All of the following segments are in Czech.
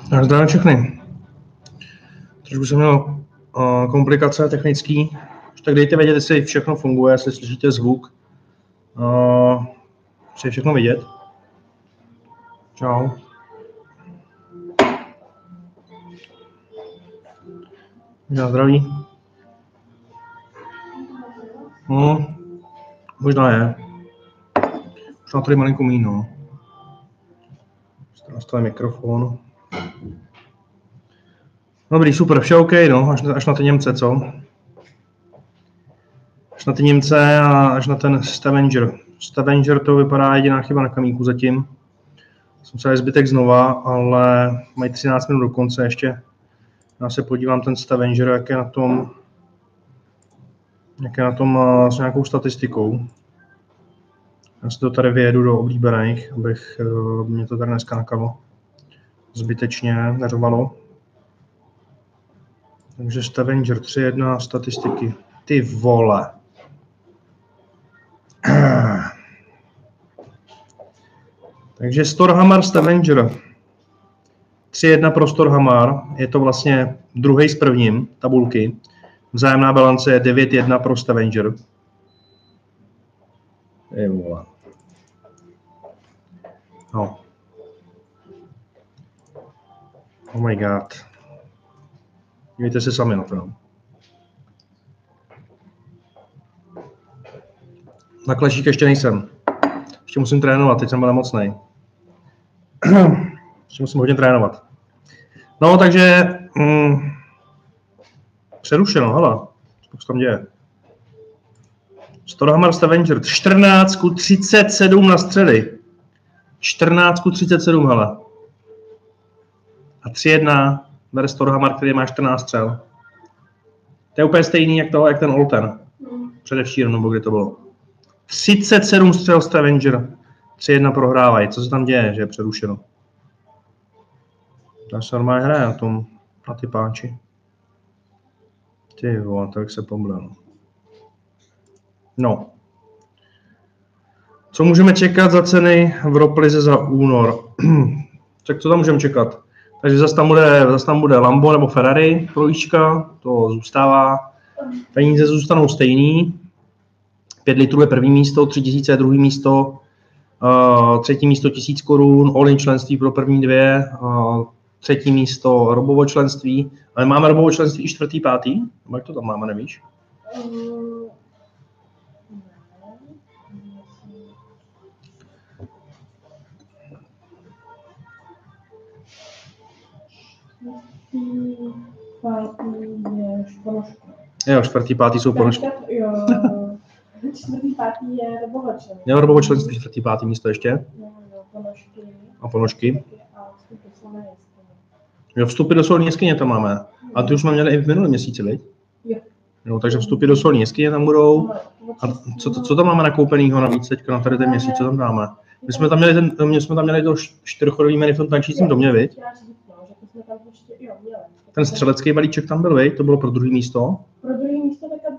Zdravím všechny. Trošku jsem měl komplikace technický. Tak dejte vědět, jestli všechno funguje, jestli slyšíte zvuk. Chci všechno vidět. Čau. Já zdraví. Možná je. Už mám tady malinko míno. Nastavím mikrofon. Dobrý, super, vše OK, no, až na ty Němce, co? Až na ty Němce a až na ten Stavanger. Stavanger to vypadá jediná chyba na kamíku zatím. Jsem se zbytek znova, ale mají 13 minut do konce ještě. Já se podívám ten Stavanger, jak je na tom s nějakou statistikou. Já si to tady vyjedu do oblíbených, abych mě to tady neskákalo. Zbytečně neřvalo. Takže Stavanger 3.1 statistiky. Ty vole. Takže Storhamar Stavanger. 3.1 pro Storhamar. Je to vlastně druhý s prvním tabulky. Vzájemná bilance je 9.1 pro Stavanger. Ty vole. No. Oh my god. Dívejte se sami na to. No. Na klešík ještě nejsem. Ještě musím trénovat, teď jsem byl nemocnej. Ještě musím hodně trénovat. No, takže přerušeno, hele. Co se tam děje? Storhamar Stavanger 14:37 na střely. 14:37, hele. A 3.1 bere Storhamar, který má 14 střel. To je úplně stejný jak ten Olten. Předevčírem, nebo kdy to bylo. 37 střel Stavanger. 3.1 prohrávají. Co se tam děje, že je přerušeno? To se normálně hraje na ty páči. Ty vole, tak se pomlel. No. Co můžeme čekat za ceny v roplize za únor? Tak co tam můžeme čekat? Takže zase tam bude Lambo nebo Ferrari, trojička, to zůstává. Peníze zůstanou stejný. 5 litrů je první místo, 3000 je druhý místo, třetí místo 1000 korun, all-in členství pro první dvě, třetí místo robovo členství. Ale máme robovo členství i 4., 5. Jak to tam máme, nevíš? Jo, 4., 5. jsou ponožky. Jo, 4., 5. je robovo členství. Jo, robovo členství 4., 5. místo ještě. Ponožky. A ponožky. Jo, vstupy do solní jeskyně tam máme. A ty už jsme měli i v minulém měsíci, viď? Jo, takže vstupy do solní jeskyně tam budou. A co tam máme nakoupenýho navíc teďka na tady ten měsíc, co tam dáme? My jsme tam měli to 4chodový menu v tom tančícím domě, viď? Ten střelecký balíček tam byl, viď? To bylo pro druhý místo. Pro druhý místo taká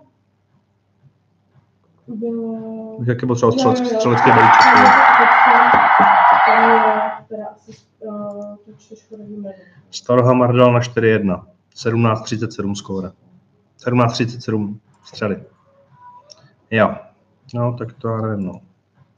bylo... Jaký byl třeba střelecký balíček? Storhamar dal na 4.1. 17:37 skóre. 17:37 střely. Jo. No, tak to já nevím, no.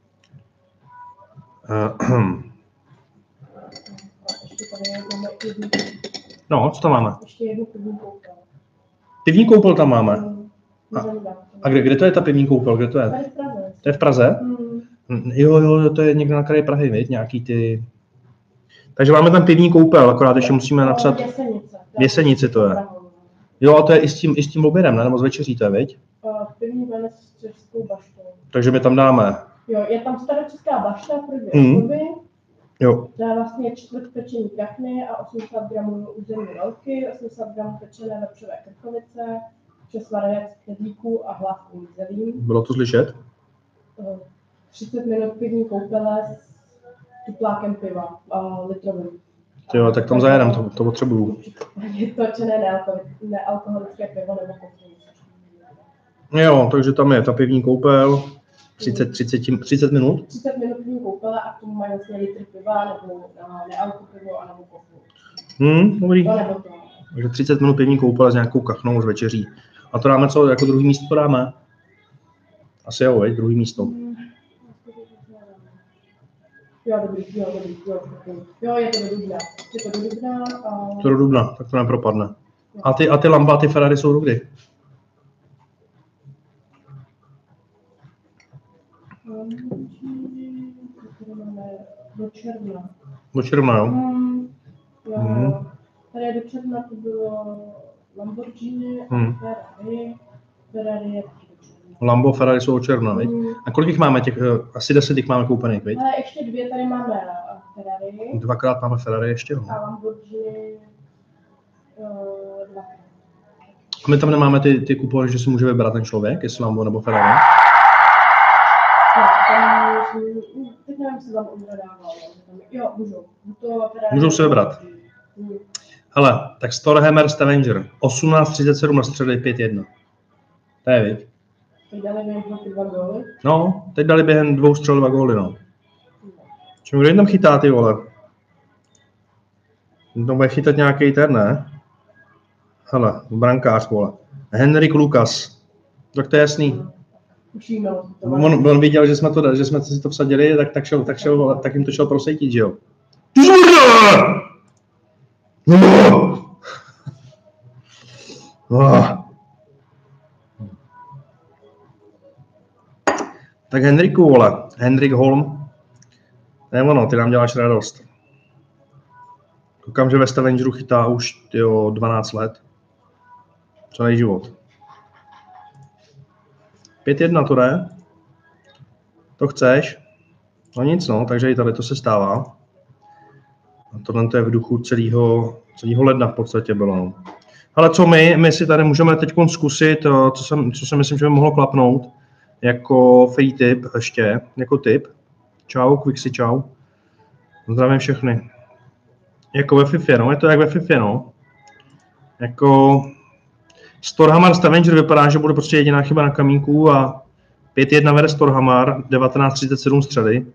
No, co tam máme? Ještě jednu pivní koupel. Pivní koupel tam máme. A kde to je ta pivní koupel? Kde to je? Tady v Praze. To je v Praze? Jo, to je někde na kraji Prahy, viď? Nějaký ty... Takže máme tam pivní koupel, akorát ještě musíme napsat... V Jesenici to je. Jo, a to je i s tím obědem, ne? Nebo s večeří to je, viď? Pivní ven s českou baštou. Takže my tam dáme... Jo, je tam staročeská bašta pro 2 osoby. Jo. To je vlastně 1/4 pečení kachny a 80 gramů územní rolky, 80 gramů pečené vepřové krkovice, 6 varenec knedlíků a hlávku zelí. Bylo to slyšet? 30 minut pivní koupele s tuplákem piva, litrovým. Jo, tak tam zajedem, to potřebuju. Je to čené nealkoholické pivo nebo koupení. Jo, takže tam je ta pivní koupel, 30 minut. 30 minut pivní koupele a k tomu mají vlastně litr piva nebo nealko pivo a nebo kofu. Dobrý. To nebo to. Takže 30 minut pivní koupele s nějakou kachnou z večeří. A to dáme co, jako druhý místo to dáme? Asi jo, veď, druhý místo. Jo, dobrý. Jo, je to do Dubna. To do Dubna, tak to nepropadne. A ty Lamba, ty Ferrari jsou do kdy? Do června. Do června, jo? Jo. Tady do června to bylo Lamborghini a Ferrari. Ferrari je taky do června. Lambo, Ferrari jsou od června, viď? A kolik jich máme těch, asi 10 jich máme koupených, viď? Ale ještě 2 tady máme Ferrari. 2krát máme Ferrari ještě, no. A Lamborghini 2krát. A my tam nemáme ty kupony, že si může vybrat ten člověk, jestli Lambo nebo Ferrari? Teď nevím, jestli tam odhledával. Jo, můžou. Můžou se vybrat. Hele, tak Storhammer Stavanger, 18:37 na střely 5-1. To je, viď? Teď dali během 2 góly? No, teď dali během 2 střel 2 góly, no. Čím kdo tam chytá, ty vole? To bude chytat nějaký ten, ne? Hele, brankář, vole. Henrik Lukas. Tak to je jasný. On viděl, že jsme si to vsadili, tak jim to šel prosejtit, že jo? Tak Henriku, vole, Henrik Holm, to je ono, ty nám děláš radost. Koukám, že ve Stavangeru chytá už 12 let. Celý život. 5-1 to jde. To chceš? No nic, no, takže i tady to se stává. A tohle to je v duchu celého ledna v podstatě bylo. No. Ale co my si tady můžeme teď zkusit, co si myslím, že by mohlo klapnout, jako free tip ještě, jako tip. Čau, Quixi, čau. Zdravím všechny. Jako ve FIFA, no, je to jak ve FIFA, no. Jako Storhamar Stavanger vypadá, že bude prostě jediná chyba na kamínku a 5-1 vede Storhamar, 19:37 střely.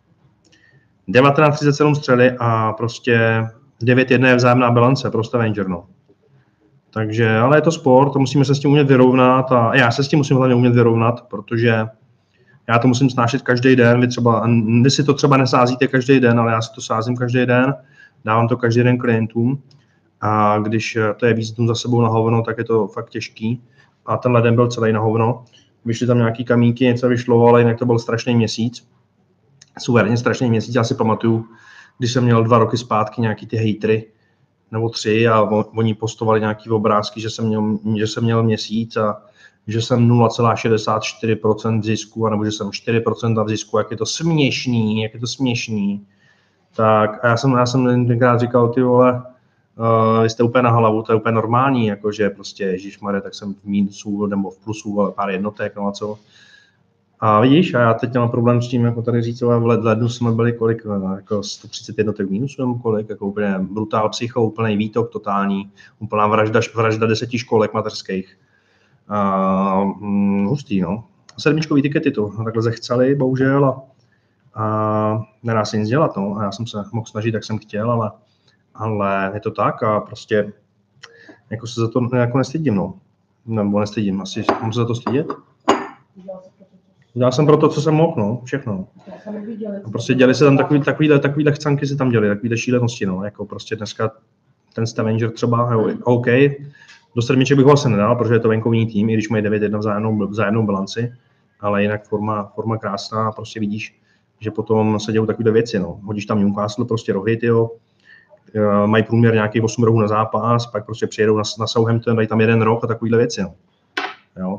19:37 střely a prostě 9-1 je vzájemná bilance pro Stavanger, no. Takže, ale je to sport, to musíme se s tím umět vyrovnat a já se s tím musím hlavně umět vyrovnat, protože já to musím snášet každý den, vy si to třeba nesázíte každý den, ale já si to sázím každý den, dávám to každý den klientům a když to je víc dnů za sebou na hovno, tak je to fakt těžký a tenhle den byl celý na hovno. Vyšly tam nějaký kamínky, něco vyšlo, ale jinak to byl strašný měsíc. Suverénně strašný měsíc, já si pamatuju, když jsem měl 2 roky zpátky nějaký ty hejtry, nebo 3 a oni postovali nějaký obrázky, že jsem měl měsíc a že jsem 0,64% v zisku, anebo že jsem 4% v zisku, jak je to směšný. Tak a já jsem tenkrát říkal, ty vole, vy jste úplně na hlavu, to je úplně normální, jakože prostě ježišmarja, tak jsem v mínusu nebo v plusu, ale pár jednotek, no a co. A vidíš, a já teď mám problém s tím, jako tady říct, v lednu jsme byli kolik, jako 130 jednotek mínusu nebo kolik, jako úplně brutál psycho, úplný výtok totální, úplná vražda 10 školek mateřských. Hustý, no. 7čkový tikety to takhle zechceli, bohužel, a nedá se nic dělat, no. A já jsem se mohl snažit, jak jsem chtěl, ale je to tak a prostě jako se za to jako nestydím, no. Nebo nestydím, asi mám se za to stydět. Dělal jsem pro to, co jsem mohl, no, všechno. A prostě dělali se tam takovýhle chcanky se tam děli, takovýhle šílenosti, no, jako prostě dneska ten Stavanger třeba, OK, do 7 bych ho asi nedal, protože je to venkovní tým, i když mají 9-1 vzájemnou bilanci, ale jinak forma krásná a prostě vidíš, že potom se dějou takovýhle věci, no. Hodíš tam Newcastle, prostě rohy, tyjo, mají průměr nějakých 8 rohů na zápas, pak prostě přijedou na Southampton, dají tam 1 roh a takovýhle věci, no. Jo,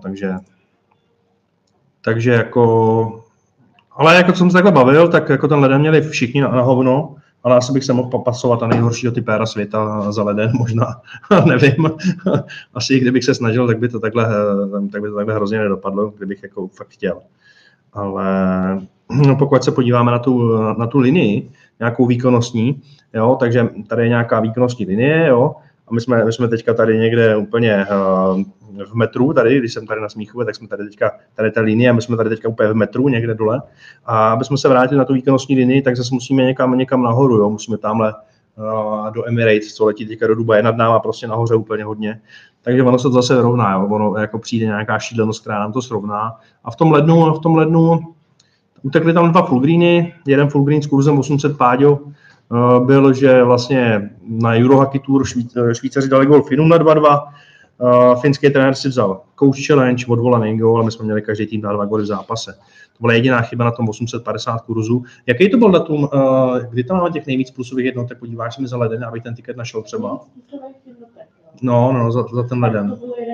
takže jako, ale jako jsem se takhle bavil, tak jako ten leden měli všichni na hovno, ale asi bych se mohl pasovat a nejhoršího typéra světa za leden možná, nevím. Asi kdybych se snažil, tak by to takhle hrozně nedopadlo, kdybych jako fakt chtěl. Ale no, pokud se podíváme na tu linii, nějakou výkonnostní, jo, takže tady je nějaká výkonnostní linie, jo, a my jsme teďka tady někde úplně v metru, tady, když jsem tady na Smíchově, tak jsme tady ta linie, my jsme tady teďka úplně v metru, někde dole. A aby jsme se vrátili na tu výkonnostní linii, tak zase musíme někam nahoru, jo, musíme tamhle do Emirates, co letí teďka do Dubaje nad náma, prostě nahoře úplně hodně. Takže ono se to zase rovná, jo. Ono jako přijde nějaká šílenost, která nám to srovná. A v tom lednu utekly tam 2 full greeny, jeden full green s kurzem 800 páďo, byl, že vlastně na Eurohockey Tour Švýcaři dali gol Finům na 2-2, finský trenér si vzal coach challenge, odvolaný gól, a my jsme měli každý tým dát 2 góly v zápase. To byla jediná chyba na tom 850 kurzu. Jaký to byl datum, kdy tam máme těch nejvíc plusových jednotek? Podíváš se mi za leden, abych ten tiket našel třeba? No, za ten leden. To bylo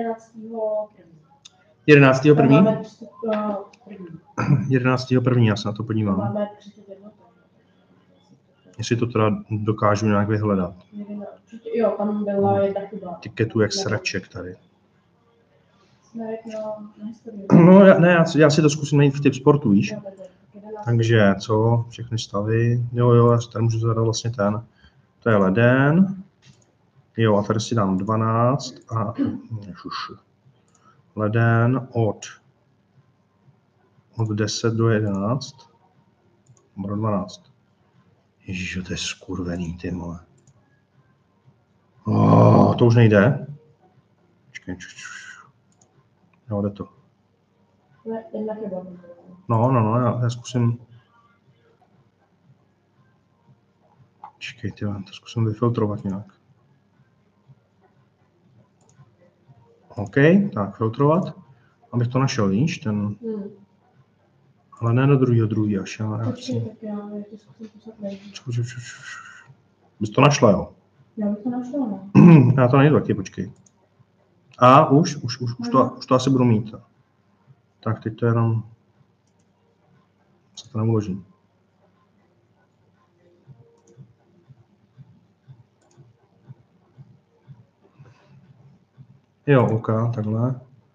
11. 11. 11.1. já se na to podívám. Máme 30 jednotek. Jestli to teda dokážu nějak vyhledat. Jo, tam byla jedna chyba. Tiketu jak sraček tady. Jsme na historii. No, já si to zkusím najít v typ sportu, víš? Takže co? Všechny stavy. Jo, já si tady můžu zadat vlastně ten. To je leden. Jo, a tady si dám 12 a leden od 10 do 11. Do 12. Ježiš, to je skurvený, ty vole. To už nejde. Počkej. Jo, jde to. Jedna chyba. No, já zkusím. Počkej, to zkusím vyfiltrovat nějak. OK, tak filtrovat. Abych to našel, víš, ten... Ale ne do druhého až, já Počkej, tak já to zkusím poslat nejvíc. Bys to našla, jo? Já bych to našla, ne? Já to najdu taky, počkej. A už to asi budu mít. Tak teď to jenom... Se to neuloží. Jo, OK, takhle.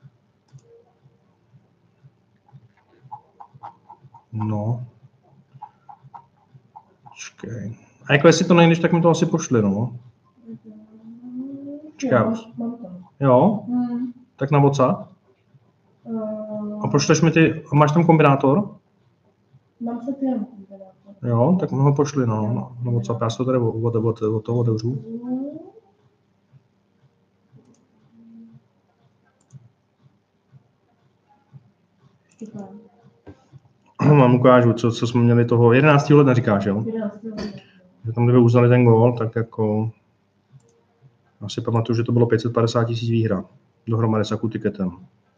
No. Počkej. A jako jestli to nejdeš, tak mi to asi pošli, no. Počkej. Jo? Tak na WhatsApp? A pošleš mi ty, a máš tam kombinátor? Mám se ty kombinátor. Jo, tak mi ho pošli, no. Na WhatsApp, já se to tady od toho otevřu. Mám ukážu, co jsme měli toho 11. ledna, říkáš, jo? 11. ledna. Že tam, kdyby uznali ten gól, tak jako... Já si pamatuju, že to bylo 550 000 výhra. Dohromady s jakou tiketem.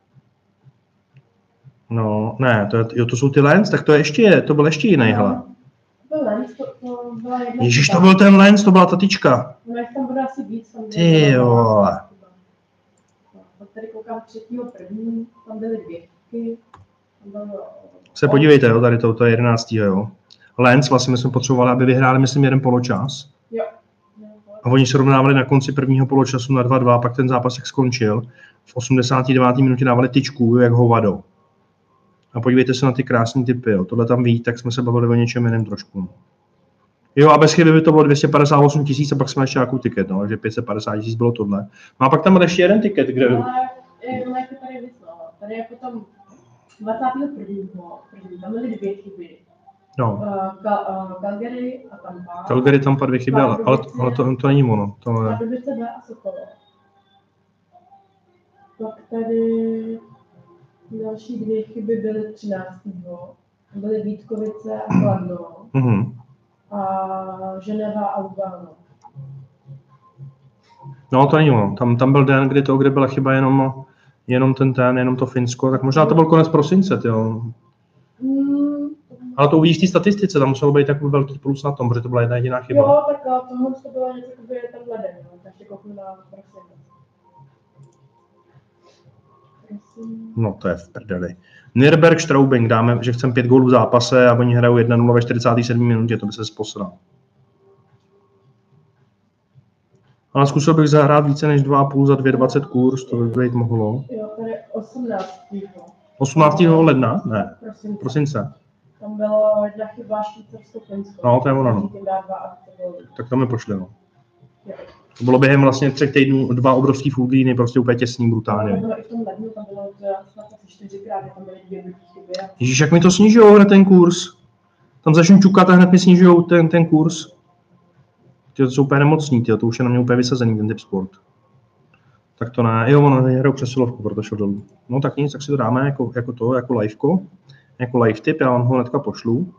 No, ne, to jsou ty Lens, tak to byl ještě jiný, hele. To byl Lens, to byla jedna... Ježíš, to byl ten Lens, to byla ta tyčka. No, jak tam bude asi víc. Ty vole. Tady koukám 3.1. Tam byly 2 chyby. Se podívejte, jo, tady to je 11. jo. Lens, vlastně my jsme potřebovali, aby vyhráli, myslím, jeden poločas. Jo. A oni se rovnávali na konci prvního poločasu na 2-2, pak ten zápas jak skončil. V 89. minutě dávali tyčku, jak hovado. A podívejte se na ty krásné typy, jo. Tohle tam ví, tak jsme se bavili o něčem jiném trošku. Jo, a bez chyby by to bylo 258 000 a pak jsme ještě nějakou tiket, no, takže 550 000 bylo tohle. No a pak tam byl ještě jeden tiket, kde... Ale jak to tady vyslal, tady je potom 21. tam byly 2 chyby. No. Calgary a Tampa. Calgary, Tampa 2 chyby, ale to není ono. Pardubice B a Sokolov. Pak tady další 2 chyby byly 13. Byly Vítkovice a Kladno. A Ženeva a Lugano. No to není ono. Tam byl den, kde byla chyba jenom to Finsko, tak možná to byl konec prosince, jo. Ale to uvidíš v té statistice, tam muselo být takový velký plus na tom, protože to byla jedna jediná chyba. Jo, tak tohle to bylo něco, jako je ten leden, no, takže kouknu na prosinec. No to je v prdeli. Nürnberg Straubing, dáme, že chceme 5 gólů v zápase a oni hrajou 1-0 ve 47. minutě, to by se posral. Ale zkusil bych zahrát více než 2,5 za 2,20 kurz, to by být mohlo. Jo, tady 18. 18. ledna? Ne, prosince. Tam bylo jedna chyba Švýcarsko-Finsko. No, to je ono, no. Tak to mi pošli, no. To bylo během vlastně 3 týdnů 2 obrovský full greeny, prostě úplně těsný, brutálně. To bylo i v tom lednu, tam bylo snad asi 4krát, tam byly 2 chyby. Ježíš, jak mi to snižujou hned ten kurz. Tam začnu čukat a hned mi snižujou ten kurz. Ty jsou úplně nemocní, to už je na mě úplně vysazený, ten typ sport. Tak to ne, jo, ono hrajou přesilovku, proto šel dolů. No tak nic, tak si to dáme jako liveko, jako live tip, já vám ho hnedka pošlu.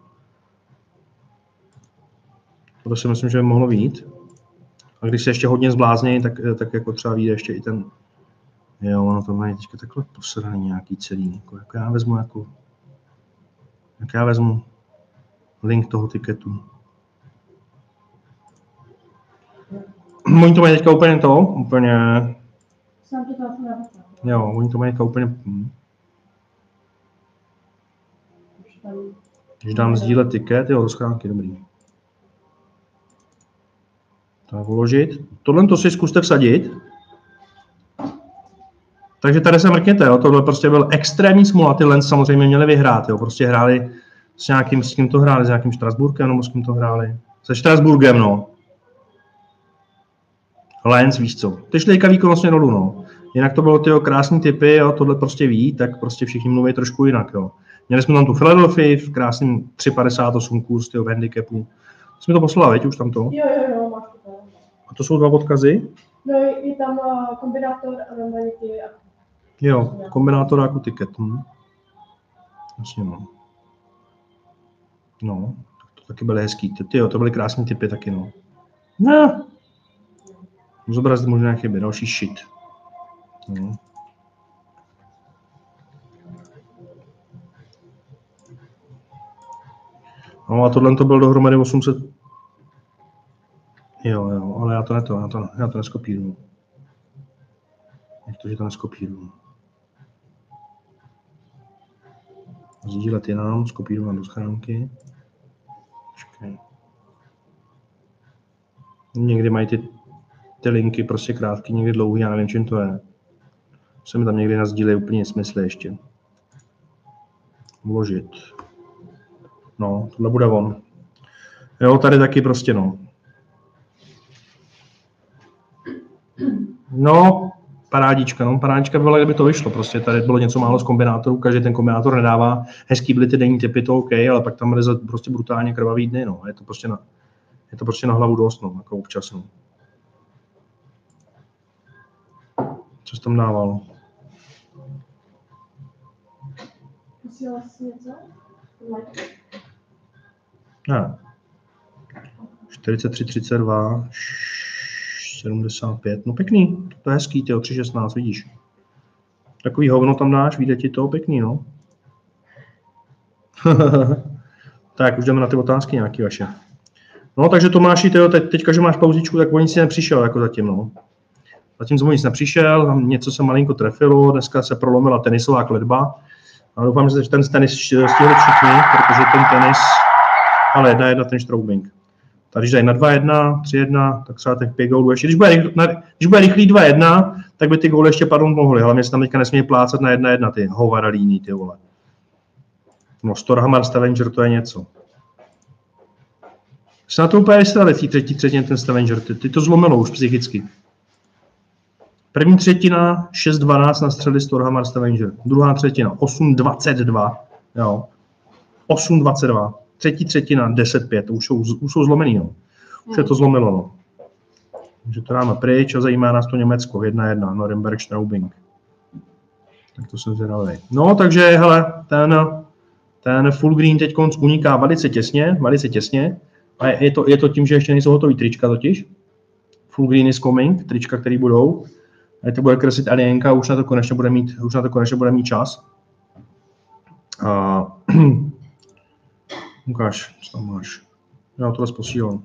To si myslím, že by mohlo vyjít. A když se ještě hodně zbláznějí, tak jako třeba vyjde ještě i ten... Jo, ono to mají teďka takhle posraný nějaký celý. Jako já vezmu link toho tiketu. Oni to mají teďka úplně Sám to tam jo, oni to mají teďka úplně... Když dám sdílet tiket, jo, do schránky, dobrý. Tak uložit. Tohle to si zkuste vsadit. Takže tady se mrkněte, jo, tohle prostě byl extrémní smůla, ty Lens samozřejmě měli vyhrát, jo, prostě hráli s kým to hráli, s nějakým Štrasburkem, nebo s kým to hráli? Se Štrasburgem, no. Lens, víš co, ty šli výkonnostně dolů, no. Jinak to bylo tyjo krásný typy, jo, tohle prostě ví, tak prostě všichni mluví trošku jinak, jo. Měli jsme tam tu Philadelphia v krásným 3,58 kurz, tyjo, v handicapu. Jsi mi to poslala, veď, už tam to? Jo, máš to. A to jsou dva odkazy? No, je tam kombinátor a normálně ty... Jo, kombinátor jako tiket. Jasně, no. No, to taky byly hezký. Tyjo, to byly krásné typy taky, no. No. Zobrazit možná chyby, další shit. No. No a tohle to byl dohromady 800. Jo, ale já to neskopíruju. Jak to, že to neskopíruju? Sdílet jinam, skopírovat do schránky. Počkej. Někdy mají ty linky prostě krátké, někdy dlouhé, já nevím, čím to je. Se mi tam někdy nasdílejí úplně smysly ještě. Vložit. No, tohle bude on. Jo, tady taky prostě no. No, parádička byla, kdyby to vyšlo, prostě tady bylo něco málo z kombinátorů, každý ten kombinátor nedává, hezký byly ty denní typy, to OK, ale pak tam byly prostě brutálně krvavý dny, no, je to prostě na hlavu dost, no, jako občas, no. Co jsi tam dával? Posílala jsi něco? Ne. 43, 32, 75, no pěkný, to je hezký, tyjo, 3,16, vidíš. Takový hovno tam dáš, vyjde ti to, pěkný, no. Tak, už jdeme na ty otázky nějaký vaše. No, takže Tomáši, tyjo, teďka, že máš pauzičku, tak o nic si nepřišel, jako zatím, no. Zatím jsem o nic nepřišel, tam něco se malinko trefilo, dneska se prolomila tenisová kletba. A doufám, že ten tenis stihli všichni, protože ten tenis, ale 1-1 ten Straubing. Tady, když dají na 2-1, 3-1, tak třeba těch 5 gólů ještě. Když bude rychlý 2-1, tak by ty góly ještě padnout mohly. Hlavně se tam teďka nesmí plácat na 1-1 ty hovaralíny, ty vole. No, Storhamar Stavanger, to je něco. Se na to úplně vystrali v té třetí třetině ten Stavanger, ty to zlomilo už psychicky. První třetina 6-12 na střely Storhamar Stavanger. Druhá třetina 8-22, jo. 8-22. Třetí třetina 10-5, už jsou zlomený, no. Už je to zlomilo, no. Takže to dáme pryč a zajímá nás to Německo, 1-1, Norimberg, Straubing. Tak to jsem zvědavý. No, takže, hele, ten full green teď uniká velice těsně. A je to tím, že ještě nejsou hotový trička totiž. Full green is coming, trička, který budou. A to bude kreslit Alienka, už na to konečně bude mít čas. A ukáž, co tam máš. Já tohle posílám.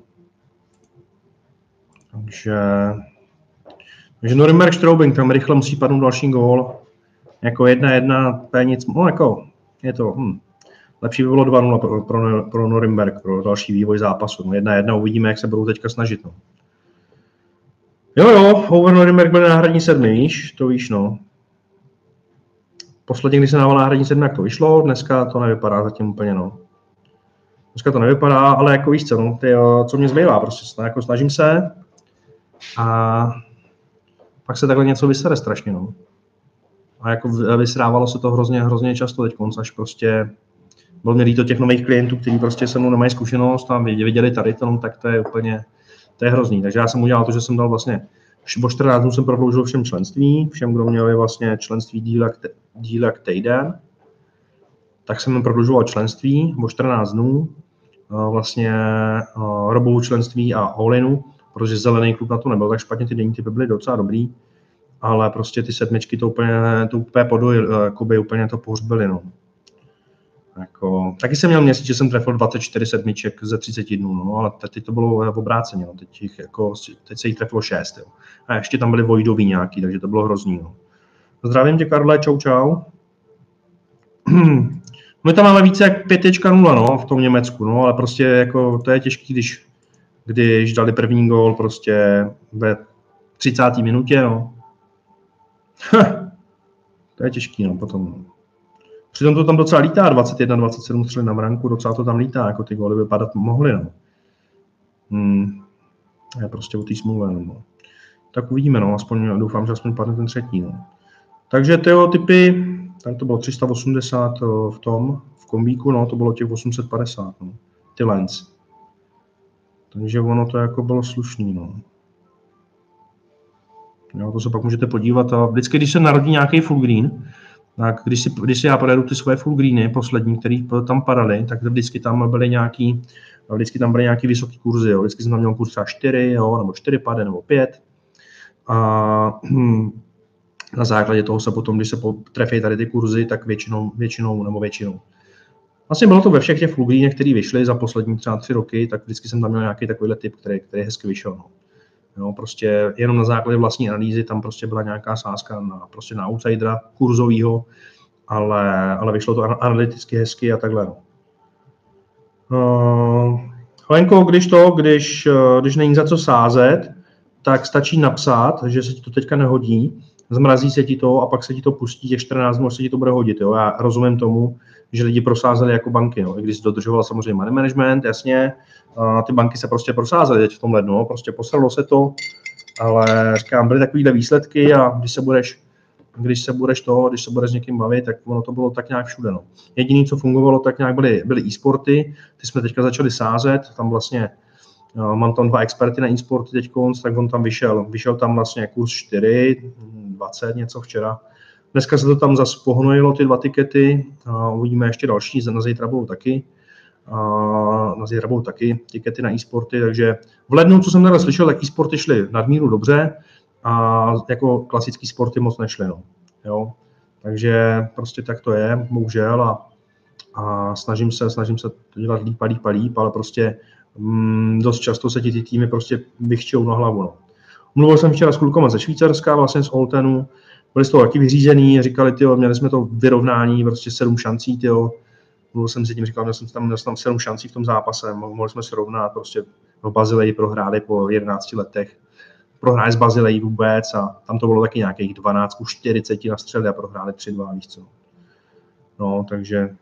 Takže Norimberg Straubing, tam rychle musí padnout další gól. Jako 1-1, to je nic, no jako, je to, lepší by bylo 2-0 pro Norimberg, pro další vývoj zápasu. No 1-1, uvidíme, jak se budou teďka snažit, no. Jo, over Norimberg byl náhradní 7, víš, to víš, no. Posledně, když se dával náhradní 7, jak to vyšlo, dneska to nevypadá zatím úplně, no. Dneska to nevypadá, ale jako víš co, no, co mě zbývá, prostě jako snažím se a pak se takhle něco vysere strašně, no. A jako vysrávalo se to hrozně často teď až prostě bylo mě líto těch nových klientů, kteří prostě se mnou nemají zkušenost a viděli tady to, no, tak to je úplně To je hrozný. Takže já jsem udělal to, že jsem dal vlastně, o 14 dnů jsem prodloužil všem členství, všem, kdo měli vlastně členství díl jak týden, tak jsem jim prodlužoval členství o 14 dnů, vlastně robou členství a all-inu, protože zelený klub na to nebyl tak špatně, ty denní typy byly docela dobrý, ale prostě ty sedmičky to úplně podojily, jakoby úplně to pohřbily, no. Jako, taky jsem měl měsíc, že jsem trefil 24 sedmiček ze 30 dnů, no, ale teď to bylo v obráceně, no. Teď se jich trefilo 6, jo. A ještě tam byly vojdový nějaký, takže to bylo hrozný, no. Zdravím tě, Karle, čau. My tam máme více jak 5.0, no, v tom Německu, no, ale prostě jako to je těžký, když dali první gól prostě ve 30. minutě, no. To je těžký, no, potom. Přitom to tam docela lítá, 21-27 střely na branku, docela to tam lítá, jako ty góly vypadat mohly, no. Je prostě o té smůle, no. Tak uvidíme, no, aspoň doufám, že aspoň padne ten třetí, no. Takže tyho typy, tam to bylo 380 v kombíku, no, to bylo těch 850, no, ty lens. Takže ono to jako bylo slušný, no. Jo, to se pak můžete podívat a vždycky, když se narodí nějaký full green, tak když si já projedu ty svoje full greeny poslední, který tam padaly, tak vždycky tam byly nějaký vysoký kurzy, jo. Vždycky jsem tam měl kurz třeba 4, jo, nebo 4 pade, nebo 5. A na základě toho se potom, když se trefí tady ty kurzy, tak většinou. Vlastně bylo to ve všech těch full greenech, které vyšly za poslední třeba 3 roky, tak vždycky jsem tam měl nějaký takovýhle typ, který hezky vyšel. No. Jo, prostě jenom na základě vlastní analýzy tam prostě byla nějaká sázka na outsidera kurzovýho, ale vyšlo to analyticky hezky a takhle. Lenko, když není za co sázet, tak stačí napsat, že se ti to teďka nehodí, zmrazí se ti to a pak se ti to pustí těch 14 dnů, až se ti to bude hodit. Jo. Já rozumím tomu, že lidi prosázeli jako banky, jo. I když dodržoval samozřejmě money management, jasně, ty banky se prostě prosázely teď v tom lednu, prostě posralo se to, ale říkám, byly takovýhle výsledky a když se budeš s někým bavit, tak ono to bylo tak nějak všude. No. Jediné, co fungovalo, tak nějak byly e-sporty, ty jsme teďka začali sázet, tam vlastně mám tam 2 experty na e-sporty teďkonc, tak on tam vyšel tam vlastně kurz 4, 20 něco včera. Dneska se to tam zase pohnojilo, ty 2 tikety, uvidíme ještě další, na zítra budou taky tikety na e-sporty, takže v lednu, co jsem tady slyšel, tak e-sporty šly nadmíru dobře a jako klasický sporty moc nešly, no. Jo? Takže prostě tak to je, bohužel a snažím se to dělat líp, ale prostě dost často se ty týmy prostě vychčou na hlavu, no. Mluvil jsem včera s klukama ze Švýcarska, vlastně z Oltenu, byli z toho taky vyřízený, říkali, tyjo, měli jsme to vyrovnání, prostě 7 šancí, tyjo. Mluvil jsem si tím, říkal, měl jsem tam 7 šancí v tom zápase, mohli jsme se rovnat, prostě v Bazileji prohráli po 11 letech. Prohráli z Bazileji vůbec a tam to bylo taky nějakých 12-40 na střely a prohráli 3-2, víš co. No, takže...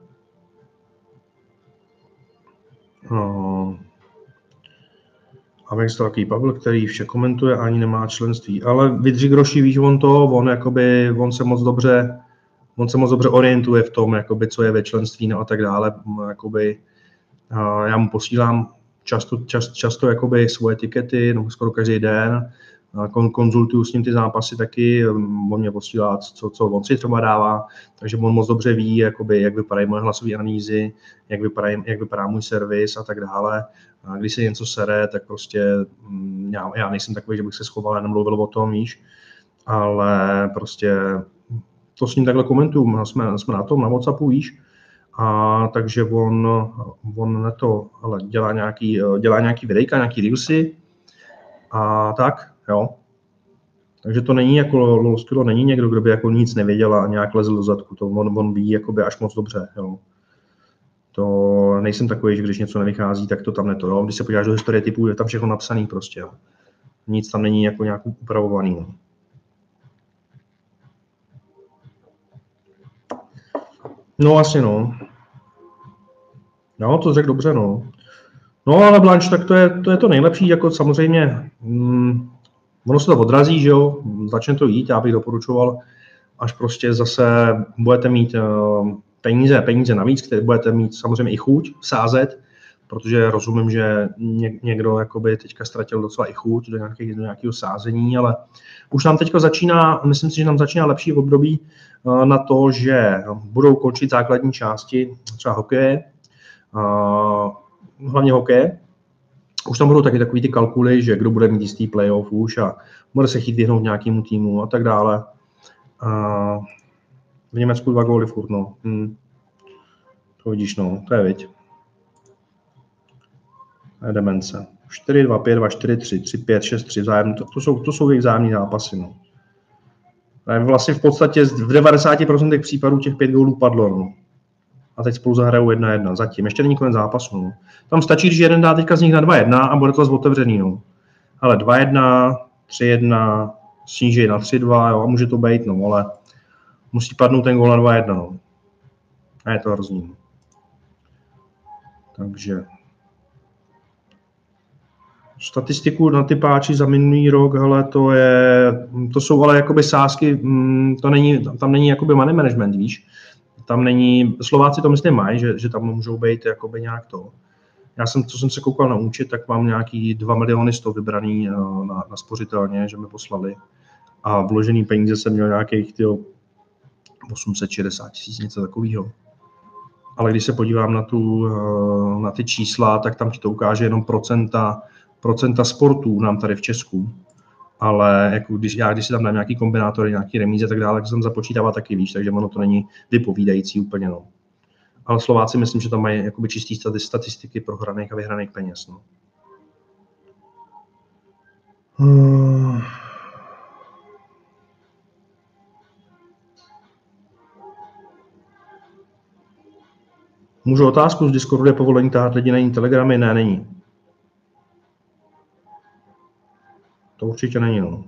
A je to takový Pavel, který vše komentuje a ani nemá členství. Ale Vidři Groši, víš, on se moc dobře orientuje v tom, jakoby, co je ve členství no a tak dále. Jakoby, já mu posílám často jakoby, svoje tikety, no, skoro každý den. Konzultuju s ním ty zápasy taky, on mě posílá, co on si třeba dává, takže on moc dobře ví, jakoby, jak vypadají moje hlasové analýzy, jak vypadá můj servis a tak dále. A když se něco sere, tak prostě já nejsem takový, že bych se schoval a nemluvil o tom, víš, ale prostě to s ním takhle komentuju, jsme na tom, na WhatsAppu, víš, a takže on na to ale dělá nějaký videjka, nějaký reelsy a tak, jo. Takže to není jako Lolskilo, není někdo, kdo by jako nic nevěděl a nějak lezl do zadku, to on ví jakoby až moc dobře, jo. To nejsem takový, že když něco nevychází, tak to tam neto, jo. Když se podíváš do historie typů, je tam všechno napsaný prostě, jo. Nic tam není jako nějak upravovaný, no. No vlastně no. No, to řekl dobře, no. No, ale Blanche, tak to je to nejlepší, jako samozřejmě, ono se to odrazí, že jo, začne to jít, já bych doporučoval, až prostě zase budete mít peníze navíc, které budete mít samozřejmě i chuť sázet, protože rozumím, že někdo jakoby teďka ztratil docela i chuť do nějakého sázení, ale už nám teďka začíná, myslím si, že nám začíná lepší období na to, že budou končit základní části třeba hokeje, hlavně hokeje. Už tam budou taky takový ty kalkuly, že kdo bude mít jistý playoff už a bude se chtít vyhnout nějakému týmu a tak dále. V Německu 2 góly furt, no. To vidíš, no, to je viď. To je demence. 4-2-5, 2-4-3, 3-5, 6-3 vzájemně, to jsou jejich vzájemní zápasy, no. Vlastně v podstatě v 90% případů těch 5 gólů padlo, no. A teď spolu zahrajou 1-1 zatím. Ještě není konec zápasu, no. Tam stačí, když jeden dá teďka z nich na 2-1 a bude to zase otevřený, no. Ale 2-1, 3-1, sníží na 3-2, jo, a může to být, no, ale musí padnout ten gól na 2-1, no. A je to hrozný. Takže statistiku na typáči za minulý rok, hele, to jsou ale jakoby sázky, tam není jakoby money management, víš. Tam není, Slováci to myslím mají, že tam můžou být jakoby nějak to. Co jsem se koukal na účet, tak mám nějaký 2 miliony 100 vybraný na spořitelně, že mi poslali. A vložený peníze jsem měl nějakých 860 000, něco takového. Ale když se podívám na ty čísla, tak tam ti to ukáže jenom procenta sportů nám tady v Česku. Ale jako když si tam dám nějaký kombinátory, nějaký remíze a tak dále, tak se tam započítává taky víc, takže ono to není vypovídající úplně, no. Ale Slováci myslím, že tam mají jakoby čistý statistiky prohraných a vyhraných peněz, no. Můžu otázku, z Discordu je povolení tahat lidi na jiný telegramy? Ne, není. To určitě není, no.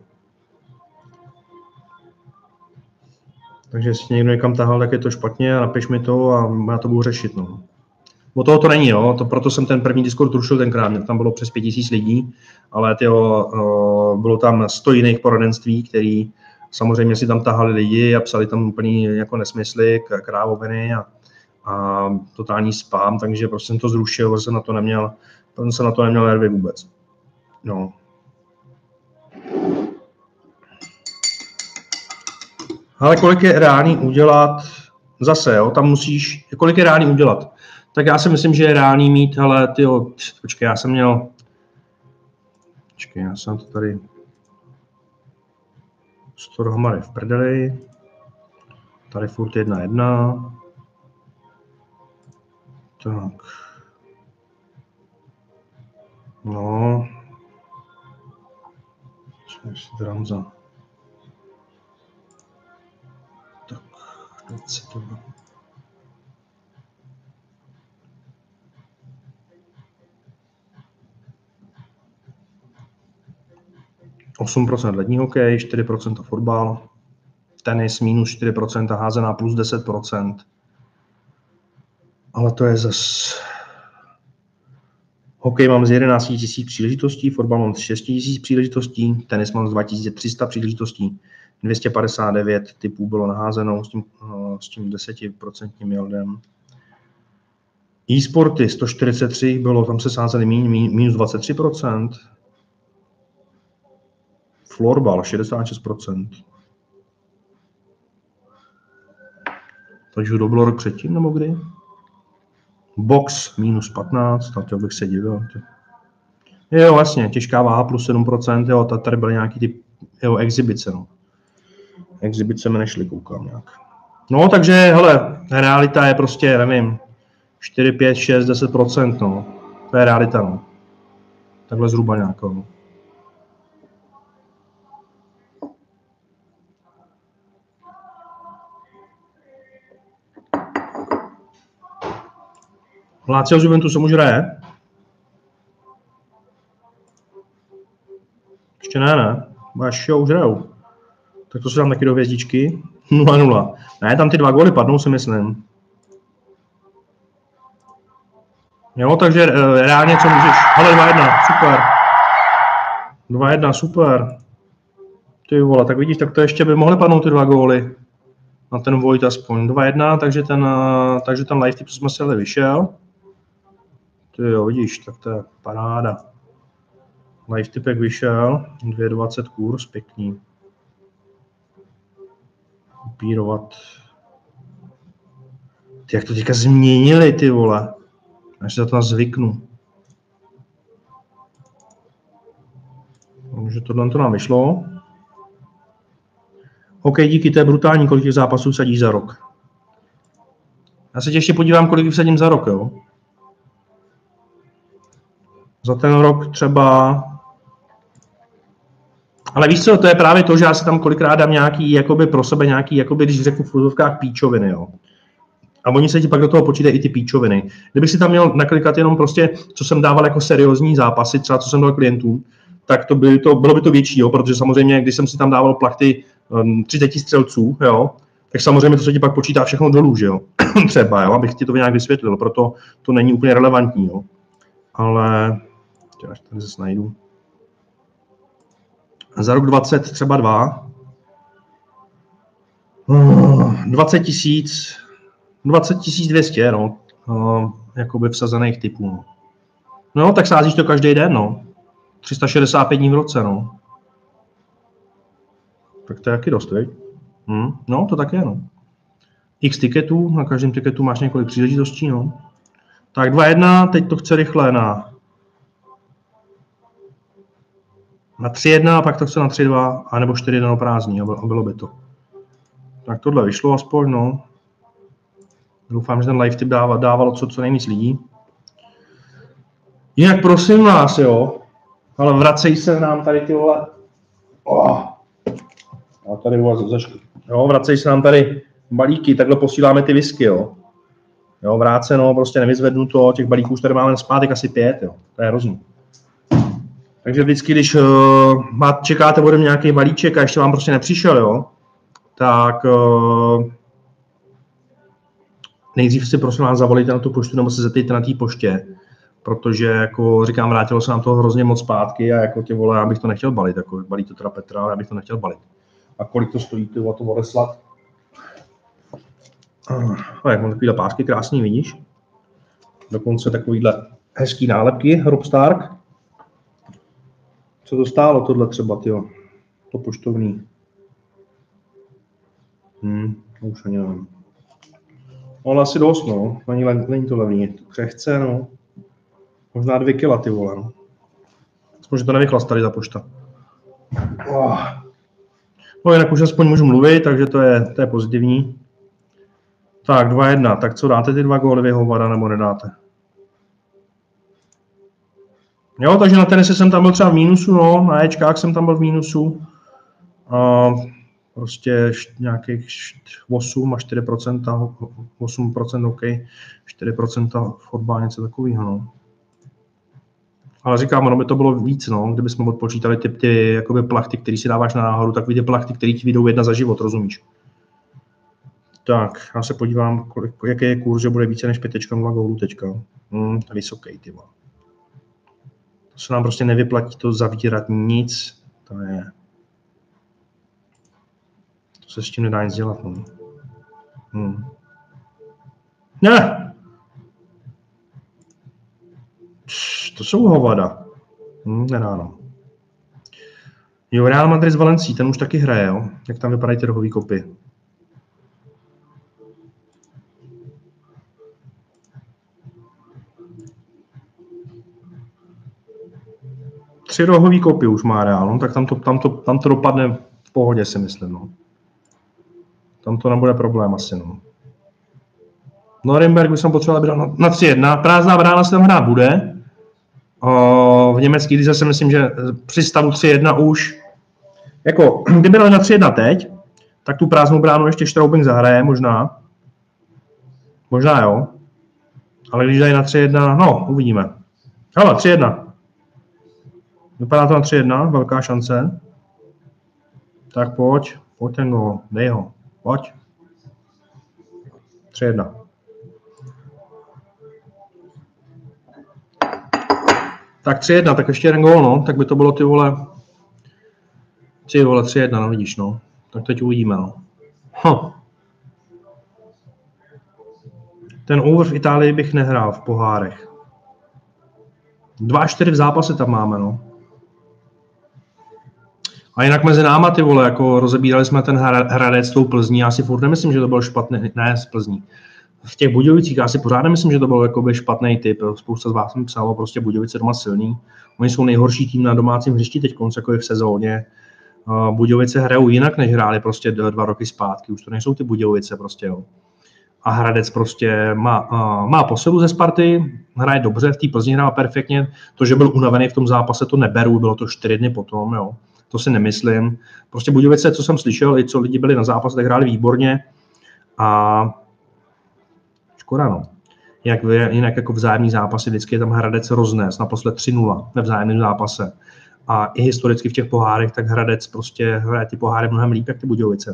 Takže jestli někdo někam tahal, tak je to špatně a napiš mi to a já to budu řešit, no. O toho to není, jo. Proto jsem ten první Discord rušil tenkrát, tam bylo přes 5000 lidí, ale bylo tam 100 jiných poradenství, který samozřejmě si tam tahali lidi a psali tam úplně jako nesmysly, krávoviny a totální spam, takže prostě jsem to zrušil, protože jsem na to neměl nervy vůbec. No. Ale kolik je reálný udělat, zase, jo, tam musíš, kolik je reálný udělat. Tak já si myslím, že je reálný mít, ale počkej, já jsem to tady, 100 dohromady v prdeli, tady furt 1-1, tak, no, co si dramza. Tak, teď se to... 8% lední hokej, 4% fotbal, tenis minus 4%, házená plus 10%. Ale to je zase... Hokej mám z 11 000 příležitostí, fotbal mám z 6 000 příležitostí, tenis mám z 2300 příležitostí, 259 typů bylo naházenou s tím 10% jildem. E-sporty 143 bylo, tam se sázeli minus 23%. Florbal 66%. Takže to bylo rok předtím, nebo kdy? Box minus 15, na to bych se divil. Jo, vlastně, těžká váha plus 7%, jo, tady byly nějaký ty exibice, no. Exibice mi nešly, koukám nějak. No, takže, hele, realita je prostě, nevím, 4, 5, 6, 10%, no. To je realita, no. Takhle zhruba nějakou, no. Lazio z Juventusem už hraje? Ještě ne. Až jo, už hrajou. Tak to se dám taky do hvězdičky. 0-0. Ne, tam ty 2 góly padnou, si myslím. Jo, takže reálně co můžeš... Hele, 2-1, super. 2-1, super. Ty vole, tak vidíš, tak to ještě by mohly padnout ty 2 góly. Na ten Vojt aspoň. 2-1, takže ten live tip jsme se vyšel. Ty jo, vidíš, tak to je paráda. Live typek vyšel, 2,20 kurz, pěkný. Kopírovat. Ty, jak to teďka změnili, ty vole. Až se za to zvyknu. Takže tohle to nám vyšlo. OK, díky, to je brutální, kolik těch zápasů vsadíš za rok. Já se tě ještě podívám, kolik vsadím za rok, jo. Za ten rok třeba... Ale víš co, to je právě to, že já si tam kolikrát dám nějaký, jakoby pro sebe nějaký, jakoby, když řeknu v úzovkách píčoviny, jo. A oni se ti pak do toho počítají i ty píčoviny. Kdybych si tam měl naklikat jenom prostě, co jsem dával jako seriózní zápasy, třeba co jsem dal klientům, tak bylo by to větší, jo, protože samozřejmě, když jsem si tam dával plachty 30 střelců, jo, tak samozřejmě to se ti pak počítá všechno dolů, že jo, třeba, jo, abych ti to nějak vysvětlil, proto to není úplně relevantní, jo, ale, až tady zase najdu. Za rok 20 třeba 20 200, no, jakoby vsazených typů, no, tak sázíš to každý den, no, 365 dní v roce, no. Tak to je taky dost, veď? No, to tak je, no. X tiketů, na každém tiketu máš několik příležitostí, no. Tak 2,1, teď to chce rychle na 3,1, a pak to chce na 3,2, anebo 4,1 prázdný, a bylo by to. Tak tohle vyšlo aspoň, no. Doufám, že ten live tip dávalo co nejvíc lidí. Jinak prosím vás, jo, ale vracej se nám tady ty vole. A tady jo, vracej se nám tady balíky, takhle posíláme ty whisky, jo. Jo, vráceno, prostě nevyzvednu to, těch balíků už tady máme zpátek asi 5, jo. To je hrozný. Takže vždycky, když čekáte ode mě nějaký balíček a ještě vám prostě nepřišel, jo, tak nejdřív si prosím vás zavolejte na tu poštu nebo se zeptejte na té poště, protože jako říkám, vrátilo se nám to hrozně moc zpátky a jako ty vole, já bych to nechtěl balit, jako balí to teda Petra, ale já bych to nechtěl balit. A kolik to stojí, ty o to odeslat? Jak mám takovýhle pásky krásný, vidíš? Dokonce takovýhle hezký nálepky, Rob Stark. Co to stálo tohle třeba, tyjo? To poštovný. Už ani nevím. Ale asi dost, no. Není to levný. Křehce, no. Možná 2 kila, ty vole, no. Aspoň, že to nevychlastali ta pošta. No jinak už aspoň můžu mluvit, takže to je pozitivní. Tak, 2,1. Tak co, dáte ty 2 góly Hovada, nebo nedáte? Jo, takže na tenise jsem tam byl třeba v mínusu, no. Na Ečkách jsem tam byl v mínusu. Prostě nějakých 8 až 4%, 8% OK, 4% fotbal, něco takového, no. Ale říkám, ono by to bylo víc, no, kdybychom odpočítali ty jakoby plachty, které si dáváš na náhodu, tak ty plachty, které ti vyjdou 1 za život, rozumíš? Tak, já se podívám, jaký je kurz, že bude více než 5,2 gólů teďka. Vysoký, ty vole. To se nám prostě nevyplatí to zavírat nic, to je... To se s tím nedá nic dělat, no. Ne! To jsou hovada. Nedá, no. Jo, Real Madrid s Valencí, ten už taky hraje, jo. Jak tam vypadají ty rohový kopy. Tři rohový kopy už má Real, no, tak tam to dopadne v pohodě, si myslím, no. Tam to nebude problém asi, no. Norimberg bych jsem potřeboval brát na 3-1. Prázdná brána se tam hrát bude. V německé lize si myslím, že při stavu 3-1 už, jako, kdyby dali na 3-1 teď, tak tu prázdnou bránu ještě Straubing zahraje, možná. Možná jo. Ale když dají na 3-1, no, uvidíme. Hele, 3-1. Vypadá to na 3-1, velká šance. Tak pojď ten gól, dej ho, pojď. 3-1. Tak 3-1, tak ještě jeden gól, no, tak by to bylo ty vole 3-1, no vidíš, no. Tak teď uvidíme, no. Ten over v Itálii bych nehrál v pohárech. 2-4 v zápase tam máme, no. A jinak mezi náma, ty vole, jako rozebírali jsme ten Hradec s tou Plzní, já si furt nemyslím, že to byl špatný, ne z Plzní. V těch Budějovicích já si pořád nemyslím, že to byl jakoby špatný typ. Spousta z vás mi psalo, prostě Budějovice doma silný. Oni jsou nejhorší tým na domácím hřišti teď, jako je v sezóně. Budějovice hrajou jinak, než hráli prostě 2 roky zpátky. Už to nejsou ty Budějovice prostě, jo. A Hradec prostě má posilu ze Sparty, hraje dobře, v té Plzni hrál perfektně. To, že byl unavený v tom zápase, to neberu, bylo to 4 dny potom, jo. To si nemyslím. Prostě Budějovice, co jsem slyšel, i co lidi byli na zápase, tak hráli výborně. A škoda, no. Jinak jako vzájemný zápasy, vždycky je tam Hradec roznes, naposled 3-0 ve vzájemném zápase. A i historicky v těch pohárech, tak Hradec prostě hraje ty poháry mnohem líp, jak ty Budějovice.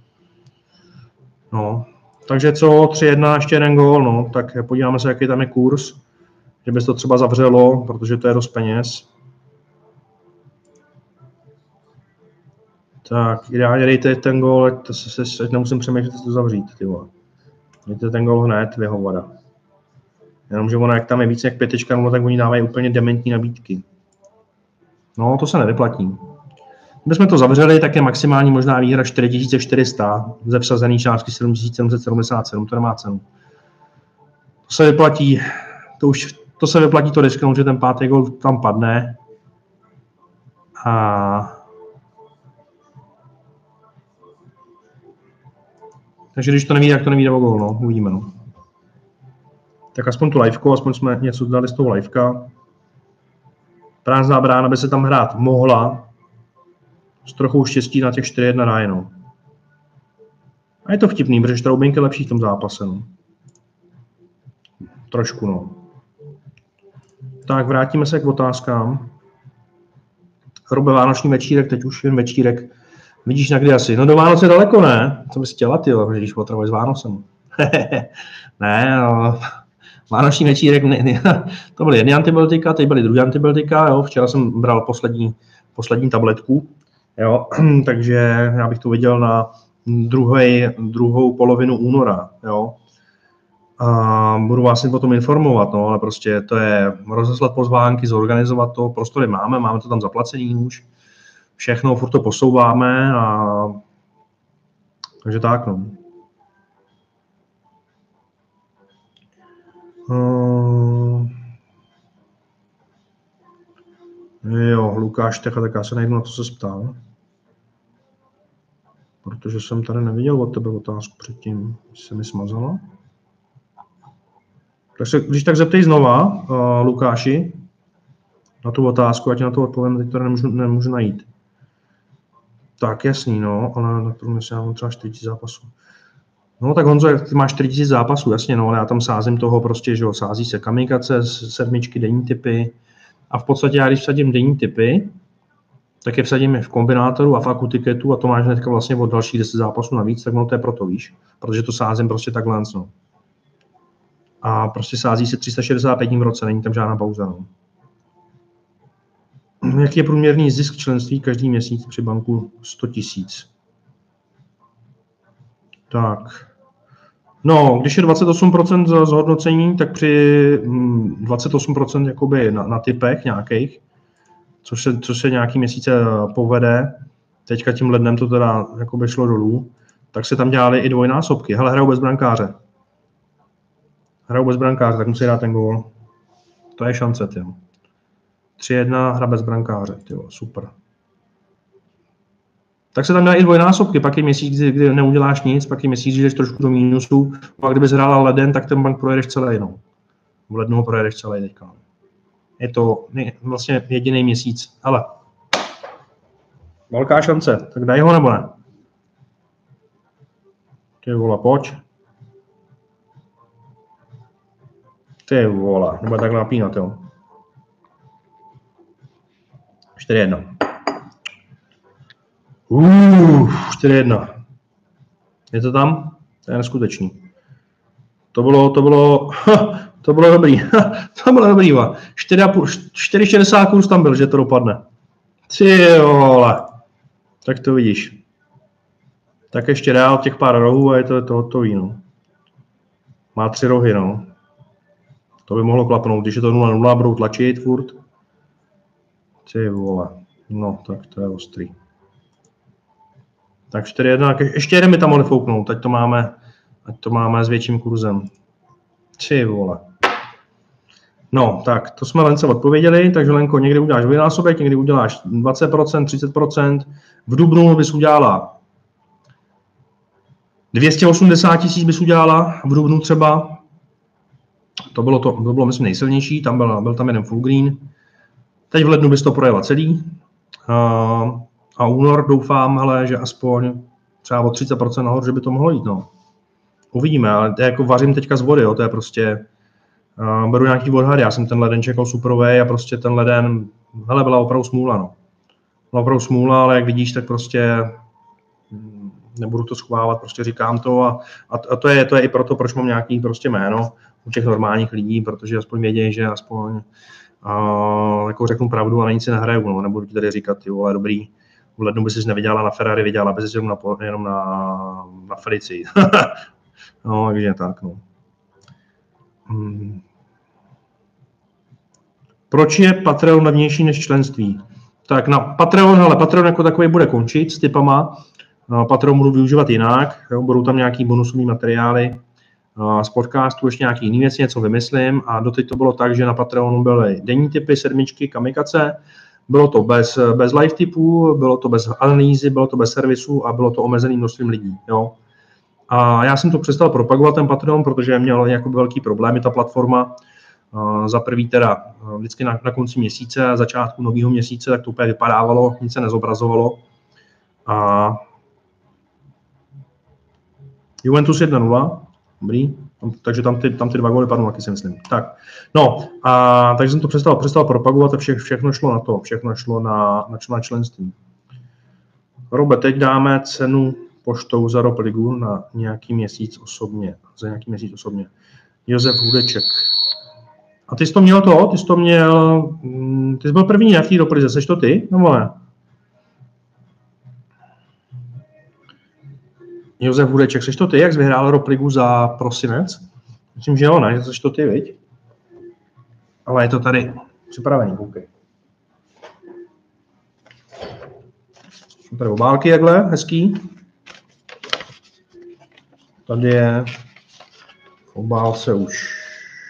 No, takže co, 3-1, ještě jeden gól, no, tak podíváme se, jaký tam je kurz, že by se to třeba zavřelo, protože to je dost peněz. Tak, ideálně dejte ten gól, ať nemusím přemýšlet, co to zavřít, ty vole. Dejte ten gól hned, vyhovada. Jenomže ono, jak tam je víc jak 5.0, tak oni dávají úplně dementní nabídky. No, to se nevyplatí. Kdybychom to zavřeli, tak je maximální možná výhra 4400 ze vsazený částky 7777, to nemá cenu. To se vyplatí, to se vyplatí to risknout, že ten 5. gol tam padne. Takže když to neví, jak to neví, nebo gol, no, uvidíme, no. Tak aspoň tu liveku, aspoň jsme něco dali z toho liveka. Prázdná brána by se tam hrát mohla. S trochou štěstí na těch 4-1 rájenou. A je to vtipný, protože Straubing je lepší v tom zápase, no. Trošku, no. Tak, vrátíme se k otázkám. Robe vánoční večírek, teď už jen večírek. Vidíš na kdy asi? No do Vánoce daleko, ne? Co bys chtěla, ty, když potřebuješ s Vánocem. Ne, no. Vánoční večírek, to byly jedny antibiotika, teď byly druhé antibiotika, jo. Včera jsem bral poslední tabletku, jo. Takže já bych to viděl na druhou polovinu února, jo. A budu vás o tom informovat, no, ale prostě to je rozeslat pozvánky, zorganizovat to, prostory máme to tam zaplacený už, všechno, furt to posouváme a takže tak, no. Jo, Lukáš Techa, tak já se najdu na to, se ptal. Protože jsem tady neviděl od tebe otázku předtím, se mi smazala. Tak se, když tak zeptej znova, Lukáši, na tu otázku, ať na to odpovím, teď to nemůžu najít. Tak jasný, no, ale na tom já mám třeba 4000 zápasů. No tak Honzo, ty máš 4000 zápasů, jasně, no, ale já tam sázím toho prostě, že jo, sází se kamikace, sedmičky, denní typy. A v podstatě já, když vsadím denní typy, tak je vsadím v kombinátoru a v akutiketu a to máš hnedka vlastně od dalších 10 zápasů navíc, tak no to je proto, víš, protože to sázím prostě takhle, no. A prostě sází se 365 dní v roce, není tam žádná pauza, no. Jaký je průměrný zisk členství každý měsíc při banku? 100 000. Tak. No, když je 28% zhodnocení, tak při 28% jakoby na typech nějakých, což se nějaký měsíce povede, teďka tím lednem to teda jakoby šlo dolů, tak se tam dělaly i dvojnásobky. Hele, hrajou bez brankáře. Tak musí dát ten gól. To je šance, tyjo. 3-1, hra bez brankáře, tyjo, super. Tak se tam dá i dvojnásobky, pak je měsíc, kdy neuděláš nic, pak je měsíc, že jdeš trošku do mínusu, pak kdybys hrála leden, tak ten bank projedeš celý, no. V lednu ho projedeš celý teďka. Je to vlastně jediný měsíc. Hele, velká šance, tak daj ho nebo ne? Ty vole, pojď. Ty vole, nebo tak napínat, jo. 4-1. 4-1. Je to tam? To je neskutečný. To bylo dobrý. To bylo dobrý, 4,60 kurz tam byl, že to dopadne. Ty vole. Tak to vidíš. Tak ještě dál těch pár rohů a je to hotový, no. Má 3 rohy, no. To by mohlo klapnout, když je to 0,0, budou tlačit furt. Ty vole, no tak to je ostrý. Tak 4,1, ještě jeden mi tam mohli fouknout, ať to máme s větším kurzem. Ty vole. No, tak to jsme Lence odpověděli, takže Lenko, někdy uděláš dvojnásobek, někdy uděláš 20%, 30%. V dubnu bys udělala 280 000 bys udělala, v dubnu třeba. To bylo myslím nejsilnější, byl tam jeden full green. Teď v lednu bys to projela celý. A únor doufám, hele, že aspoň třeba o 30% nahoru, že by to mohlo jít. No. Uvidíme, ale jako vařím teďka z vody, jo, to je prostě... beru nějaký odhady, já jsem ten leden čekal superovej a prostě ten leden, hele, byla opravdu smůla, no. Byla opravdu smůla, ale jak vidíš, tak prostě nebudu to schovávat, prostě říkám to a to je i proto, proč mám nějaký prostě jméno u těch normálních lidí, protože aspoň vědějí, že aspoň jako řeknu pravdu a na nic si nehraju, no. Nebudu ti tady říkat, ty vole, dobrý, v lednu by si nevydělala na Ferrari, vydělala by si jenom na Felici. No, takže tak, no. Proč je Patreon levnější než členství? Tak na Patreon jako takový bude končit s typama. Patreon budu využívat jinak, jo, budou tam nějaký bonusové materiály z podcastu, ještě nějaký jiný věc, něco vymyslím a doteď to bylo tak, že na Patreonu byly denní typy, sedmičky, kamikace, bylo to bez live typů, bylo to bez analýzy, bylo to bez servisu a bylo to omezený množstvím lidí. Jo. A já jsem to přestal propagovat, ten Patreon, protože měl jako velký problémy ta platforma. Za prvý teda vždycky na konci měsíce, začátku nového měsíce, tak to úplně vypadávalo, nic se nezobrazovalo. A Juventus 1-0, dobrý, takže tam ty dva góly padnou, taky si myslím. Tak, no, takže jsem to přestal propagovat a všechno šlo na to, všechno šlo na členství. Robe, teď dáme cenu poštou za Rob Ligu na nějaký měsíc osobně, Josef Hudeček. A ty jsi to měl ty jsi byl první na v té doplize, seš to ty, nebo ne? Josef Hudeček, seš to ty, jak jsi vyhrál Rob Ligu za prosinec? Myslím, že jo, ne, že seš to ty, viď? Ale je to tady připravený, koukej. Jsou tady obálky jakhle, hezký. Tady je v obálce už.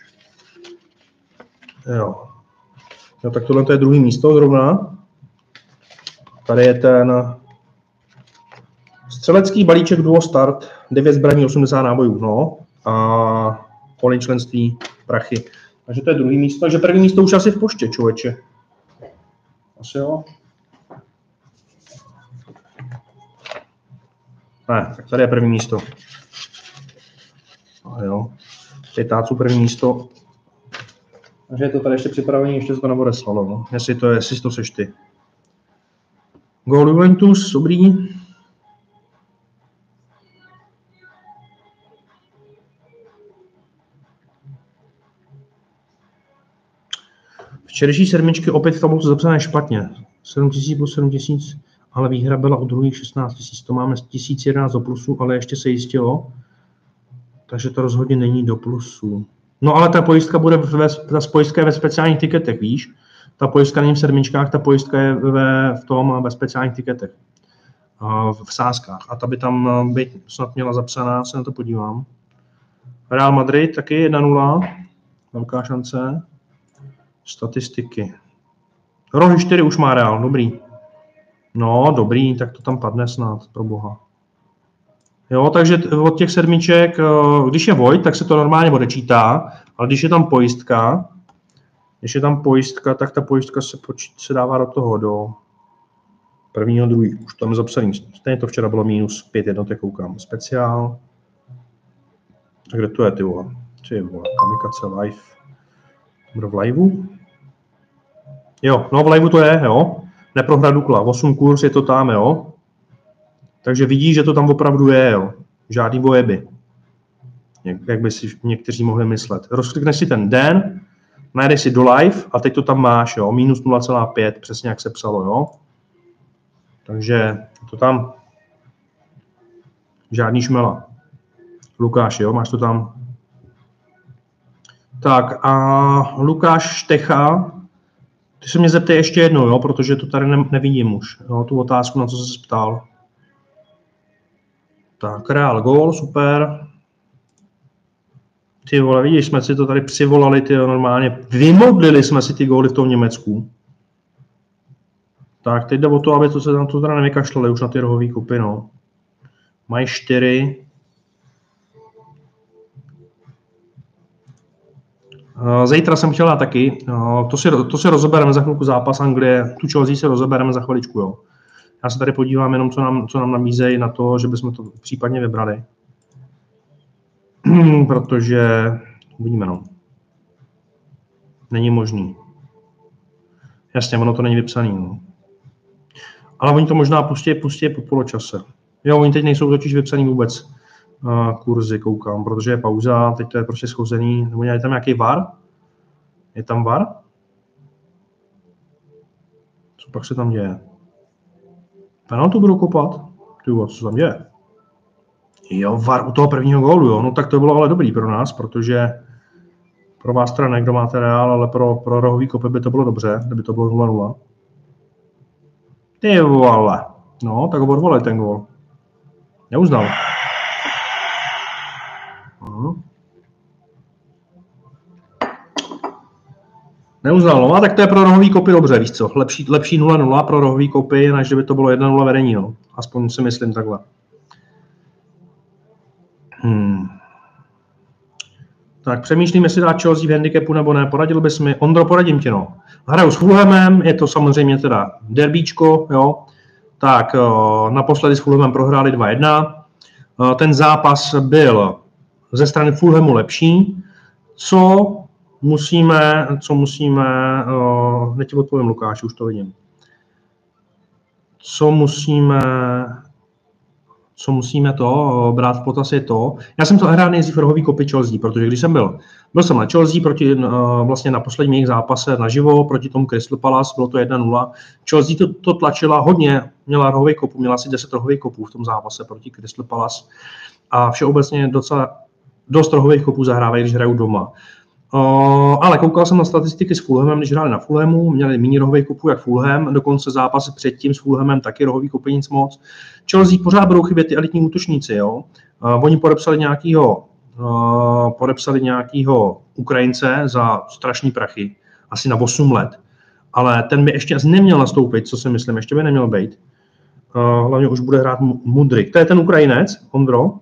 Jo. No tak tohle je druhý místo zrovna. Tady je ten střelecký balíček Duo Start, 9 zbraní, 80 nábojů, no. A polní členství, prachy. Takže to je druhý místo, takže první místo už asi v poště, člověče. Asi jo. Ne, tak tady je první místo. A jo. Pětáců první místo. Takže je to tady ještě připravený, ještě se to neodeslalo, no. Jestli to seš ty. Gól Juventus, dobrý. Včerejší sedmičky opět v tabulce zapsané špatně. 7000 plus 7000, ale výhra byla u druhých 16 000. To máme 1011 do plusu, ale ještě se jistilo. Takže to rozhodně není do plusu. No ale ta pojistka je ve speciálních tiketech, víš? Ta pojistka není v sedmičkách, ta pojistka je ve speciálních tiketech. V sázkách. A ta by tam být snad měla zapsaná, se na to podívám. Real Madrid taky 1-0. Velká šance. Statistiky. Rohy 4 už má Real, dobrý. No, dobrý, tak to tam padne snad, pro boha. Jo, takže od těch sedmiček, když je void, tak se to normálně odečítá, ale když je tam pojistka, tak ta pojistka se dává do toho, do prvního, druhý. Už tam je zapsaný. Stejně to včera bylo minus 5 jednotek, koukám. Speciál. A kde to je, ty vole? Kamikace live. Bude v liveu? Jo, no v liveu to je, jo. Neprohra Dukla, 8 kurz je to tam, jo. Takže vidíš, že to tam opravdu je, jo. Žádný vojeby. Jak by si někteří mohli myslet. Rozklikneš si ten den, najdeš si do live a teď to tam máš, jo. Minus 0,5, přesně jak se psalo, jo. Takže to tam žádný šmela. Lukáš, jo, máš to tam. Tak a Lukáš Štecha, ty se mě zeptej ještě jednou, jo, protože to tady nevidím už, jo, tu otázku, na co jsi se ptal. Tak, Real gól, super. Ty vole, vidíš, jsme si to tady přivolali, ty normálně, vymodlili jsme si ty góly v tom Německu. Tak, teď jde o to, aby to se tam to teda nevykašlali už na ty rohový kopy, no. Mají 4. Zítra jsem chtěla taky, to si rozebereme za chvilku zápas Anglie, tu Chelsea si rozebereme za chviličku, jo. Já se tady podívám jenom, co nám nabízejí na to, že bychom to případně vybrali. Protože, uvidíme, no. Není možný. Jasně, ono to není vypsaný, no. Ale oni to možná pustí po poločase. Jo, oni teď nejsou totiž vypsaný vůbec kurzy, koukám, protože je pauza, teď to je prostě schozený. Nebo je tam nějaký VAR? Je tam VAR? Co pak se tam děje? Penaltu budou kopat? Ty, co tam děje? Jo, VAR u toho prvního gólu, jo. No tak to bylo ale dobrý pro nás, protože pro vás teda ne, kdo máte Real, ale pro rohový kopy by to bylo dobře, kdyby to bylo 0-0. Ty vole. No, tak ho odvolej ten gól. Neuznal. Neuznal, no a tak to je pro rohový kopy dobře, víš co. Lepší 0-0 pro rohový kopy, než kdyby to bylo 1-0 vedení, no. Aspoň si myslím takhle. Tak přemýšlím, jestli dát Chelsea v handicapu nebo ne. Poradil bys mi? Ondro, poradím ti, no. Hraju s Fulhamem, je to samozřejmě teda derbíčko, jo. Tak naposledy s Fulhamem prohráli 2-1. Ten zápas byl ze strany Fulhamu lepší. Co musíme, teď odpovím Lukáš, už to vidím. Co musíme to brát v potaz je to. Já jsem to hrál nejdřív rohový kopy Chelsea, protože když jsem byl jsem na Chelsea vlastně na posledním jejich zápase naživo proti tomu Crystal Palace, bylo to 1-0. Chelsea to tlačila hodně, měla rohový kopu, měla asi 10 rohových kopů v tom zápase proti Crystal Palace a všeobecně docela dost rohových kopů zahrávají, když hrajou doma. Ale koukal jsem na statistiky s Fulhamem, když hráli na Fulhamu, měli méně rohových kopů jak Fulham, dokonce zápasy předtím s Fulhamem taky rohový kopy nic moc. Chelsea pořád budou chybět ty elitní útočníci, jo. Oni podepsali nějakýho Ukrajince za strašný prachy, asi na 8 let, ale ten by ještě neměl nastoupit, co si myslím, ještě by neměl být. Hlavně už bude hrát Mudryk. To je ten Ukrajinec, Ondro.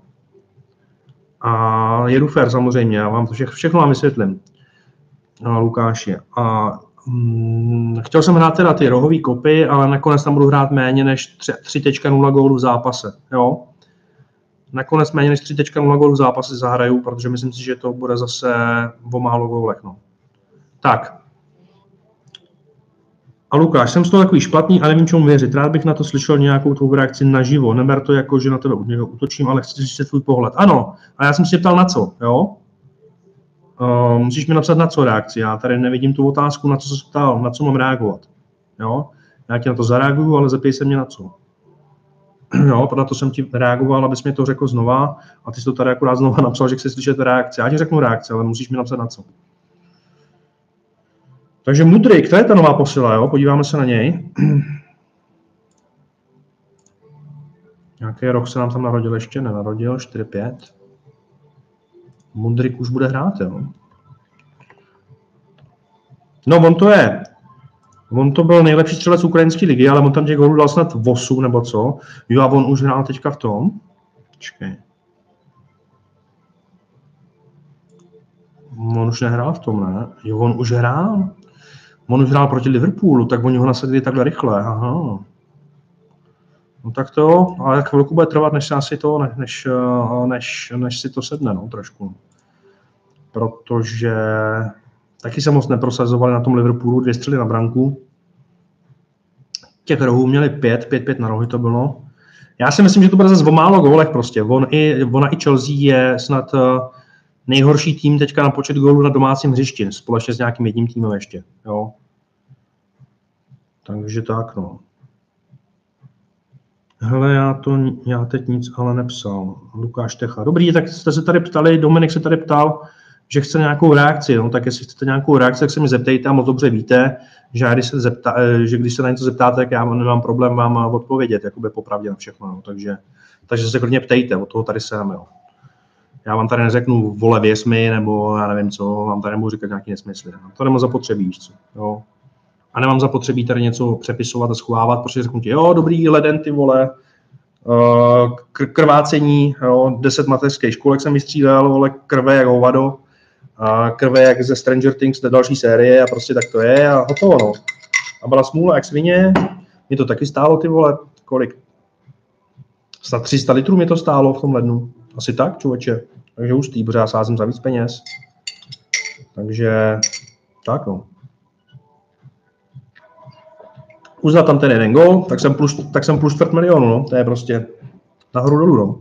A je Rufer samozřejmě, já vám to všechno vám vysvětlím, Lukáši. A chtěl jsem hrát teda ty rohový kopy, ale nakonec tam budu hrát méně než 3.0 gólů v zápase, jo. Nakonec méně než 3.0 gólů v zápase zahraju, protože myslím si, že to bude zase o málo gólech, no. Tak. A Lukáš, jsem z toho takový špatný a nevím, čemu věřit. Rád bych na to slyšel nějakou tvou reakci naživo. Neber to jako, že na tebe útočím, ale chci slyšet tvůj pohled. Ano, a já jsem si ptal na co, jo? Musíš mi napsat na co reakci. Já tady nevidím tu otázku, na co se ptal, na co mám reagovat. Jo? Já ti na to zareaguju, ale zeptej se mě na co. Jo, proto jsem ti reagoval, abys mi to řekl znova a ty jsi to tady akorát znova napsal, že chci slyšet reakci. Já ti řeknu reakci, ale musíš mi napsat na co. Takže Mudryk, to je ta nová posila, jo? Podíváme se na něj. Nějaký rok se nám tam narodil ještě, nenarodil, 4-5. Mudryk už bude hrát, jo? No, on to byl nejlepší střelec ukrajinské ligy, ale on tam těch gólů dal snad 8 nebo co. Jo, a on už hrál teďka v tom. Počkej. On už nehrál v tom, ne? Jo, on už hrál. On už hrál proti Liverpoolu, tak oni ho nasadili takhle rychle. Aha. No tak to, ale chvilku bude trvat, než si to sedne, no, trošku. Protože taky se moc neprosazovali na tom Liverpoolu, 2 střely na branku. Těch rohů měli 5 na rohy to bylo. Já si myslím, že to bude zase o málo gólech prostě. Ona i Chelsea je snad nejhorší tým teďka na počet gólů na domácím hřišti, společně s nějakým jedním týmem ještě, jo. Takže tak, no. Hele, já teď nic ale nepsal. Lukáš Techa. Dobrý, tak jste se tady ptali, Dominik se tady ptal, že chce nějakou reakci, no, tak jestli chcete nějakou reakci, tak se mi zeptejte a moc dobře víte, že, když se na něco zeptáte, tak já nemám problém vám odpovědět, jakoby popravdě na všechno, no, takže se klidně ptejte, od toho tady jsem, jo. Já vám tady neřeknu, vole, věř mi, nebo já nevím co, vám tady nemůžu říkat nějaký nesmysly, no. To nemám zapotřebí, víš co, jo. A nemám zapotřebí tady něco přepisovat a schovávat, protože řeknu ti, jo, dobrý leden, ty vole, krvácení, jo, 10 mateřských školek jsem vystřílel, vole, krve jak hovado, a krve jak ze Stranger Things do další série a prostě tak to je a hotovo, no. A byla smůla jak svině, mě to taky stálo, ty vole, kolik? Snad 300 litrů mě to stálo v tom lednu. Asi tak, člověče. Takže hustý, protože já sázím za víc peněz. Takže, tak no. Uznat tam ten jeden gol, tak jsem plus 4 milionu, no. To je prostě nahoru dolů, no.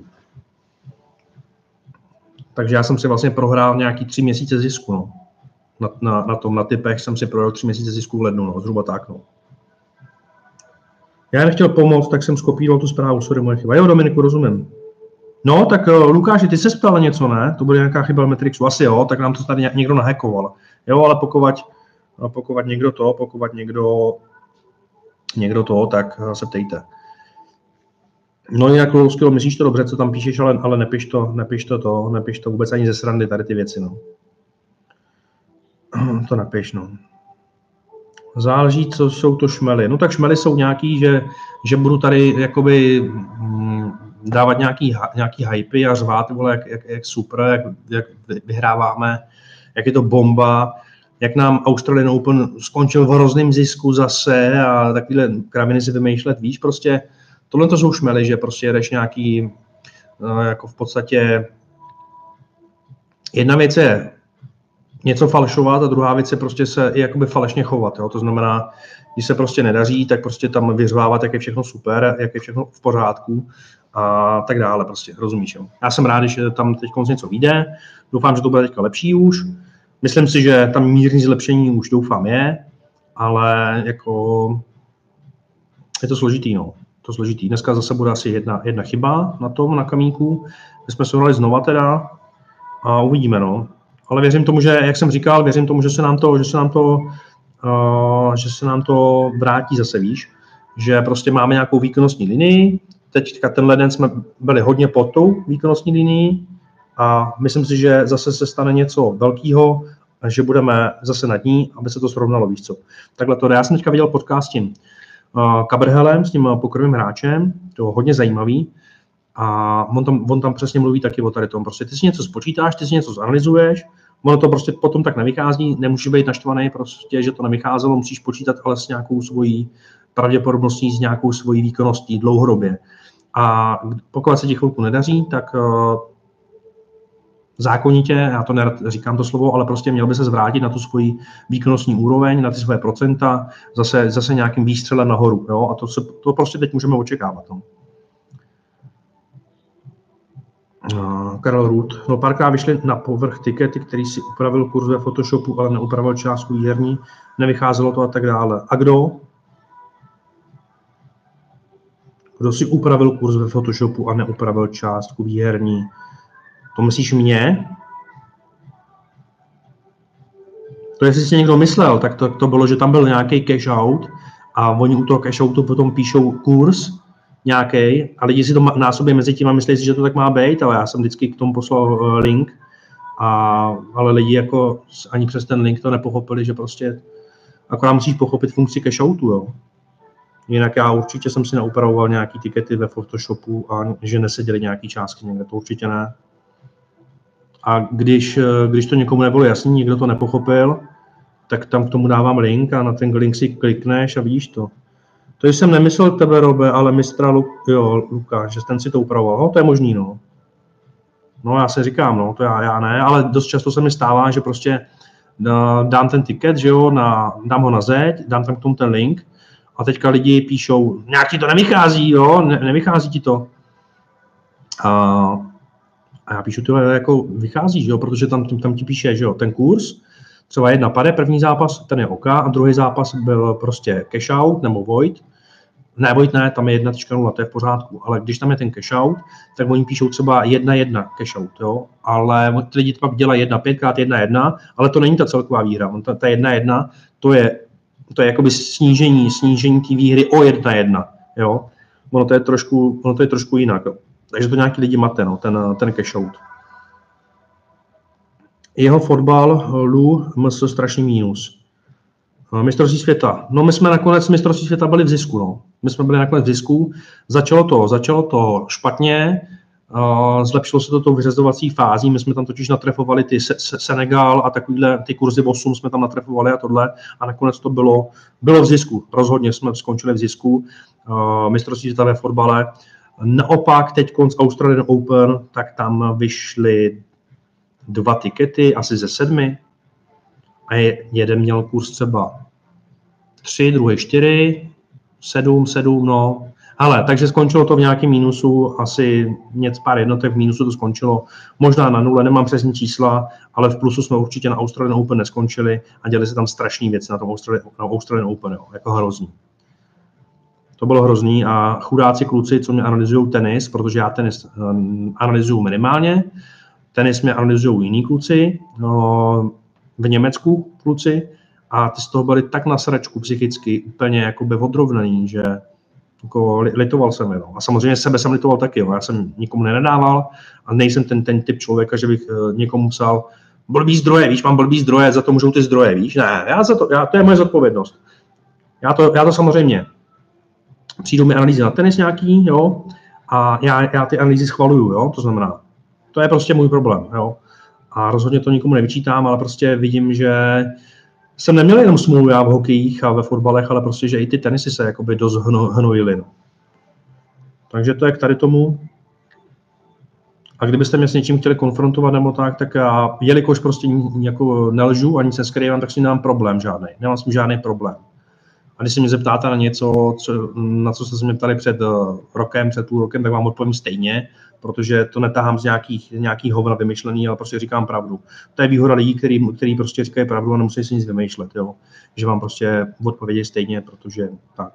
Takže já jsem si vlastně prohrál nějaký 3 měsíce zisku, no. Na tipech jsem si prohrál 3 měsíce zisku v lednu, no. Zhruba tak, no. Já nechtěl pomoct, tak jsem skopíroval tu zprávu, sorry, moje chyba. Jo, Dominiku, rozumím. No, tak Lukáši, ty se ptal něco, ne? To bude nějaká chyba v Matrixu, asi jo, tak nám to tady někdo nahackoval. Jo, ale pokud někdo to, tak se ptejte. No jinak, Louskilo, myslíš to dobře, co tam píšeš, ale nepiš to vůbec ani ze srandy, tady ty věci, no. To napiš, no. Záleží, co jsou to šmely. No tak šmely jsou nějaký, že budu tady jakoby dávat nějaký hypy a řvát, vole, jak super, jak vyhráváme, jak je to bomba, jak nám Australian Open skončil v hrozném zisku zase a takovýhle kraviny si vymýšlet, víš, prostě tohle to jsou šmely, že prostě jedeš nějaký, jako v podstatě, jedna věc je něco falšovat a druhá věc je prostě se i jakoby falešně chovat, jo? To znamená, když se prostě nedaří, tak prostě tam vyřvávat, jak je všechno super, jak je všechno v pořádku a tak dále, prostě, rozumíš, jo? Já jsem rád, že tam teď něco vyjde, doufám, že to bude teďka lepší už, myslím si, že tam mírný zlepšení už doufám je, ale jako je to složitý, no. To složitý. Dneska zase bude asi jedna chyba na kamínku. My jsme se hrali znova teda a uvidíme, no. Ale věřím tomu, že, jak jsem říkal, věřím tomu, že se nám to vrátí zase, víš. Že prostě máme nějakou výkonnostní linii. Teďka ten leden jsme byli hodně pod tou výkonnostní linií a myslím si, že zase se stane něco velkého, že budeme zase nad ní, aby se to srovnalo, víš co. Takhle to. Já jsem teďka viděl podcast s tím Kabrhelem, s tím pokerovým hráčem, to je hodně zajímavý a on tam přesně mluví taky o tady tom. Prostě ty si něco spočítáš, ty si něco zanalizuješ, ono to prostě potom tak nevychází, nemůže být naštvaný prostě, že to nevycházelo, musíš počítat ale s nějakou svojí pravděpodobností, s nějakou svojí výkonností dlouhodobě. A pokud se ti chvilku nedaří, tak zákonitě, já to nerad říkám to slovo, ale prostě měl by se zvrátit na tu svoji výkonnostní úroveň, na ty své procenta, zase nějakým výstřelem nahoru. Jo? A to prostě teď můžeme očekávat. No. Karel Ruth. No, párkrát vyšly na povrch tikety, který si upravil kurz ve Photoshopu, ale neupravil částku výherní, nevycházelo to a tak dále. A kdo? Kdo si upravil kurz ve Photoshopu a neupravil částku výherní? To myslíš mě? To jestli si někdo myslel, tak to bylo, že tam byl nějaký cash out a oni u toho cash outu potom píšou kurz nějaký a lidi si to násobí mezi tím a myslí si, že to tak má být, ale já jsem vždycky k tomu poslal link, ale lidi jako ani přes ten link to nepochopili, že prostě akorát musíš pochopit funkci cash outu, jo. Jinak já určitě jsem si neupravoval nějaký tikety ve Photoshopu a že neseděly nějaký částky někde, to určitě ne. A když to někomu nebylo jasný, někdo to nepochopil, tak tam k tomu dávám link a na ten link si klikneš a vidíš to. To jsem nemyslel tebe, Robe, ale mistra Lukáš, že ten si to upravoval. No, to je možný, no. No, já se říkám, no, to já ne, ale dost často se mi stává, že prostě dám ten tiket, že jo, dám ho na zeď, dám tam k tomu ten link a teďka lidi píšou, nějak ti to nevychází, jo, nevychází ti to. A já píšu, tyhle jako vychází, že jo, protože tam ti píše, že jo, ten kurz, třeba jedna pade, první zápas, ten je OK, a druhý zápas byl prostě cash out nebo void, ne, tam je 1.0, to je v pořádku, ale když tam je ten cashout, tak oni píšou třeba 1.1 cashout, jo, ale ty lidi pak dělají 5x1.1, ale to není ta celková výhra, ta 1.1, to je jakoby snížení té výhry o 1.1, jo, ono to je trošku jinak, jo. Takže to nějaký lidi mate, no, ten cashout. Jeho fotbal, Lu, MS strašný mínus. Mistrovství světa. No my jsme nakonec mistrovství světa byli v zisku. No. My jsme byli nakonec v zisku. Začalo to špatně, zlepšilo se to tou vyřazovací fází. My jsme tam totiž natrefovali ty Senegal a takovýhle ty kurzy 8 jsme tam natrefovali a tohle. A nakonec to bylo v zisku. Rozhodně jsme skončili v zisku. Mistrovství světa ve fotbale. Naopak teď z Australian Open, tak tam vyšly 2 tikety, asi ze 7. A jeden měl kurz třeba 3, druhý 4, 7, no. Hele, takže skončilo to v nějakém mínusu, asi pár jednotek v mínusu to skončilo, možná na 0, nemám přesně čísla, ale v plusu jsme určitě na Australian Open neskončili a dělali se tam strašný věci na tom Australian Open, jo, jako hrozný. To bylo hrozný a chudáci kluci, co mě analyzují tenis, protože já tenis analyzuju minimálně, tenis mě analyzují jiní kluci, v Německu kluci a ty z toho byli tak na sračku psychicky úplně jakoby odrovnaný, že jako litoval jsem je. No. A samozřejmě sebe jsem litoval taky. Jo. Já jsem nikomu nenadával a nejsem ten typ člověka, že bych někomu psal blbý zdroje, víš, mám blbý zdroje, za to můžou ty zdroje, víš. Ne, to je moje zodpovědnost. Já to samozřejmě. Přijdou mi analýzy na tenis nějaký, jo, a já ty analýzy schvaluju, jo, to znamená, to je prostě můj problém, jo. A rozhodně to nikomu nevyčítám, ale prostě vidím, že jsem neměl jenom smůlu já v hokejích a ve fotbalech, ale prostě, že i ty tenisy se jakoby dost hnojily. No. Takže to je k tady tomu. A kdybyste mě s něčím chtěli konfrontovat nebo tak já, jelikož prostě jako nelžu a nic neskrývám, tak si nemám problém žádný. Nemám s tím žádný problém. A když se mě zeptáte na něco, na co jste se mě ptali před rokem, před půl rokem, tak vám odpovím stejně, protože to netahám z nějakých hovna vymyšlený, ale prostě říkám pravdu. To je výhoda lidí, který prostě říkají pravdu a nemusí si nic vymýšlet, jo. Že vám prostě odpovědí stejně, protože tak.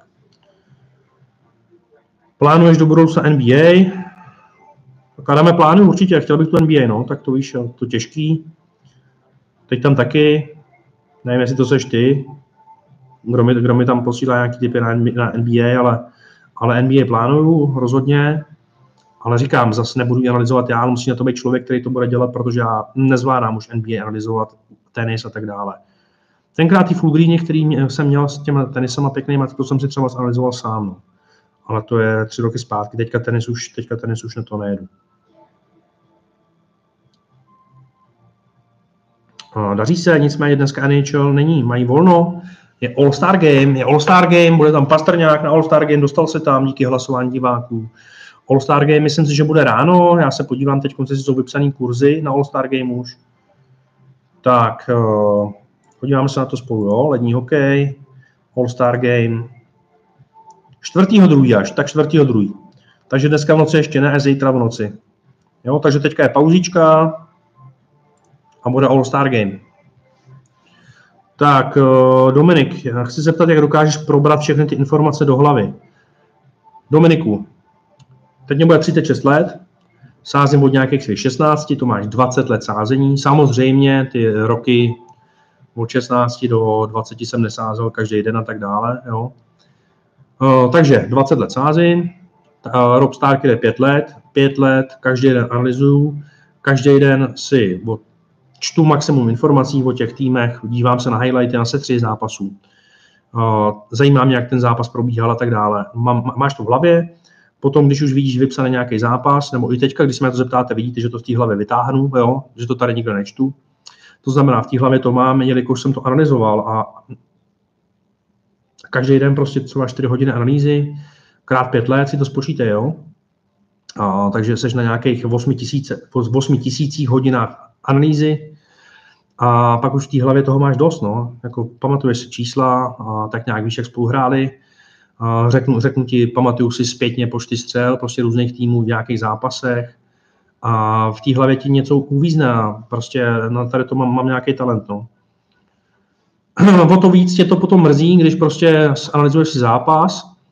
Plánuješ do budoucna NBA? Tak dáme plány určitě, chtěl bych tu NBA, no, tak to víš, to těžký. Teď tam taky, nevím, jestli to seš ty, kdo mi tam posílá nějaký typy na NBA, ale NBA plánuju rozhodně, ale říkám, zase nebudu analyzovat já, musí na to být člověk, který to bude dělat, protože já nezvládám už NBA analyzovat tenis a tak dále. Tenkrát ty full greeny, který jsem měl s těma tenisama pěknýma, to jsem si třeba analyzoval sám, no. Ale to je 3 roky zpátky, teďka tenis už na to nejedu. Daří se, nicméně dneska NHL není, mají volno. Je All-Star Game, bude tam Pastrňák na All-Star Game, dostal se tam díky hlasování diváků. All-Star Game, myslím si, že bude ráno, já se podívám teď, jestli jsou vypsaný kurzy na All-Star Game už. Tak, podíváme se na to spolu, jo, lední hokej, All-Star Game. 4.2. Takže dneska v noci ještě ne, zítra v noci. Jo, takže teďka je pauzička a bude All-Star Game. Tak, Dominik, já chci zeptat, jak dokážeš probrat všechny ty informace do hlavy. Dominiku, teď mě bude 36 let, sázím od nějakých svých 16, to máš 20 let sázení. Samozřejmě ty roky od 16 do 20 jsem nesázel každý den a tak dále. Jo. Takže 20 let sázím, Rob Stark jde 5 let, každý den analyzuju, každý den si čtu maximum informací o těch týmech, dívám se na highlighty, na setři zápasů. Zajímá mě, jak ten zápas probíhal a tak dále. Máš to v hlavě, potom, když už vidíš vypsaný nějaký zápas, nebo i teďka, když se mě to zeptáte, vidíte, že to v té hlavě vytáhnu, jo? Že to tady nikdo nečtu. To znamená, v té hlavě to mám, jelikož jsem to analyzoval a každý den prostě třeba 4 hodiny analýzy, krát 5 let si to spočítej, jo? Takže jsi na nějakých 8 000 hodinách analýzy a pak už v té hlavě toho máš dost, no. Jako pamatuješ si čísla, a tak nějak víš, jak spolu hráli. Řeknu ti, pamatuju si zpětně počty střel, prostě různých týmů v nějakých zápasech a v té hlavě ti něco uvízne a prostě na tady to mám nějaký talent, no. O to víc tě to potom mrzí, když prostě analyzuješ si zápas,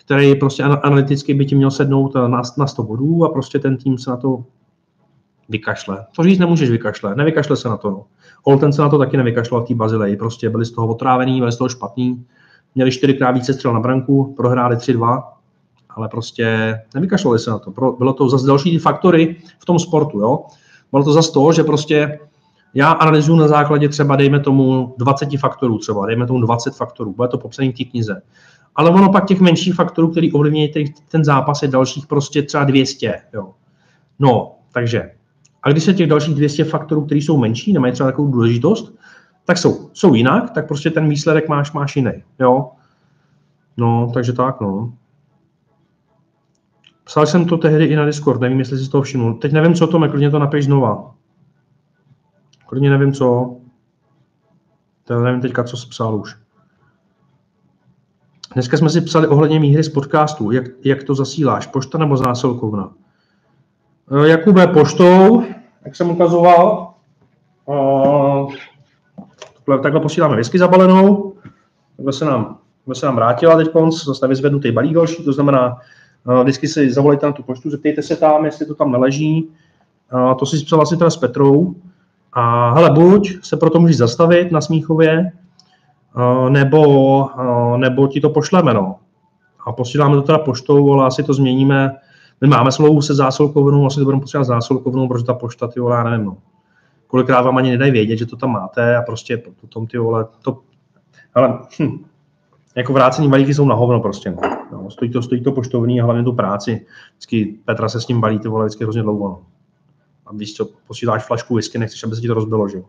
který prostě analyticky by ti měl sednout na 100 bodů a prostě ten tým se na to vykašle. To říct nemůžeš nevykašle se na to. No. Olten se na to taky nevykašlal v té Bazileji, prostě byli z toho otrávený, byli z toho špatný, měli 4x více střel na branku, prohráli 3-2, ale prostě nevykašlali se na to. Bylo to zase další faktory v tom sportu, jo. Bylo to zase to, že prostě já analyzuju na základě třeba, dejme tomu 20 faktorů třeba, dejme tomu 20 faktorů, bude to popsaný v té knize. Ale ono pak těch menších faktorů, který ovlivňují ten zápas, je dalších prostě třeba 200, jo. No, takže, a když se těch dalších 200 faktorů, které jsou menší, nemají třeba takovou důležitost, tak jsou jinak, tak prostě ten výsledek máš jiný, jo. No, takže tak, no. Psal jsem to tehdy i na Discord, nevím, jestli jsi z toho všiml. Teď nevím, co to, klidně to napiš znova. Klidně nevím, co. Nevím teďka, co jsi psal už. Dneska jsme si psali ohledně výhry z podcastu. Jak to zasíláš? Pošta nebo zásilkovna? Jakube, poštou, jak jsem ukazoval. Takhle posíláme whisky zabalenou. Takhle se nám vrátila teď, zase nevyzvednutý balík další, to znamená, vždycky si zavolejte na tu poštu, zeptejte se tam, jestli to tam neleží. To si psal asi teda s Petrou. A hele, buď se proto můžeš zastavit na Smíchově, nebo ti to pošleme, no. A posíláme to teda poštou, ale asi to změníme. My máme smlouvu se zásilkovnou, asi to budeme posílat zásilkovnou, protože ta pošta, ty vole, já nevím, no. Kolikrát vám ani nedají vědět, že to tam máte a prostě potom ty vole, ale jako vrácení balíky jsou na hovno prostě, no. Stojí to poštovní a hlavně tu práci. Vždycky Petra se s tím balí, ty vole, vždycky hrozně dlouho, no. A víš co, posíláš flašku whisky, nechceš, aby se ti to rozbilo, že jo.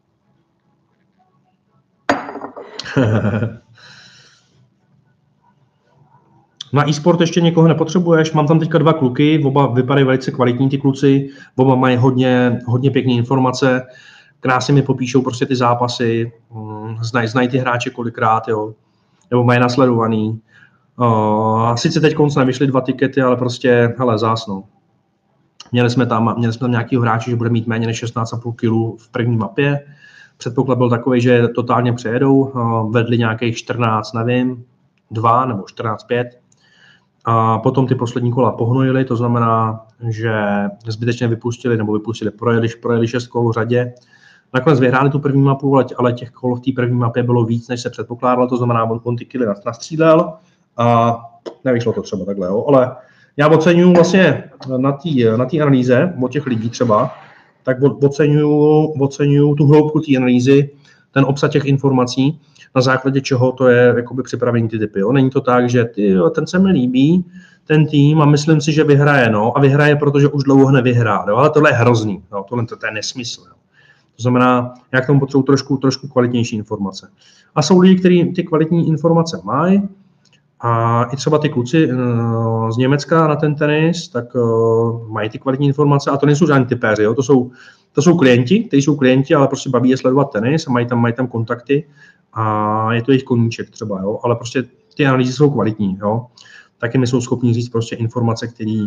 Na e-sport ještě někoho nepotřebuješ, mám tam teďka 2 kluky, oba vypadají velice kvalitní ty kluci, oba mají hodně pěkné informace, krásně mi popíšou prostě ty zápasy, znají ty hráče kolikrát, jo, nebo mají nasledovaný. Sice teď nevyšly 2 tikety, ale prostě, hele, zásno. Měli jsme tam nějakýho hráče, že bude mít méně než 16,5 kg v první mapě. Předpoklad byl takový, že totálně přejedou, vedli nějakých 14, nevím, 2 nebo 14,5. A potom ty poslední kola pohnojili, to znamená, že zbytečně projeli 6 kol v řadě. Nakonec vyhráli tu první mapu, ale těch kol v té první mapě bylo víc, než se předpokládalo, to znamená, on ty kily nastřílel a nevyšlo to třeba takhle, jo. Ale já oceňuji vlastně na té analýze od těch lidí třeba, tak oceňuji tu hloubku té analýzy, ten obsah těch informací, na základě čeho to je jakoby připravený ty typy. Jo. Není to tak, že ten se mi líbí, ten tým a myslím si, že vyhraje, no, a vyhraje, protože už dlouho nevyhrál, jo, ale tohle je hrozný, jo, tohle to je nesmysl. Jo. To znamená, já k tomu potřebuji trošku kvalitnější informace. A jsou lidi, kteří ty kvalitní informace mají, a i třeba ty kluci z Německa na ten tenis, tak mají ty kvalitní informace a to nejsou žádní typéři, jo? To jsou klienti, kteří jsou klienti, ale prostě baví je sledovat tenis a mají tam kontakty a je to jejich koníček třeba, jo? Ale prostě ty analýzy jsou kvalitní, jo? Taky my jsou schopni říct prostě informace, které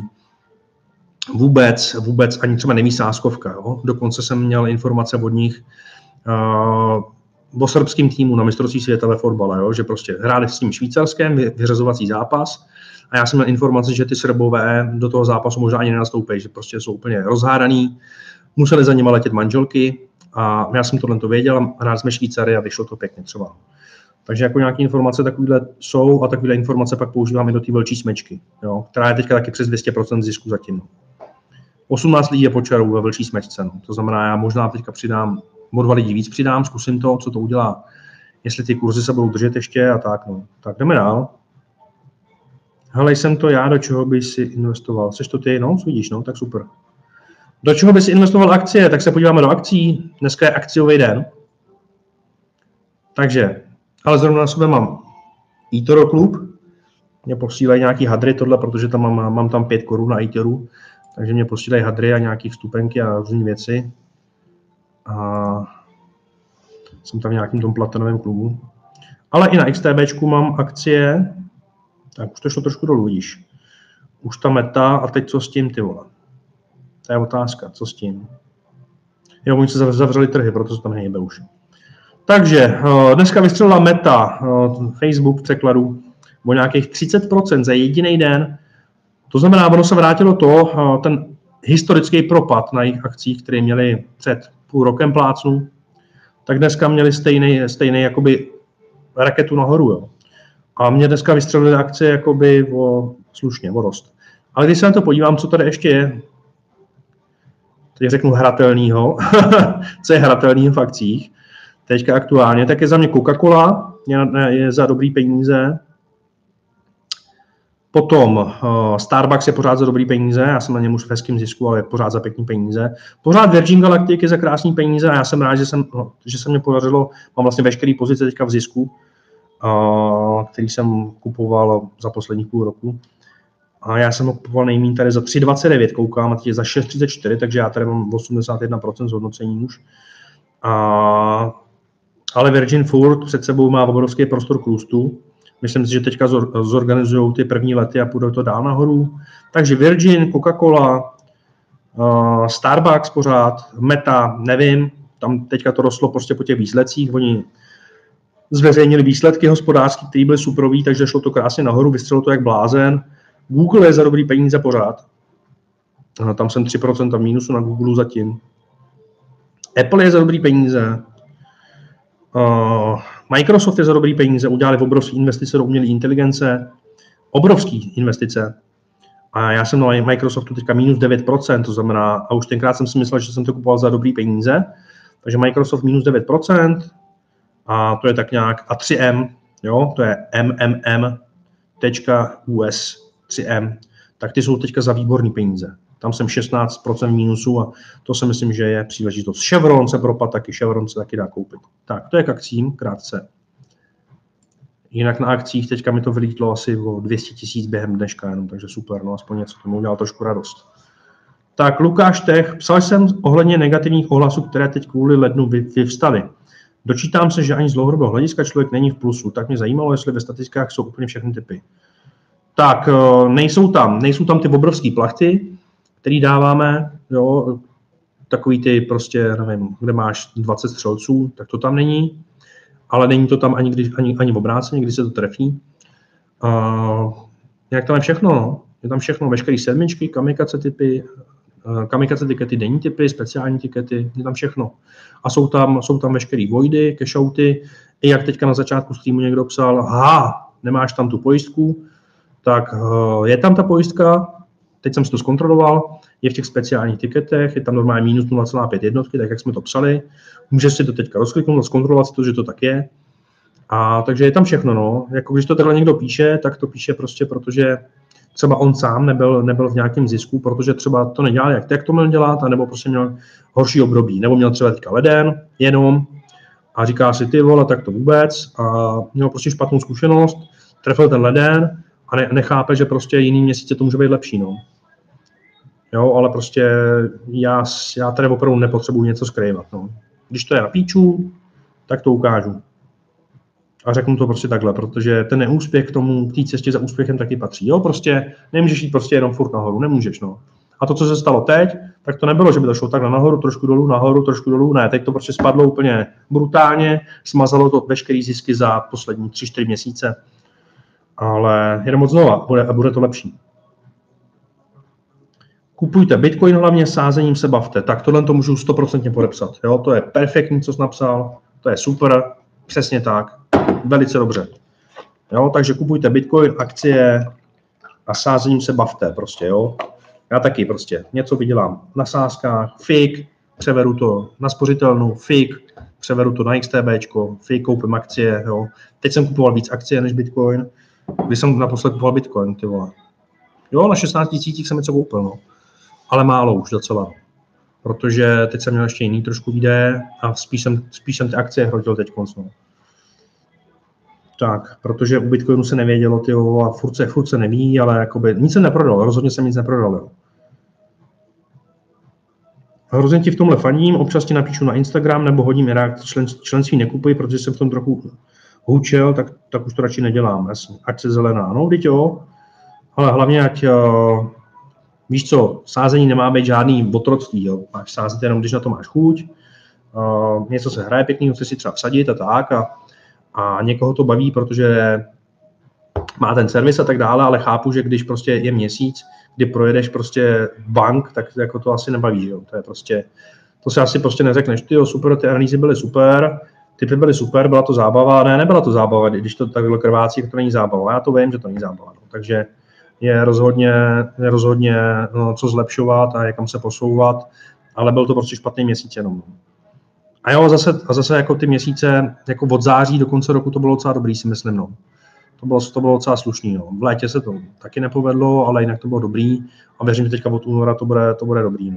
vůbec ani třeba neví sázkovka, jo? Dokonce jsem měl informace od nich o srbském týmu na mistrovství světa ve fotbale, jo? Že prostě hráli s tím Švýcarskem, vyřazovací zápas a já jsem měl informaci, že ty Srbové do toho zápasu možná ani nenastoupí, že prostě jsou úplně rozhádaný, museli za nimi letět manželky a já jsem tohle to věděl, hráli jsme Švýcary a vyšlo to pěkně třeba. Takže jako nějaké informace takovýhle jsou a takovýhle informace pak používáme do té velké smečky, jo? Která je teďka taky přes 200% zisku zatím. 18 lidí je pod čarou ve velké smečce, no. To znamená, já možná teďka přidám o 2 lidi víc přidám, zkusím to, co to udělá, jestli ty kurzy se budou držet ještě a tak, no. Tak jdeme dál. Hele, jsem to já, do čeho bys si investoval? Seš to ty? No, vidíš, no, tak super. Do čeho bys si investoval akcie? Tak se podíváme do akcí. Dneska je akciový den. Takže, ale zrovna na sobě mám eToro klub. Mě posílají nějaký hadry tohle, protože tam mám tam 5 korun na eToru. Takže mě posílají hadry a nějaký vstupenky a různé věci. A jsem tam v nějakým tom platinovém klubu. Ale i na XTBčku mám akcie, tak už to šlo trošku dolů, vidíš. Už ta meta a teď co s tím, ty vole? To je otázka, co s tím? Jo, oni se zavřeli trhy, proto se tam nejde už. Takže dneska vystřelila meta, Facebook v překladu, o nějakých 30% za jediný den. To znamená, ono se vrátilo ten historický propad na jejich akcích, které měli před půl rokem plácnu, tak dneska měli stejný jakoby raketu nahoru. Jo. A mě dneska vystřelily akcie jakoby slušně, o rost. Ale když se na to podívám, co tady ještě je, teď řeknu hratelnýho, co je hratelnýho v akcích, teďka aktuálně, tak je za mě Coca-Cola, je za dobrý peníze. Potom Starbucks je pořád za dobrý peníze, já jsem na něm už v hezkým zisku, ale je pořád za pěkný peníze. Pořád Virgin Galactic je za krásný peníze a já jsem rád, že se mě podařilo, mám vlastně veškerý pozice teďka v zisku, který jsem kupoval za posledních půl roku. A já jsem ho kupoval nejméně tady za 3,29, koukám, a teď je za 6,34, takže já tady mám 81% zhodnocení už. Ale Virgin furt před sebou má obrovský prostor k růstu. Myslím si, že teďka zorganizují ty první lety a půjde to dál nahoru. Takže Virgin, Coca-Cola, Starbucks pořád, Meta, nevím, tam teďka to rostlo prostě po těch výsledcích. Oni zveřejnili výsledky hospodářské, které byly superový, takže šlo to krásně nahoru, vystřelilo to jak blázen. Google je za dobrý peníze pořád. Tam jsem 3% v mínusu na Google zatím. Apple je za dobrý peníze. Microsoft je za dobrý peníze, udělali obrovské investice do umělé inteligence. Obrovský investice. A já jsem na Microsoftu teďka minus 9%, to znamená, a už tenkrát jsem si myslel, že jsem to kupoval za dobrý peníze. Takže Microsoft minus 9%. A to je tak nějak, a 3M, jo, to je mmm.us, 3M, tak ty jsou teďka za výborný peníze. Tam jsem 16% mínusu a to si myslím, že je příležitost. Chevron se propad taky, Chevron se taky dá koupit. Tak, to je k akcím, krátce. Jinak na akcích teďka mi to vylítlo asi o 200 000 během dneška jenom, takže super, no aspoň něco, tomu udělal trošku radost. Tak, Lukáš Tech, psal jsem ohledně negativních ohlasů, které teď kvůli lednu vyvstaly. Dočítám se, že ani z dlouhodobého hlediska člověk není v plusu, tak mě zajímalo, jestli ve statistikách jsou úplně všechny typy. Tak, nejsou tam ty obrovské plachty, které dáváme, jo, takový ty prostě, nevím, kde máš 20 střelců, tak to tam není, ale není to tam ani v obráceně, když se to trefí. Jak tam je všechno, no? Je tam všechno, veškeré sedmičky, kamikaze typy, kamikaze tikety, denní typy, speciální tikety, je tam všechno. A jsou tam veškeré voidy, cashouty, i jak teďka na začátku streamu někdo psal, nemáš tam tu pojistku, tak je tam ta pojistka, teď jsem si to zkontroloval, je v těch speciálních tiketech, je tam normálně minus 0,5 jednotky, tak jak jsme to psali, můžeš si to teďka rozkliknout, zkontrolovat si to, že to tak je. A takže je tam všechno, no. Jako když to takhle někdo píše, tak to píše prostě, protože třeba on sám nebyl v nějakém zisku, protože třeba to nedělal, jak to měl dělat, anebo prostě měl horší období, nebo měl třeba teďka leden jenom a říká si, ty vole, tak to vůbec, a měl prostě špatnou zkušenost, trefil ten leden a nechápe, že prostě jiný měsíce to může být lepší, no. Jo, ale prostě já tady opravdu nepotřebuji něco skrývat, no. Když to je na píču, tak to ukážu. A řeknu to prostě takhle, protože ten neúspěch k té cestě za úspěchem taky patří. Jo, prostě nemůžeš jít prostě jenom furt nahoru, nemůžeš, no. A to, co se stalo teď, tak to nebylo, že by to šlo takhle nahoru, trošku dolů, ne, teď to prostě spadlo úplně brutálně, smazalo to veškerý zisky za poslední 3-4 měsíce, ale jenom moc znova, bude to lepší. Kupujte Bitcoin hlavně, sázením se bavte, tak tohle to můžu 100% podepsat, jo, to je perfektní, co jsi napsal, to je super, přesně tak, velice dobře. Jo, takže kupujte Bitcoin, akcie a sázením se bavte prostě, jo. Já taky prostě něco vydělám na sázkách, fake, převedu to na spořitelnu, fake, převedu to na XTBčko, fake koupím akcie, jo. Teď jsem kupoval víc akcie než Bitcoin, když jsem naposled kupoval Bitcoin, ty vole. Jo, na 16 000 jsem něco koupil, no. Ale málo už docela. Protože teď jsem měl ještě jiný trošku výdaje a spíš jsem ty akcie hrotil teď no. Tak, protože u Bitcoinu se nevědělo, a furt se neví, ale jakoby nic jsem neprodal, rozhodně jsem nic neprodal. Jo. Hrozně ti v tomhle faním, občas ti napíšu na Instagram nebo hodím reakci, členství nekupuji, protože jsem v tom trochu hůčel, tak už to radši nedělám. Jasně. Akce zelená, no vždyť jo, ale hlavně ať, víš co, sázení nemá být žádný otroctví, jo. Máš sázet jenom, když na to máš chuť, něco se hraje pěkný, chce si třeba vsadit a tak a někoho to baví, protože má ten servis a tak dále, ale chápu, že když prostě je měsíc, kdy projedeš prostě bank, tak jako to asi nebaví, jo. To je prostě, to si asi prostě neřekneš, ty jo, super, ty analýzy byly super, typy byly super, byla to zábava, ne, nebyla to zábava, když to takhle krvácí, tak to není zábava, já to vím, že to není zábava, no. Takže je rozhodně no, co zlepšovat a kam se posouvat, ale byl to prostě špatný měsíc jenom. A jo, zase jako ty měsíce, jako od září do konce roku to bylo docela dobrý, si myslím, no. To bylo docela slušný, no. V létě se to taky nepovedlo, ale jinak to bylo dobrý a věřím, že teďka od února to bude dobrý, no.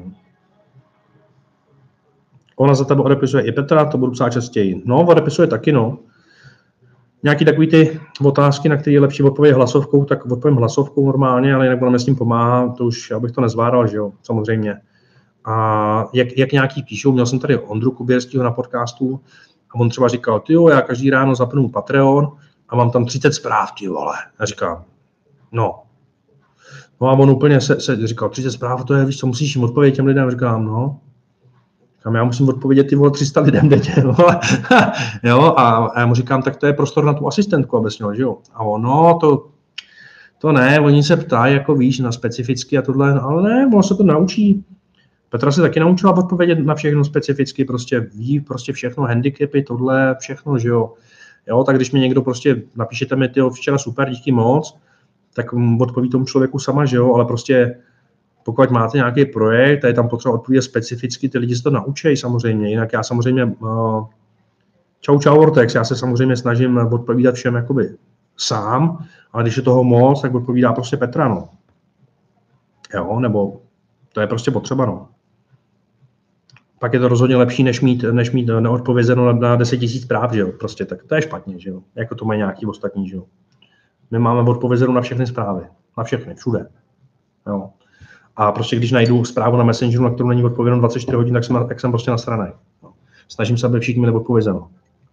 Ona za tebe odepisuje i Petra, to budu psát častěji. No, odepisuje taky, no. Nějaký takový ty otázky, na které je lepší odpovědět hlasovkou, tak odpovím hlasovkou normálně, ale jinak ona mi s tím pomáhá, to už já bych to nezvládal, že jo, samozřejmě. A jak nějaký píšou, měl jsem tady Ondru Kuběrskýho na podcastu a on třeba říkal, tyjo, já každý ráno zapnu Patreon a mám tam 30 zpráv, ty vole. A říkám, no a on úplně se říkal, 30 zpráv, to je, víš co, musíš jim odpovědět těm lidem. Říkám, no. Já musím odpovědět ty vole 300 lidem denně, no. Jo, a já mu říkám, tak to je prostor na tu asistentku, abys měl, že jo. A on, no, to ne, oni se ptají, jako víš, na specificky a tohle, ale ne, on se to naučí. Petra se taky naučila odpovědět na všechno specificky, prostě ví prostě všechno, handicapy, tohle, všechno, že jo. Jo, tak když mi někdo prostě napíšete mi, tyjo, včera super, díky moc, tak odpoví tomu člověku sama, že jo, ale prostě pokud máte nějaký projekt a je tam potřeba odpovědět specificky, ty lidi se to naučí samozřejmě, jinak já samozřejmě, čau Vortex, já se samozřejmě snažím odpovídat všem jakoby sám, ale když je toho moc, tak odpovídá prostě Petra, no. Jo, nebo to je prostě potřeba, no. Pak je to rozhodně lepší, než mít neodpovězeno na 10 000 zpráv, že jo, prostě, tak to je špatně, že jo, jako to mají nějaký ostatní, že jo. My máme odpovězeno na všechny zprávy, na všechny, všude, jo. A prostě když najdu zprávu na Messengeru, na kterou není odpovězeno 24 hodin, tak jsem prostě nasranej. No. Snažím se, aby všichni měli odpovězeno.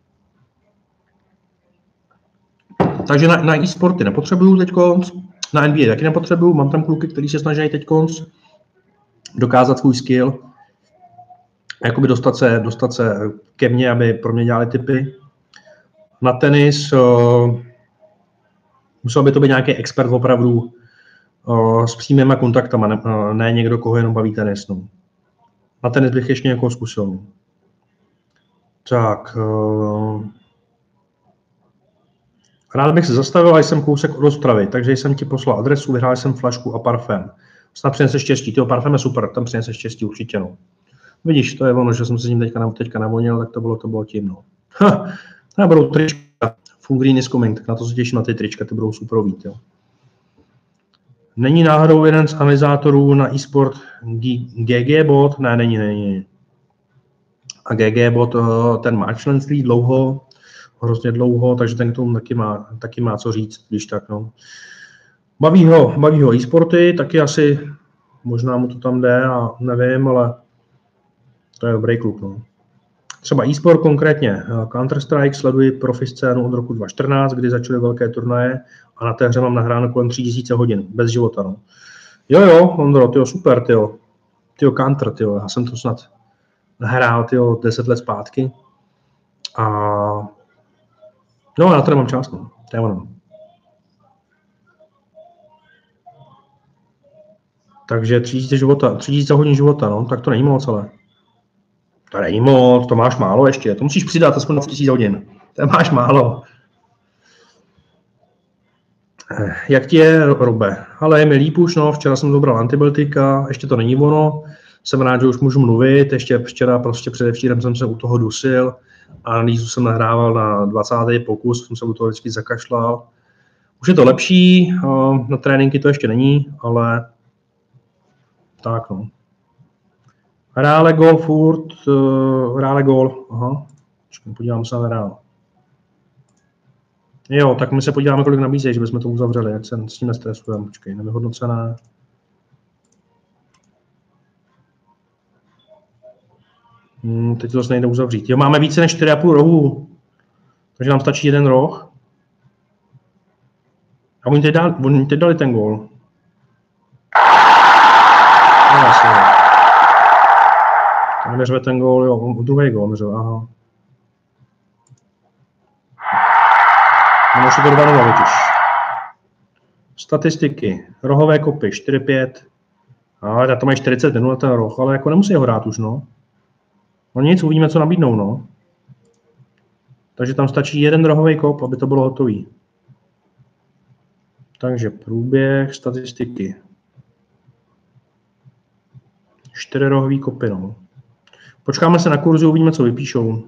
Takže na e-sporty nepotřebuju teďkonc, na NBA taky nepotřebuju, mám tam kluky, kteří se snaží teďkonc dokázat svůj skill, jakoby dostat se ke mně, aby pro mě dělali tipy. Na tenis musel by to být nějaký expert opravdu s přímýma kontaktama, ne někdo, koho jenom baví tenis. No. Na tenis bych ještě někoho zkusil. Tak. Rád bych se zastavil, a jsem kousek od Ostravy, takže jsem ti poslal adresu, vyhrál jsem flašku a parfém. Snad přinese štěstí. Tyho parfém je super, tam přinese štěstí určitě. No. Vidíš, to je ono, že jsem se s ním teďka navonil, tak to bylo tím. No. Budou trička. Full green is coming, tak na to se těším na ty trička, ty budou super vít. Jo. Není náhodou jeden z analyzátorů na e-sport GGBot? Ne, není. A GGBot, ten má členství dlouho, hrozně dlouho, takže ten k tomu taky má co říct, když tak, no. Baví ho e-sporty, taky asi, možná mu to tam jde a nevím, ale to je dobrý kluk, no. Třeba e-sport konkrétně, Counter-Strike sleduji profi scénu od roku 2014, kdy začaly velké turnaje a na té hře mám nahráno kolem 3000 hodin, bez života, no. Jo, Ondro, tyjo, super, tyjo, Counter, tyjo, já jsem to snad nahrál, tyjo, 10 let zpátky a no, já to nemám čas, no, to je ono. Takže 3000 hodin života, no, tak to není moc, ale. To není moc, to máš málo ještě, to musíš přidat aspoň 20 000 hodin, to máš málo. Jak ti je, Robe? Ale je mi líp už, no, včera jsem dobral antibiotika, ještě to není ono, jsem rád, že už můžu mluvit, ještě včera prostě předevčírem jsem se u toho dusil, analýzu jsem nahrával na 20. pokus, jsem se u toho vždycky zakašlal. Už je to lepší, na tréninky to ještě není, ale tak no. Reále gol furt, Reále gol, aha, podívám se na Reál. Jo, tak my se podíváme, kolik nabízejí, že bychom to uzavřeli, jak se s tím nestresujeme, počkej, nevyhodnocené. Teď to zase nejde uzavřít. Jo, máme více než 4,5 rohů, takže nám stačí jeden roh. A oni teď dali ten gól. No, jasně. To nevěřme ten gól, jo, druhý gól nevěřme, aha. No, už je to 2-0 totiž. Statistiky. Rohové kopy 4-5. Ale to mají 40 minut ten roh, ale jako nemusí ho hrát už, no. No nic, uvidíme, co nabídnou, no. Takže tam stačí jeden rohový kop, aby to bylo hotový. Takže průběh, statistiky. 4 rohový kopy, no. Počkáme se na kurzu, uvidíme, co vypíšou.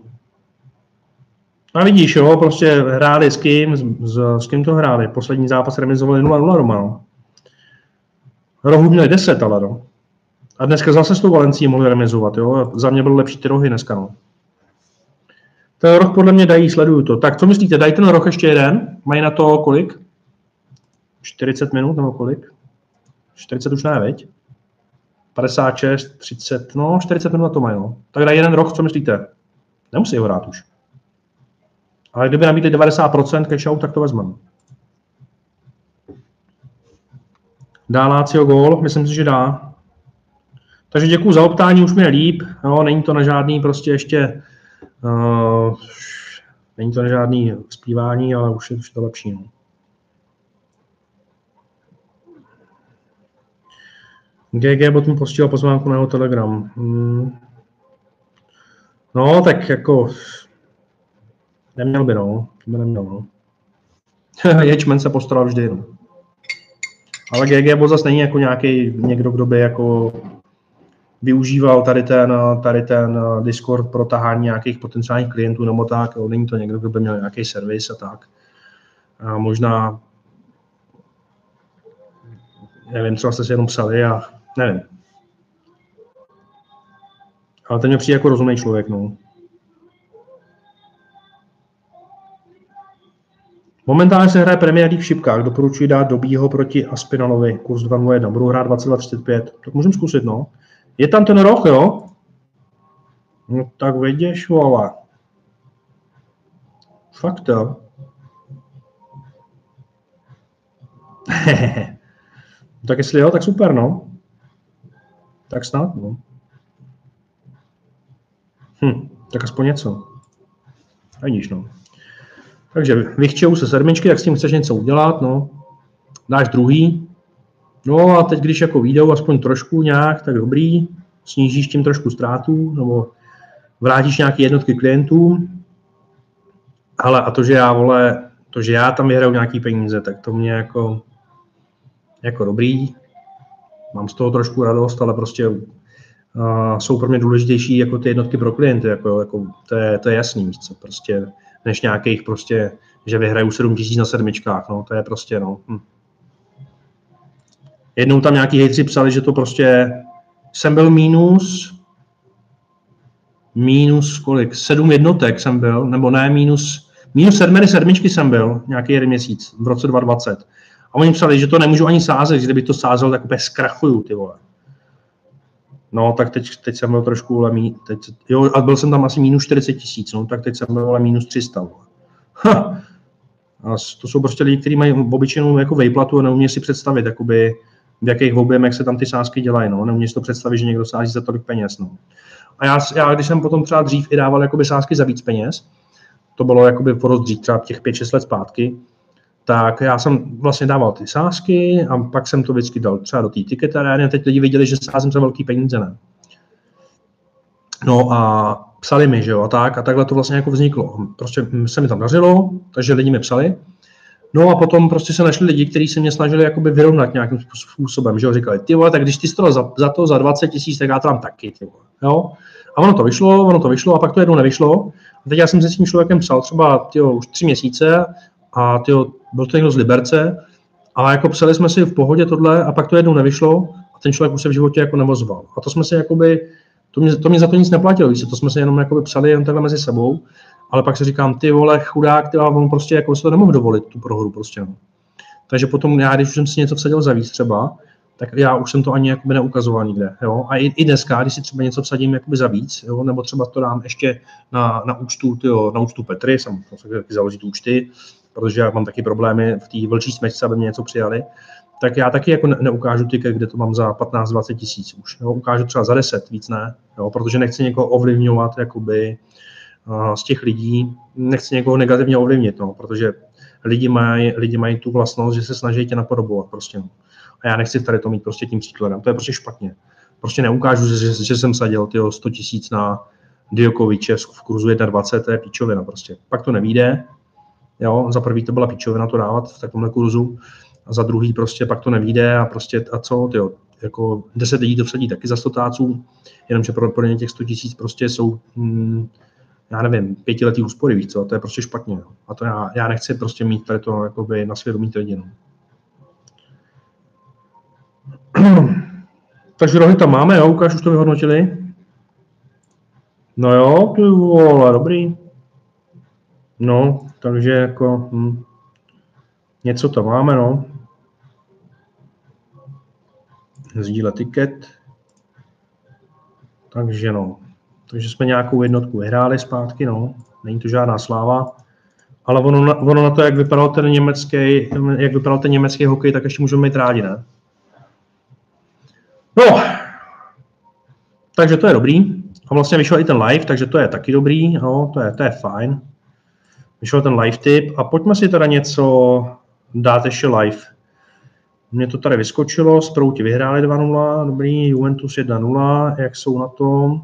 A vidíš, jo, prostě hráli s kým, s kým to hráli. Poslední zápas remizovali 0-0 doma, no. Rohu měli 10, ale no. A dneska zase s tou Valencií mohli remizovat, jo. Za mě byly lepší ty rohy dneska, no. Ten roh podle mě dají, sleduju to. Tak co myslíte, dají ten roh ještě jeden? Mají na to kolik? 40 minut nebo kolik? 40 už ne, veď? 56, 30, no 40 minut na to mají, no. Tak dají jeden roh, co myslíte? Nemusí ho hrát už. Ale kdyby nabídli 90% cash out, tak to vezmeme. Dá Lazio gól? Myslím si, že dá. Takže děkuju za optání, už mi je líp. Jo, není to na žádný prostě ještě... není to na žádný zpívání, ale už je to lepší. No. GG bot mi posílal pozvánku na jeho Telegram. No, tak jako... Neměl by, no. Neměl, no. Ječmen se postaral vždy, no. Ale GG bot zase není jako nějaký někdo, kdo by jako využíval tady ten Discord pro tahání nějakých potenciálních klientů nebo tak. Jo. Není to někdo, kdo by měl nějaký servis a tak. A možná, nevím, třeba jste si jenom psali a nevím. Ale ten mě přijde jako rozumný člověk, no. Momentálně se hraje Premier League v šipkách. Doporučuji dát Dobího proti Aspinalovi. Kurz 2.01. Budu hrát 22.35. Tak můžeme zkusit, no. Je tam ten roh, jo? No tak vidíš, vole. Fakt to. Tak jestli jo, tak super, no. Tak snad, no. Tak aspoň něco. Vidíš, no. Takže vychčeju se sedmičky, jak s tím chceš něco udělat, no. Dáš druhý. No a teď, když jako vyjdou aspoň trošku nějak, tak dobrý. Snížíš tím trošku ztrátu, nebo vrátíš nějaké jednotky klientům. Ale a to, že já, vole, to, že já tam vyhraju nějaký peníze, tak to mě jako dobrý. Mám z toho trošku radost, ale prostě jsou pro mě důležitější jako ty jednotky pro klienty, jako to je jasný, víš co, prostě, než nějakých prostě, že vyhraju 7 000 na sedmičkách, no, to je prostě, no. Jednou tam nějaký hejtři psali, že to prostě, jsem byl minus kolik, 7 jednotek jsem byl, nebo ne, minus 7 sedmičky jsem byl, nějaký jeden měsíc, v roce 2020. A oni psali, že to nemůžu ani sázet, že kdyby to sázel, tak úplně zkrachuju, ty vole. No, tak teď jsem byl trošku lemí, jo, a byl jsem tam asi minus 40 000, no, tak teď jsem byl minus 300. A to jsou prostě lidi, kteří mají obyčejnou jako vejplatu a neumí si představit, jakoby, v jakých objemech se tam ty sázky dělají, no, neumí si to představit, že někdo sází za tolik peněz, no. A já když jsem potom třeba dřív i dával jakoby sázky za víc peněz, to bylo jakoby dřív, třeba těch 5-6 let zpátky, tak já jsem vlastně dával ty sázky a pak jsem to vždycky dal třeba do té tiketářny a teď lidi viděli, že sázím za velký peníze, ne. No a psali mi, že jo, a takhle to vlastně jako vzniklo. Prostě se mi tam dařilo, takže lidi mi psali. No a potom prostě se našli lidi, kteří se mě snažili jakoby vyrovnat nějakým způsobem, že jo, říkali, ty vole, tak když ty jsi to za 20 000, tak já to dám taky, ty vole, jo. A ono to vyšlo a pak to jednou nevyšlo. A teď já jsem se s tím člověkem psal třeba, už 3 měsíce a byl to někdo z Liberce, ale jako psali jsme si v pohodě tohle a pak to jednou nevyšlo a ten člověk už se v životě jako nevozval. A to jsme si jakoby, to mě za to nic neplatilo, víš, to jsme si jenom jakoby psali jen takhle mezi sebou, ale pak si říkám, ty vole, chudák, ty, on prostě jako se to nemohl dovolit, tu prohru prostě, no. Takže potom já, když už jsem si něco vsadil za víc třeba, tak já už jsem to ani jakoby neukazoval nikde, jo. A i dneska, když si třeba něco vsadím jakoby za víc, jo, nebo třeba to dám ještě na účtu Petry, jsem taky založit účty, protože já mám taky problémy v té vlčí smečce, aby mě něco přijali, tak já taky jako neukážu tiket, kde to mám za 15-20 tisíc už, jo, ukážu třeba za 10, víc ne, jo, protože nechci někoho ovlivňovat jakoby z těch lidí, nechci někoho negativně ovlivnit, no, protože lidi mají tu vlastnost, že se snaží tě napodobovat prostě. No. A já nechci tady to mít prostě tím příkladem. To je prostě špatně. Prostě neukážu, že jsem sadil 100 000 na Djokoviče v kurzu 1,20, to je píčovina prostě. Pak to nevyjde. Jo, za prvý to byla píčovina to dávat v takovémhle kurzu, a za druhý prostě pak to nevyjde a prostě a co, tyjo, jako 10 lidí to vsadí taky za 100 táců, jenomže pro ně těch 100 000 prostě jsou, já nevím, 5letý úspory, víš co, to je prostě špatně. No. A to já nechci prostě mít tady to jakoby na svědomí lidi. No. Takže rohy tam máme, jo, Lukáš, už to vyhodnotili? No jo, ty vole, dobrý. No, takže jako něco tam máme, no. Sdílet tiket. Takže no. Takže jsme nějakou jednotku vyhráli zpátky, no. Není to žádná sláva. Ale ono na to, jak vypadal ten německý hokej, tak ještě můžeme mít rádi, ne? No. Takže to je dobrý. A vlastně vyšel i ten live, takže to je taky dobrý. No, to je fajn. Vyšel ten live tip a pojďme si teda něco dát ještě live. Mně to tady vyskočilo, Sprouti vyhráli 2-0, dobrý, Juventus 1-0, jak jsou na tom?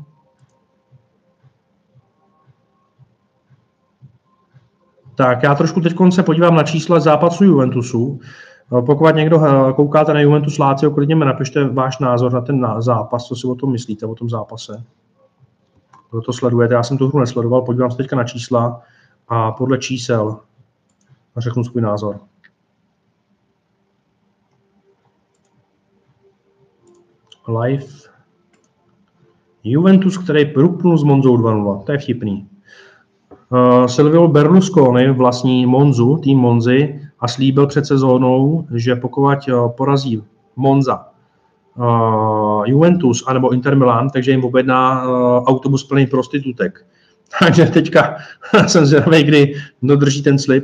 Tak já trošku teď se podívám na čísla zápasu Juventusu. Pokud někdo koukáte na Juventus Lazio, klidně mi napište váš názor na ten zápas, co si o tom myslíte, o tom zápase. Kdo to sledujete, já jsem tu hru nesledoval, podívám se teďka na čísla a podle čísel řeknu svůj názor. Live. Juventus, který rupnul s Monzou 2-0, to je vtipný. Silvio Berlusconi vlastní Monzu, tým Monzy, a slíbil před sezónou, že pokud porazí Monza, Juventus anebo Inter Milan, takže jim objedná autobus plný prostitutek. Takže teďka jsem zvědavý, kdy dodrží ten slib.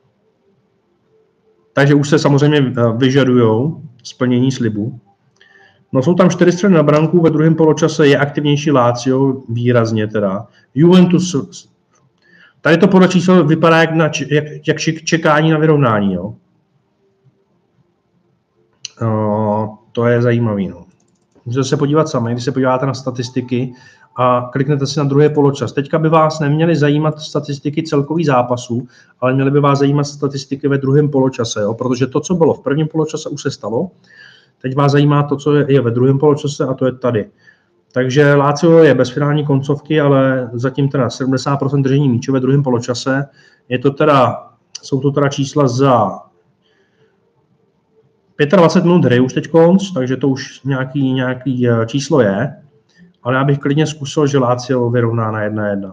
Takže už se samozřejmě vyžadujou splnění slibu. No jsou tam 4 střely na branku, ve druhém poločase je aktivnější Lazio, výrazně teda. Juventus, tady to podle čísel vypadá jak čekání na vyrovnání, jo. To je zajímavý, no. Můžete se podívat sami, když se podíváte na statistiky a kliknete si na druhý poločas. Teďka by vás neměly zajímat statistiky celkových zápasů, ale měly by vás zajímat statistiky ve druhém poločase, jo? Protože to, co bylo v prvním poločase, už se stalo. Teď vás zajímá to, co je ve druhém poločase, a to je tady. Takže Lazio je bez finální koncovky, ale zatím teda 70% držení míče ve druhém poločase. Jsou to teda čísla za 25 minut hry už teď konc, takže to už nějaký číslo je. Ale já bych klidně zkusil, že Lazio vyrovná na 1-1.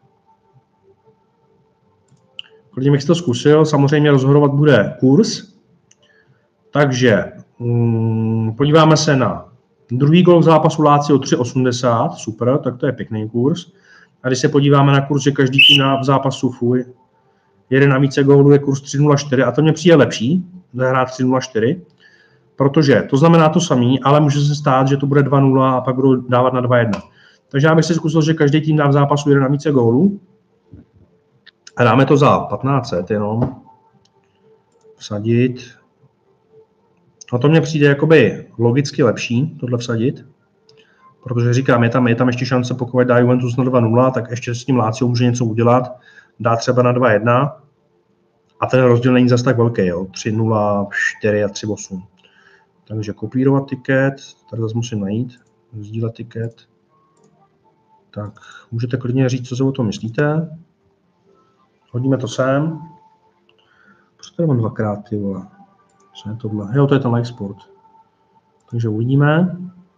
Klidně bych to zkusil, samozřejmě rozhodovat bude kurz. Takže podíváme se na druhý gol v zápasu Lazio 3,80, super, tak to je pěkný kurz. A když se podíváme na kurz, že každý tým v zápasu jede na více gólů, je kurz 3,04 a to mě přijde lepší, zahrát 3,04, protože to znamená to samé, ale může se stát, že to bude 2-0 a pak budou dávat na 2-1. Takže já bych si zkusil, že každý tým dá v zápasu jede na více gólů a dáme to za 1500 jenom. Vsadit. No to mně přijde jakoby logicky lepší tohle vsadit, protože říkám, je tam ještě šance, pokud dá Juventus na 2-0, tak ještě s tím Lazio může něco udělat, dá třeba na 2-1 a ten rozdíl není zas tak velký, jo, 3-0, 4 a 3-8. Takže kopírovat tiket, tady zase musím najít, sdílet tiket. Tak můžete klidně říct, co si o tom myslíte. Hodíme to sem. Proč tady mám dvakrát, ty vole? Co je tohle? Jo, to je ten live sport. Takže uvidíme.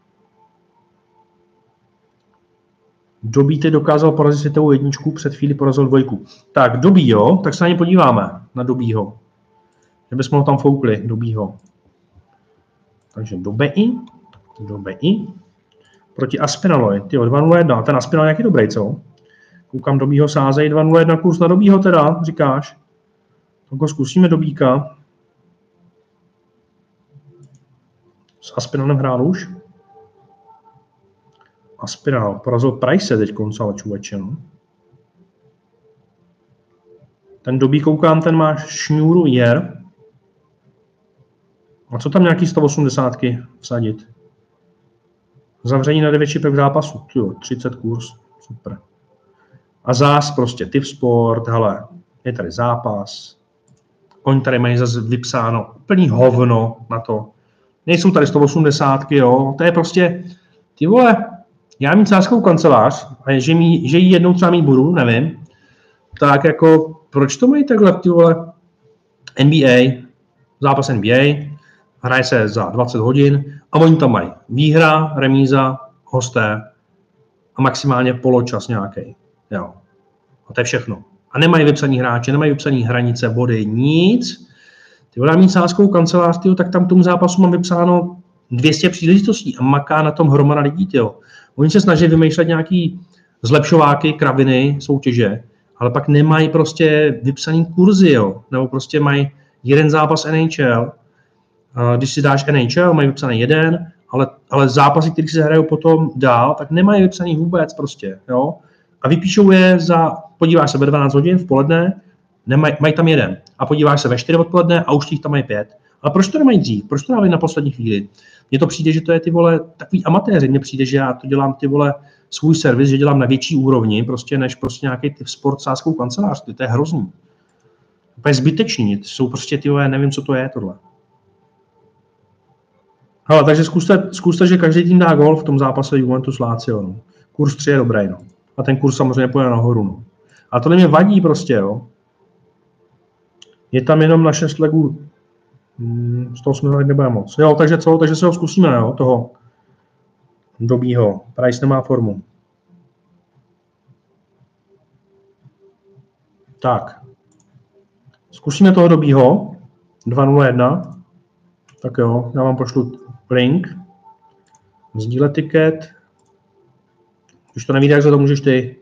Dobí dokázal porazit světovou jedničku, před chvíli porazil dvojku. Tak, Dobí, jo, tak se na ně podíváme, na Dobího. Že bychom ho tam foukli, Dobího. Takže Dobí. Proti Aspinallovi. Tyjo, 2-0-1. Ten Aspinall je nějaký dobrý, co? Koukám, Dobího sázej, 2-0-1 kurz na Dobího teda, říkáš. Tak zkusíme Dobíka. S Aspinallem hrál už. Aspinall porazil Price teď konca, ale čuveče, no. Ten Dobí, koukám, ten má šňůru Jer. A co tam nějaký 180 vsadit? Zavření na 9 čipek v zápasu. Tyjo, 30 kurz. Super. A zás prostě Tip Sport, hele, je tady zápas. Oni tady mají zase vypsáno úplný hovno na to. Nejsou tady 180, jo. To je prostě, ty vole, já mít sázkovou kancelář, a že ji jednou třeba mít budu, nevím. Tak jako, proč to mají takhle, ty vole, NBA, zápas NBA, hraje se za 20 hodin a oni tam mají výhra, remíza, hosté a maximálně poločas nějaký. Jo. A to je všechno. A nemají vypsaný hráče, nemají vypsaný hranice, body, nic. Ty vole, mít sázkovou kancelář, tyjo, tak tam k tomu zápasu mám vypsáno 200 příležitostí a maká na tom hromada lidí, tyjo. Oni se snaží vymýšlet nějaký zlepšováky, kraviny, soutěže, ale pak nemají prostě vypsaný kurzy, jo. Nebo prostě mají jeden zápas NHL. Když si dáš NHL, mají vypsaný jeden, ale zápasy, které se hrajou potom dál, tak nemají vypsaný vůbec prostě, jo. A vypíšou je podíváš se ve 12 hodin v poledne, mají tam jeden. A podíváš se ve 4 odpoledne a už těch tam mají 5. Ale proč to nemají dřív? Proč to dávají na poslední chvíli? Mně to přijde, že to je ty vole takový amatéři. Mně přijde, že já to dělám ty vole svůj servis, že dělám na větší úrovni, prostě než prostě nějaký ty sport sázkovou kancelář. To je hrozný. To je zbytečný. To jsou prostě ty vole, nevím, co to je tohle. Hele, takže zkuste, že každý tým dá gól v tom zápase Juventus Lazio. No. Kurz 3 je dobrý, no. A ten kurz samozřejmě půjde nahoru, no. A to mě vadí prostě, jo. Je tam jenom na 6 legů. Z toho jsme nebude moc. Jo, takže co? Takže se ho zkusíme, jo, toho Dobího. Price nemá formu. Tak. Zkusíme toho Dobího. 2.01. Tak jo, já vám pošlu link. Sdílet tiket. Když to nevíte, jak za to můžeš ty.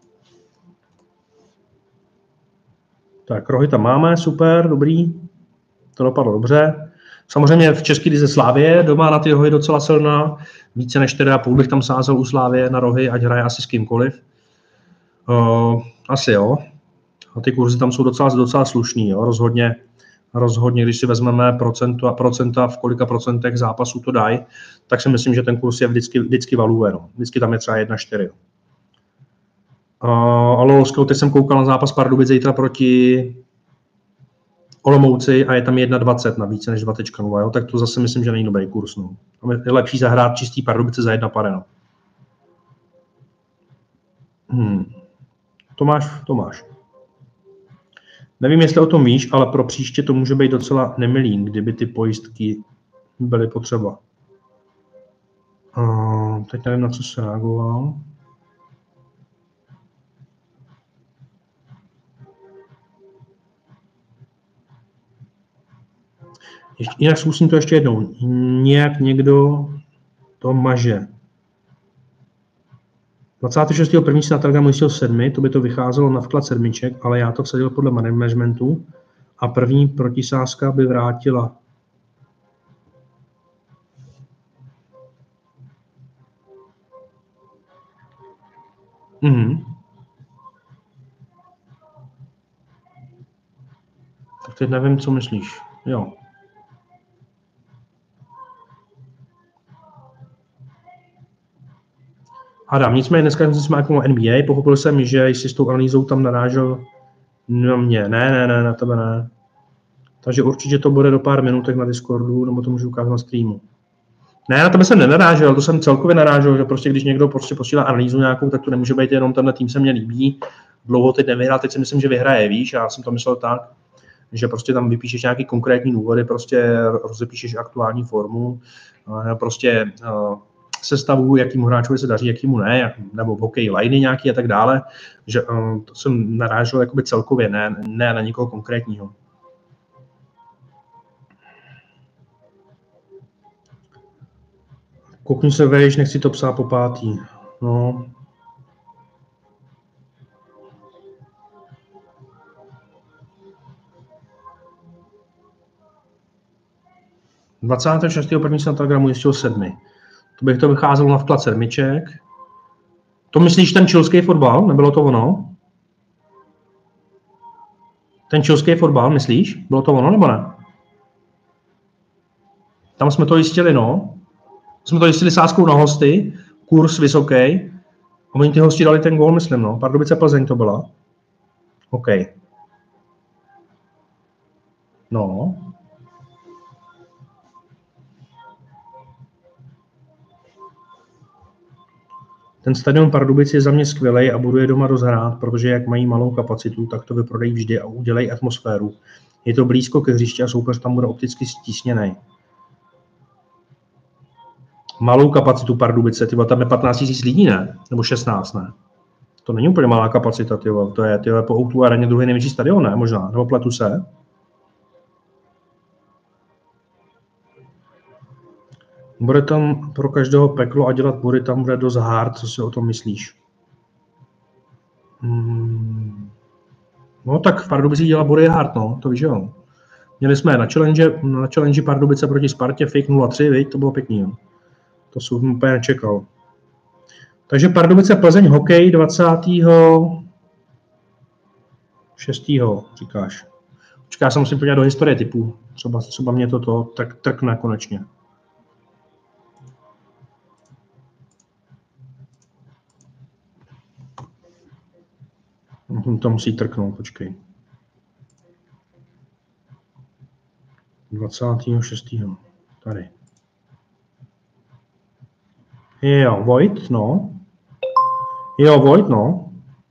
Tak, rohy tam máme, super, dobrý. To dopadlo dobře. Samozřejmě v České lize Slavie doma na ty rohy docela silná. Více než 4,5 bych tam sázel u Slavie na rohy, ať hraje asi s kýmkoliv. Asi jo. A ty kurzy tam jsou docela slušný, jo. Rozhodně, když si vezmeme procenta, v kolika procentech zápasů to dají, tak si myslím, že ten kurz je vždycky value, no. Vždycky tam je třeba 1,4. Ale teď jsem koukal na zápas Pardubic zítra proti Olomouci a je tam 1,20 na více než 2,0, jo? Tak to zase myslím, že není dobrý kurz. No. Je lepší zahrát čistý Pardubice za 1 pade. No. Tomáš. Nevím, jestli o tom víš, ale pro příště to může být docela nemilý, kdyby ty pojistky byly potřeba. Teď nevím, na co se reagoval. Jinak zkusím to ještě jednou. Nějak někdo to maže. 26.1. si na Telegramu jistil 7, to by to vycházelo na vklad 7, ale já to vsadil podle managementu a první protisázka by vrátila. Tak teď nevím, co myslíš. Jo. Adam, nicméně dneska jsem si máknul NBA, pochopil jsem, že jsi s tou analýzou tam narážel na mě. Ne, na tebe ne. Takže určitě to bude do pár minutek na Discordu, nebo to můžu ukázat na streamu. Ne, na tebe jsem nenarážel, to jsem celkově narážel, že prostě když někdo prostě posílá analýzu nějakou, tak to nemůže být jenom tenhle tým se mně líbí. Dlouho teď nevyhrál, teď si myslím, že vyhraje, víš, já jsem to myslel tak, že prostě tam vypíšeš nějaký konkrétní důvody, prostě rozepíšeš aktuální formu, prostě sestavu, jakýmu hráčovi se daří, jakýmu ne, nebo v hokeji liney nějaký a tak dále, že to jsem narážel jakoby celkově, ne na někoho konkrétního. Koukni se vejš, nechci to psát po pátý. No. – 26.1. se na Telegramu jistil 7. To bych to vycházelo na vklad 7. To myslíš ten chilský fotbal? Nebylo to ono? Ten chilský fotbal, myslíš? Bylo to ono, nebo ne? Tam jsme to jistili, no. Jsme to jistili sázkou na hosty, kurz vysoký. A oni ty hosti dali ten gól, myslím, no. Pardubice Plzeň to byla. OK. No. Ten stadion Pardubic je za mě skvělej a budu je doma rozhrát, protože jak mají malou kapacitu, tak to vyprodají vždy a udělají atmosféru. Je to blízko ke hřišti a soupeř tam bude opticky stísněný. Malou kapacitu Pardubice, tyba, tam je 15 000 lidí, ne? Nebo 16, ne? To není úplně malá kapacita, tyba. To je po O2 areně druhý největší stadion, ne? Možná, nebo pletu se. Bude tam pro každého peklo a dělat bury tam bude dost hard, co si o tom myslíš? No tak v Pardubicích dělat bury je hard, no, to víš, jo. Měli jsme na challenge Pardubice proti Spartě fake 0-3, viď? To bylo pěkný, jo. To jsem úplně nečekal. Takže Pardubice Plzeň hokej 26. říkáš. Počkej, já se musím podívat do historie typů. Třeba mě to tak trkne konečně. To musí trknout, počkej. 26. Tady. Jo, Vojt, no. Jo, Vojt, no.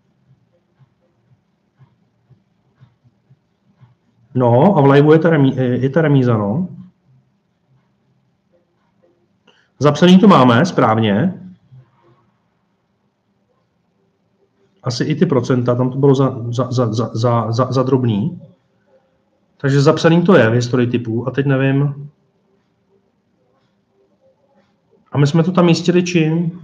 No, a v liveu je ta remíza, no. Zapsaný to máme, správně. Asi i ty procenta, tam to bylo za drobný. Takže zapsaný to je v historii typů. A teď nevím. A my jsme to tam jistili čím?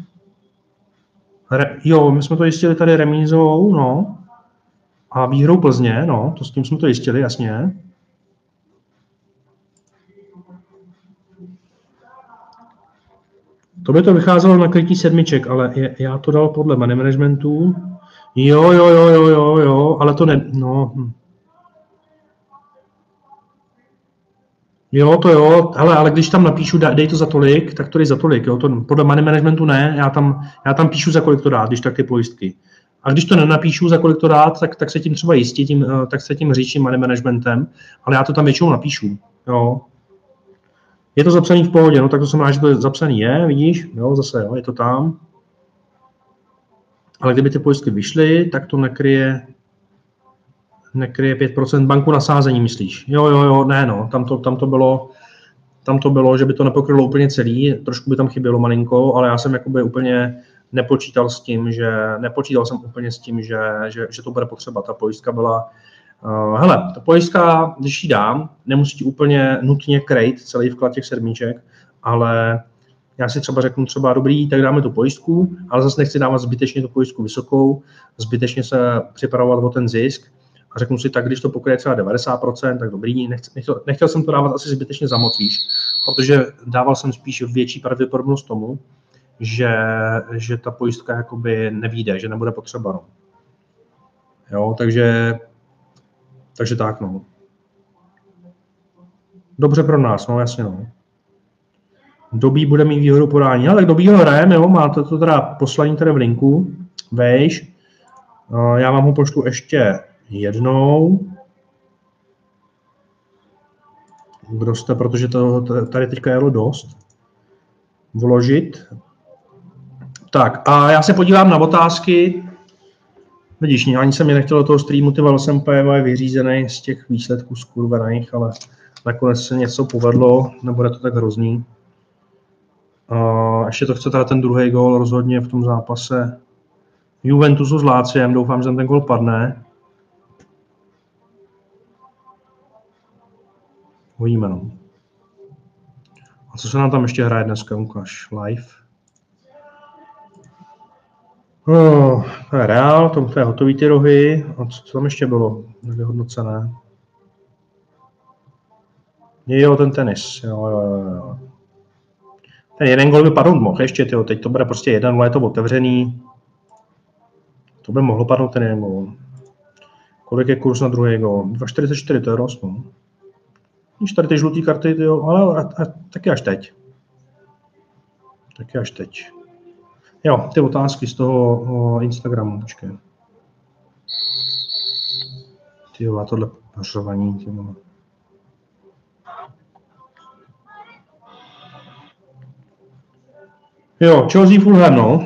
Jo, my jsme to jistili tady remízou, no. A výhrou Plzně, no. To s tím jsme to jistili, jasně. To by to vycházelo na krytí sedmiček, ale já to dal podle money managementu. Jo, ale to ne, no. Jo, to jo, ale když tam napíšu, dej to za tolik, tak to dej za tolik, jo, to podle money managementu ne, já tam píšu, za kolik to dát, když tak ty pojistky. A když to nenapíšu, za kolik to dát, tak se tím třeba jistí, tak se tím říčím money managementem, ale já to tam většinou napíšu, jo. Je to zapsaný v pohodě, no tak to znamená, že to je zapsaný je, vidíš, jo, zase, jo, je to tam. Ale kdyby ty pojistky vyšly, tak to nekryje 5% banku na sázení, myslíš? Jo, ne, no, tam to bylo, že by to nepokrylo úplně celý, trošku by tam chybělo malinko, ale já jsem jakoby úplně nepočítal jsem úplně s tím, že to bude potřeba. Ta pojistka byla, hele, ta pojistka, když ji dám, nemusí ti úplně nutně krejt celý vklad těch sedmiček, ale já si třeba řeknu dobrý, tak dáme tu pojistku, ale zase nechci dávat zbytečně tu pojistku vysokou, zbytečně se připravovat o ten zisk a řeknu si tak, když to pokryje třeba 90%, tak dobrý, nechtěl jsem to dávat asi zbytečně za moc, víš, protože dával jsem spíš větší pravděpodobnost tomu, že ta pojistka jakoby nevyjde, že nebude potřeba, no. Jo, takže tak, no. Dobře pro nás, no, jasně, no. Dobí bude mít výhodu podání, ale Dobí ho hrajeme, jo, máte to teda poslaní tady v linku, vejš, já vám ho pošlu ještě jednou. Kdo jste, protože to tady teďka jelo dost. Vložit. Tak a já se podívám na otázky. Vidíš, ani se mi nechtělo toho streamu, ty jsem úplně vyřízený z těch výsledků skurvených, ale nakonec se něco povedlo, nebude to tak hrozný. Ještě to chce teda ten druhý gól rozhodně v tom zápase Juventusu s Láciem, doufám, že ten gól padne. Uvidíme, no. A co se nám tam ještě hraje dneska, ukáž live. To je Real, to je hotový ty rohy. A co tam ještě bylo nevyhodnocené? Jo, ten tenis. Jo. Ten jeden gol by padnout mohl ještě, tyjo. Teď to bude prostě 1-0, je to otevřený. To by mohlo padnout ten jeden gol. Kolik je kurz na druhý gól? 2,44, to je dost, no. Když tady ty žlutý karty, jo, ale taky až teď. Taky až teď. Jo, ty otázky z toho Instagramu, počkej. Tyjo, a tohle pařovaní, tyjo. Jo, Chelsea Fulham, no.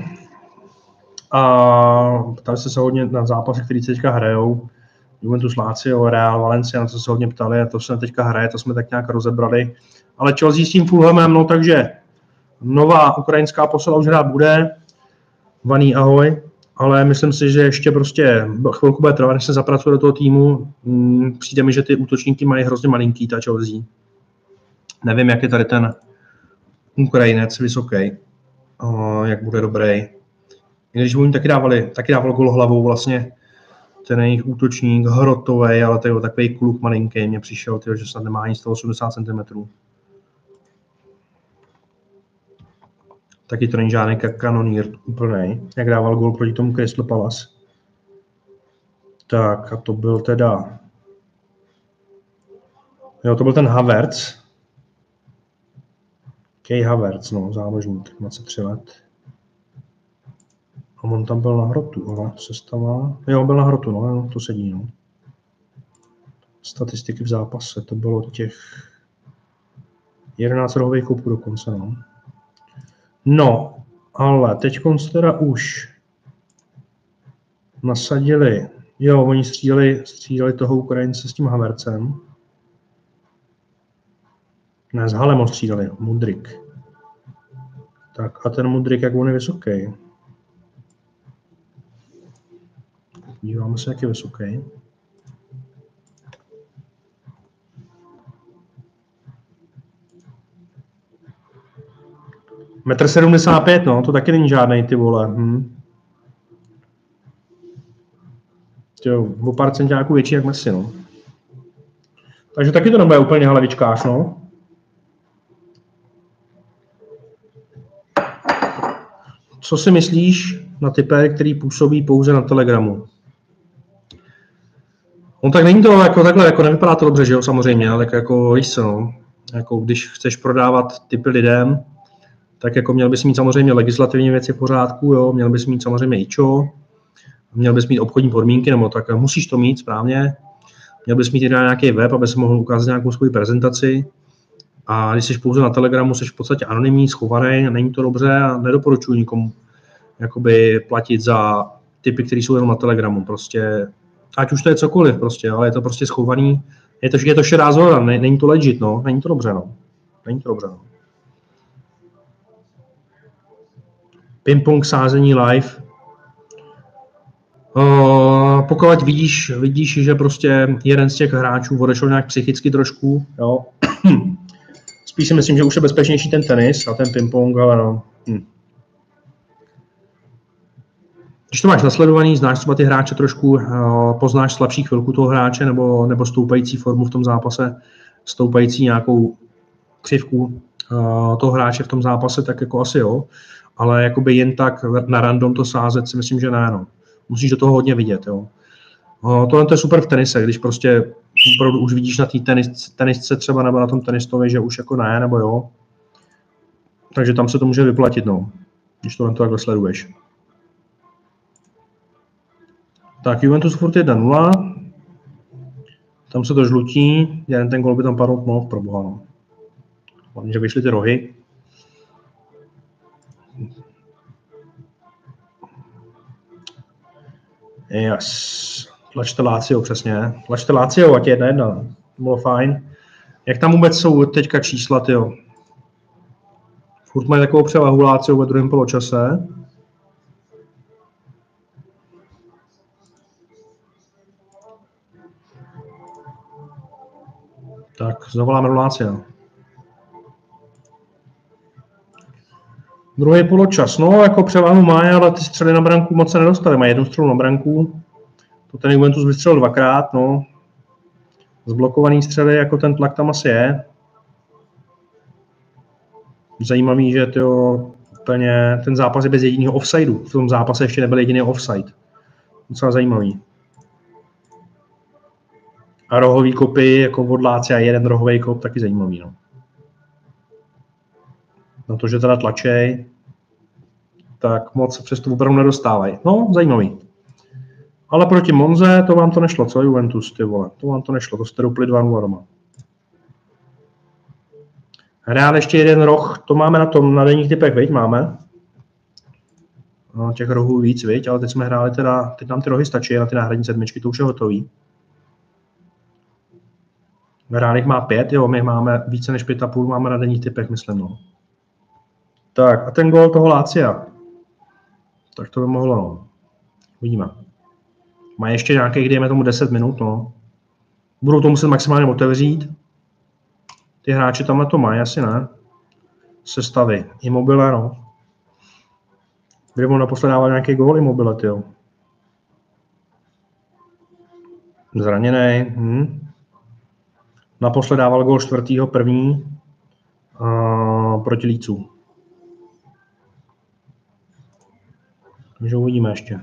A ptali se hodně na zápasy, které se teďka hrajou. Juventus, Lazio, Real, Valencia, na to se hodně ptali a to se teďka hraje, to jsme tak nějak rozebrali. Ale Chelsea s tím Fulhamem, no takže nová ukrajinská posila už hrát bude. Vaný ahoj. Ale myslím si, že ještě prostě chvilku bude trvat, než se zapracuje do toho týmu. Přijde mi, že ty útočníky mají hrozně malinký, ta Chelsea. Nevím, jak je tady ten Ukrajinec vysoký, jak bude dobrý. I když oni taky dával gol hlavou vlastně ten jejich útočník, hrotovej, ale to je takový kluk malinký, mně přišel, tyjo, že snad nemá ani 180 cm. Taky to není žádný kanonýr úplnej, jak dával gol proti tomu Crystal Palace. Tak a to byl teda... Jo, to byl ten Havertz. Kej Havertz, no, záložník, 23 let. A on tam byl na hrotu, ale sestava... Jo, byl na hrotu, no, to sedí, no. Statistiky v zápase, to bylo těch 11 rohových koupů dokonce, no. No, ale teď teda už nasadili, jo, oni střídali toho Ukrajince s tím Havertzem. Ne, s Halem střídali, Mudryk. Tak a ten Mudryk, jak on je vysoký. Díváme se, jak je vysoký. Metr 75, no, to taky není žádnej, ty vole. Jo, o pár centiáků větší jak Messi, no. Takže taky to nebude úplně hlavičkář, no. Co si myslíš na typy, který působí pouze na Telegramu? On tak není to jako takhle, jako nevypadá to dobře, že jo, samozřejmě, ale jako víš co, no. Jako když chceš prodávat typy lidem, tak jako měl bys mít samozřejmě legislativní věci v pořádku, jo, měl bys mít samozřejmě IČO, měl bys mít obchodní podmínky, nebo tak musíš to mít správně, měl bys mít i nějaký web, aby se mohl ukázat nějakou svou prezentaci. A když jsi pouze na Telegramu, jsi v podstatě anonymní, schovaný, není to dobře a nedoporučuji nikomu jakoby platit za typy, které jsou jenom na Telegramu. Prostě, ať už to je cokoliv, prostě, ale je to prostě schovaný, je to šedá zóna, není to legit, no, není to dobře, no. Není to dobře, no. Ping-pong sázení live. Pokud vidíš, že prostě jeden z těch hráčů odešel nějak psychicky trošku, jo. Spíš si myslím, že už je bezpečnější ten tenis a ten ping-pong, ale no. Když to máš nasledovaný, znáš třeba ty hráče trošku, poznáš slabší chvilku toho hráče nebo stoupající formu v tom zápase, stoupající nějakou křivku toho hráče v tom zápase, tak jako asi jo. Ale jakoby jen tak na random to sázet si myslím, že ne, no. Musíš do toho hodně vidět, jo. Tohle to je super v tenise, když prostě opravdu už vidíš na té tenisce třeba nebo na tom tenistovi, že už jako ne, nebo jo. Takže tam se to může vyplatit, no. Když to takhle sleduješ. Tak Juventus furt 1-0. Tam se to žlutí. Jeden ten gol by tam padl mohl, pro boha, no. Hlavně, že vyšly ty rohy. Yes. Tlačte Lazio, přesně. Tlačte Lazio, ať je 1-1. To bylo fajn. Jak tam vůbec jsou teďka čísla, tyjo? Furt mají takovou převahu Lazio ve druhém poločase. Tak, zavoláme do Lazia. Druhý poločas, no jako převahu má, ale ty střely na branku moc se nedostali. Má jednu střelu na branku. To ten Juventus vystřelil dvakrát, no. Zblokovaný střely, jako ten tlak tam asi je. Zajímavý, že úplně ten zápas je bez jediného offsideu. V tom zápase ještě nebyl jediný offside. Docela zajímavý. A rohový kopy, jako od Lácia, jeden rohový kop, taky zajímavý. No. Na to, že teda tlačej, tak moc přes to opravdu nedostávají. No, zajímavý. Ale proti Monze to vám to nešlo, co Juventus, ty vole. To vám to nešlo, to jste dopli 2-0 doma. Reál ještě jeden roh, to máme na tom, na denních typech, viď, máme. No, těch rohů víc, viď, ale teď jsme hráli teda, teď nám ty rohy stačí na ty náhradní sedmičky, to už je hotový. Reál jich má 5, jo, my máme více než 5,5, máme na denních typech, myslím, no. Tak, a ten gól toho Lácia. Tak to by mohlo, no. Uvidíme. Má ještě nějakých, dejme tomu 10 minut, no. Budou to muset maximálně otevřít. Ty hráči tam na to mají, asi ne. Sestavy. Immobile, no. Kdy on naposled dával nějaký gól Immobile, tyjo. Zraněnej. Naposled dával gól 4.1. Proti Lícu. Takže uvidíme ještě.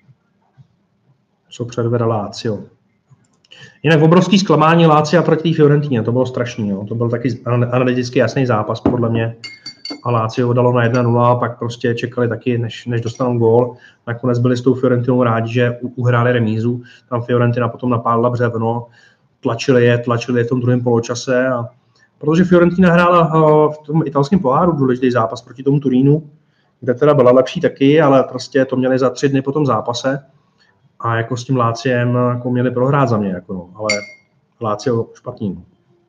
Co předvede Lazio. Jinak obrovský zklamání Lazia proti té Fiorentině, to bylo strašný. Jo. To byl taky analyticky jasný zápas, podle mě. A Lazio ho dalo na 1-0 a pak prostě čekali taky, než dostanou gól. Nakonec byli s tou Fiorentinou rádi, že uhráli remízu. Tam Fiorentina potom napádla břevno, tlačili je v tom druhém poločase. A protože Fiorentina hrála v tom italském poháru důležitý zápas proti tomu Turínu, kde teda byla lepší taky, ale prostě to měli za 3 dny po tom zápase. A jako s tím Láciem jako měli prohrát za mě, jako no, ale Lácio špatný.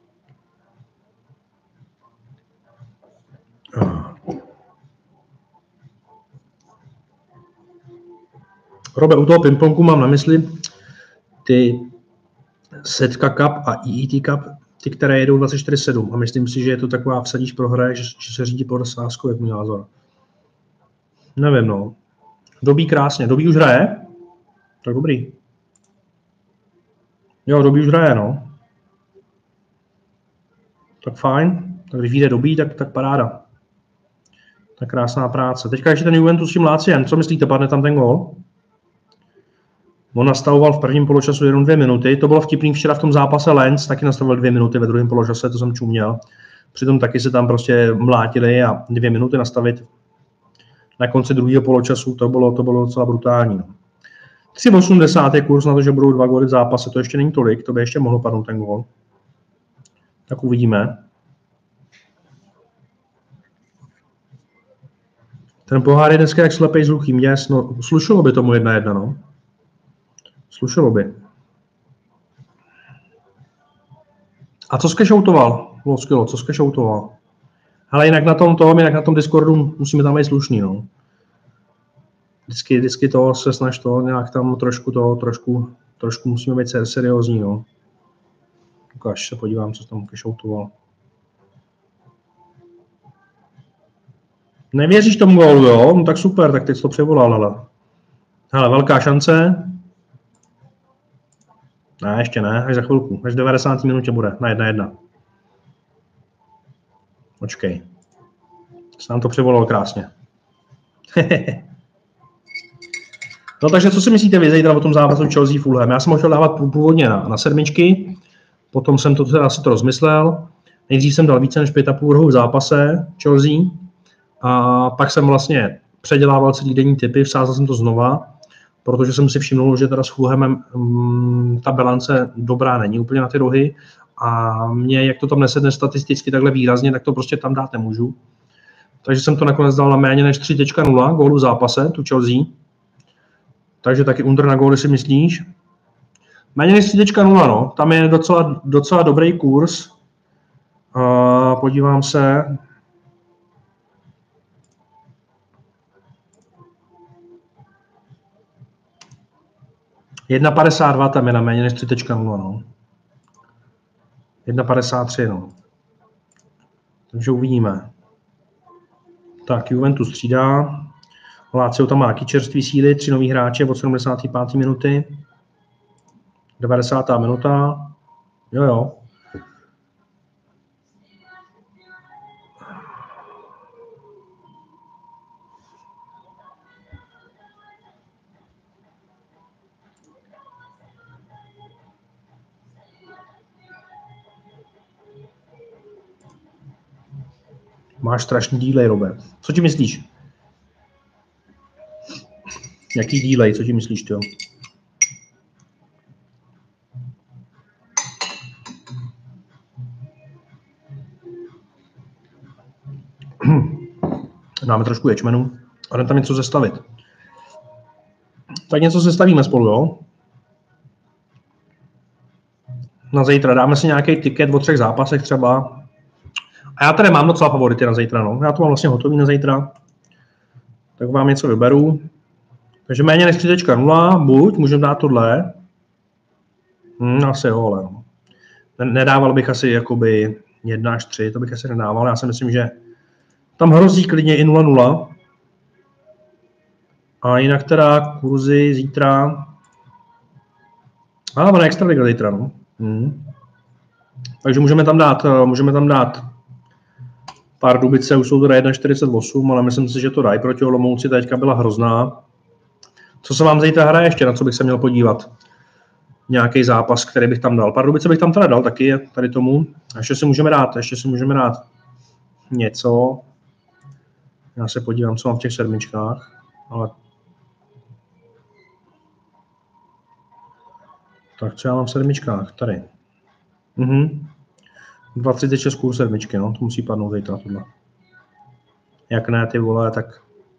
Robe, u toho pingpongu mám na mysli ty Setka Cup a EET Cup, ty, které jedou 24/7 a myslím si, že je to taková vsadíš prohraje, že se řídí podle sázku, jak můj názor. Nevím, no. Dobí krásně. Dobí už hraje? Tak dobrý. Jo, Dobí už hraje, no. Tak fajn. Tak když vyjde Dobí, tak paráda. Tak krásná práce. Teďka ještě ten Juventus s tím Láciem. Co myslíte, padne tam ten gól? On nastavoval v prvním poločasu jenom 2 minuty. To bylo vtipný včera v tom zápase Lens, taky nastavoval 2 minuty ve druhém poločase, to jsem čuměl. Přitom taky se tam prostě mlátili a 2 minuty nastavit na konci druhého poločasu, to bylo docela brutální. 3,80 je kurz na to, že budou 2 góly v zápase, to ještě není tolik, to by ještě mohlo padnout ten gól. Tak uvidíme. Ten pohár je dneska jak slepej s hluchým, no, slušelo by tomu 1-1, no. Slušelo by. A co skešoutoval? Loskilo, co skešoutoval? Ale jinak na tom Discordu musíme tam být slušný, no. Vždycky to se snaž to nějak tam trošku musíme být seriózní, no. Ukáž se podívám, co tam kešoutoval. Nevěříš tomu gólu, jo? No tak super, tak teď to převolal, ale. Hele, velká šance. Ne, ještě ne, až za chvilku. Až v 90. minutě bude, na 1-1. Počkej. Se nám to převolalo krásně. No takže co si myslíte vy zítra o tom zápasu Chelsea Fulham? Já jsem ho chtěl dávat původně na sedmičky, potom jsem to teda asi to rozmyslel. Nejdřív jsem dal více než 5,5 rohů v zápase Chelsea a pak jsem vlastně předělával celý denní tipy, vsázel jsem to znova, protože jsem si všiml, že teda s Fulhamem ta bilance dobrá není úplně na ty rohy a mě, jak to tam nesedne statisticky takhle výrazně, tak to prostě tam dát nemůžu. Takže jsem to nakonec dal na méně než 3.0 gólu v zápase, tu Chelsea. Takže taky under na góly si myslíš? Méně než 3.0, no. Tam je docela dobrý kurz. Podívám se. $1,52 tam je na méně než 3.0, no. 1,53, no. Takže uvidíme. Tak, Juventus střídá. Lazio tam má taky čerstvý síly, 3 nový hráče od 75. minuty. 90. minuta. Jo. Máš strašný delay, Robert. Co ti myslíš? Jaký delay, co ti myslíš, ty? Dáme trošku ječmenu a jdeme tam něco zestavit. Tak něco sestavíme spolu, jo? Na zítra dáme si nějaký tiket o 3 zápasech třeba. A já tady mám docela favority na zítra, no. Já to mám vlastně hotový na zítra. Tak vám něco vyberu. Takže méně než 3.0, buď, můžeme dát tohle. Asi jo, ale no. Nedával bych asi jakoby 1 až 3, to bych asi nedával. Já si myslím, že tam hrozí klidně i 0-0. A jinak teda kurzy zítra. Ale extraliga zítra, no. Takže můžeme tam dát Pardubice, už jsou teda 1,48, ale myslím si, že to dají proti Olomouci, teďka byla hrozná. Co se vám zítra hraje ještě, na co bych se měl podívat? Nějaký zápas, který bych tam dal. Pardubice bych tam teda dal taky, tady tomu. A ještě si můžeme dát něco. Já se podívám, co mám v těch sedmičkách. Ale... Tak co já mám v sedmičkách? Tady. 2,36 kurz sedmičky, no, to musí padnout zítra tohle. Jak ne, ty vole, tak...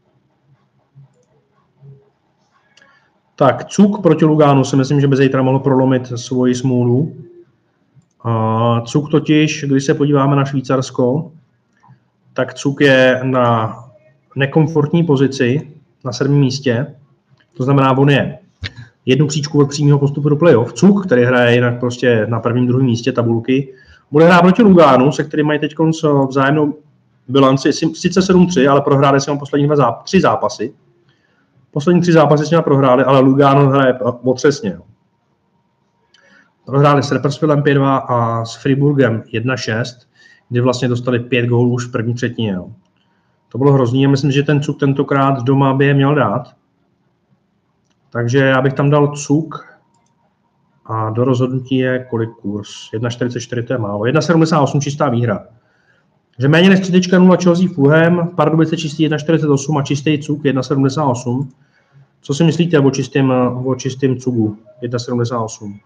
Tak, Cuk proti Lugánu si myslím, že by zítra mohl prolomit svoji smůlu. Cuk totiž, když se podíváme na Švýcarsko, tak Cuk je na nekomfortní pozici na 7. místě. To znamená, on je jednu příčku od přímého postupu do playoff. Cuk, který hraje jinak prostě na 1., 2. místě tabulky, bude hrát proti Lugánu, se kterým mají teď vzájemnou bilanci, sice 7-3, ale prohráli si poslední 3 zápasy. Poslední 3 zápasy s nimi prohráli, ale Lugano hraje otřesně. Prohráli s Rapperswillem 5-2 a s Friburgem 1-6, kdy vlastně dostali 5 gólů už v první třetině. Jo. To bylo hrozný a myslím, že ten Cuk tentokrát doma by je měl dát. Takže já bych tam dal Cuk a do rozhodnutí je kolik kurz? 1,44 to je málo. 1,78 čistá výhra. Že méně než 3.0 Chelsea Fulham, Pardubice čistý 1,48 a čistý Cuk 1,78. Co si myslíte o čistém Cugu 1,78?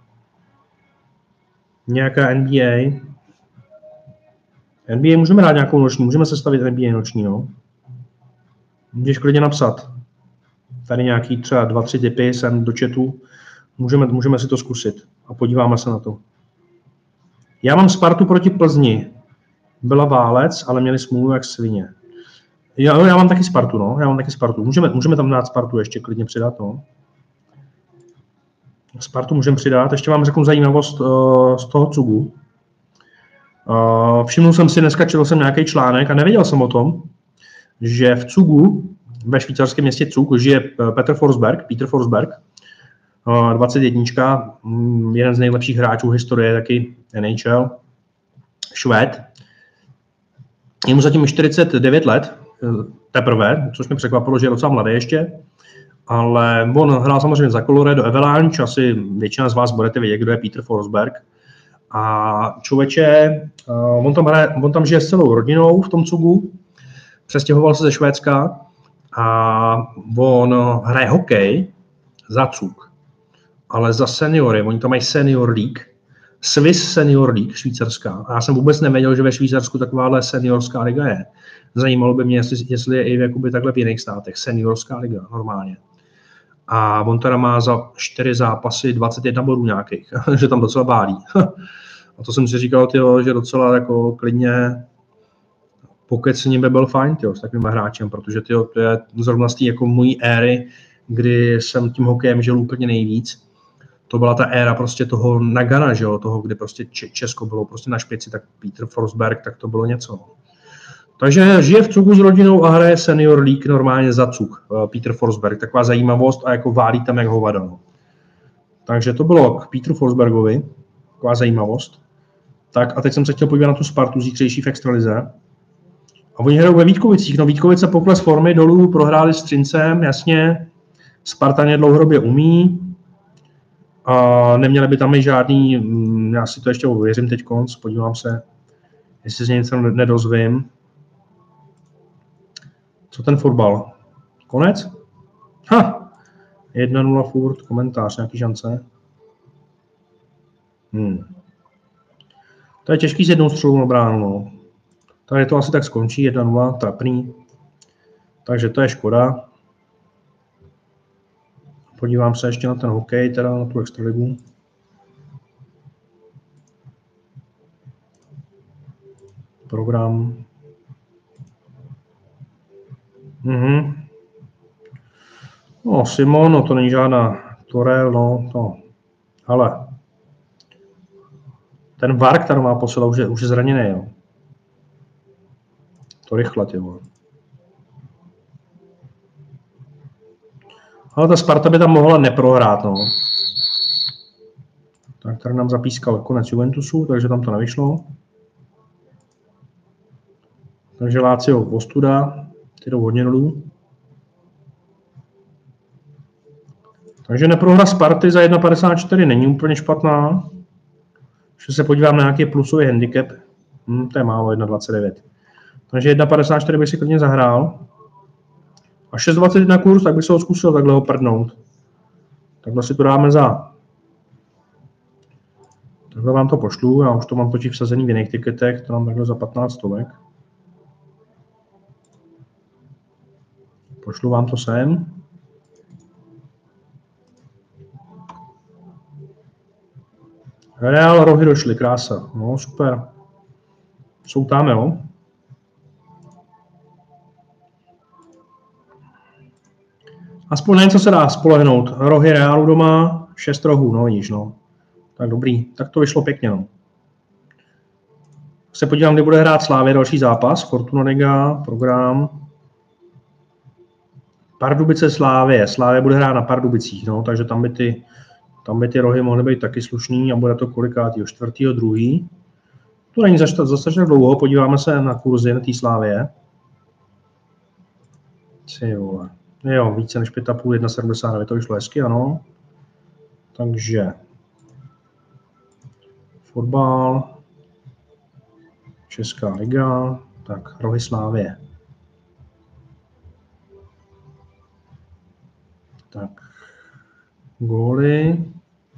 Nějaká NBA? NBA můžeme dát nějakou noční, můžeme sestavit NBA noční, no. Můžeš klidně napsat. Tady nějaký třeba 2-3 tipy sem do chatu. Můžeme si to zkusit a podíváme se na to. Já mám Spartu proti Plzni. Byla válec, ale měli smůlu jak svině. Já mám taky Spartu, no. Můžeme tam dát Spartu ještě klidně přidat, no. Spartu můžeme přidat. Ještě vám řeknu zajímavost z toho Cugu. Všimnul jsem si, dneska četl jsem nějaký článek a nevěděl jsem o tom, že v Cugu, ve švýcarském městě Cug, žije Peter Forsberg, 21, jeden z nejlepších hráčů historie, taky NHL, Švéd. Je mu zatím 49 let, teprve, což mě překvapilo, že je docela mladý ještě, ale on hrál samozřejmě za Colorado Avalanche, asi většina z vás budete vědět, kdo je Peter Forsberg. A člověče, on tam žije s celou rodinou v tom Cugu, přestěhoval se ze Švédska a on hraje hokej za Cug, ale za seniory, oni tam mají Senior League, Swiss Senior League, švýcarská. A já jsem vůbec nevěděl, že ve Švýcarsku takováhle seniorská liga je. Zajímalo by mě, jestli je i jakoby takhle v jiných státech. Seniorská liga, normálně. A on teda má za 4 zápasy 21 bodů nějakých, že tam docela bálí. A to jsem si říkal, tyjo, že docela jako klidně pokecní by byl fajn, tyjo, s takovým hráčem, protože tyjo, to je zrovna z té jako mojí éry, kdy jsem tím hokejem žil úplně nejvíc. To byla ta éra prostě toho Nagana, že jo, toho, kdy prostě Česko bylo prostě na špici, tak Peter Forsberg, tak to bylo něco. Takže žije v Cugu s rodinou a hraje Senior League normálně za Cug, Peter Forsberg, taková zajímavost a jako válí tam jak hovada. No. Takže to bylo k Petru Forsbergovi, taková zajímavost. Tak a teď jsem se chtěl podívat na tu Spartu zítřejší v extralize. A oni hrajou ve Vítkovicích, no Vítkovice pokles formy dolů, prohráli s Třincem, jasně, Spartan je dlouhodobě umí, a neměli by tam i žádný, já si to ještě ověřím teď konc, podívám se, jestli se něco nedozvím. Co ten fotbal? Konec? Ha! 1-0 furt, komentář, nějaký šance. To je těžký s jednou střelou na bránu. No. Tady to asi tak skončí, 1-0, trapný. Takže to je škoda. Podívám se ještě na ten hokej, teda na tu extraligu. Program. No, Simon, no to není žádná Torel, no to. Ale ten VAR, který má posila, už je zraněný, jo. To rychle, ty vole. Ale ta Sparta by tam mohla neprohrát, no. Tak tady nám zapískal konec Juventusu, takže tam to nevyšlo. Takže Lazio ostuda, ty jdou hodně dolů. Takže neprohra Sparty za 1,54 není úplně špatná. Když se podívám na nějaký plusový handicap, to je málo, 1,29. Takže 1,54 bych si klidně zahrál. A 6,21 kurz, tak bych se ho zkusil takhle ho prdnout. Takhle si to dáme za. Takhle vám to pošlu, já už to mám totiž vsazený v jiných tiketech, to mám takhle za 15 stovek. Pošlu vám to sem. Real rohy došly, krása. No, super. Jsou tam, jo. Aspoň na něco se dá spolehnout. Rohy Realu doma, 6 rohů, no vidíš, no. Tak dobrý, tak to vyšlo pěkně, no. Se podívám, kdy bude hrát Slavia další zápas. Fortuna Liga, program. Pardubice Slavie. Slavia bude hrát na Pardubicích, no, takže tam by ty rohy mohly být taky slušný a bude to kolikátýho, 4.2. To není zase tak dlouho, podíváme se na kurzy na té Slavie. Jo, více než 5,5, 1,79, to vyšlo hezky, ano. Takže fotbal, Česká liga, tak rohy Slavie. Tak, góly.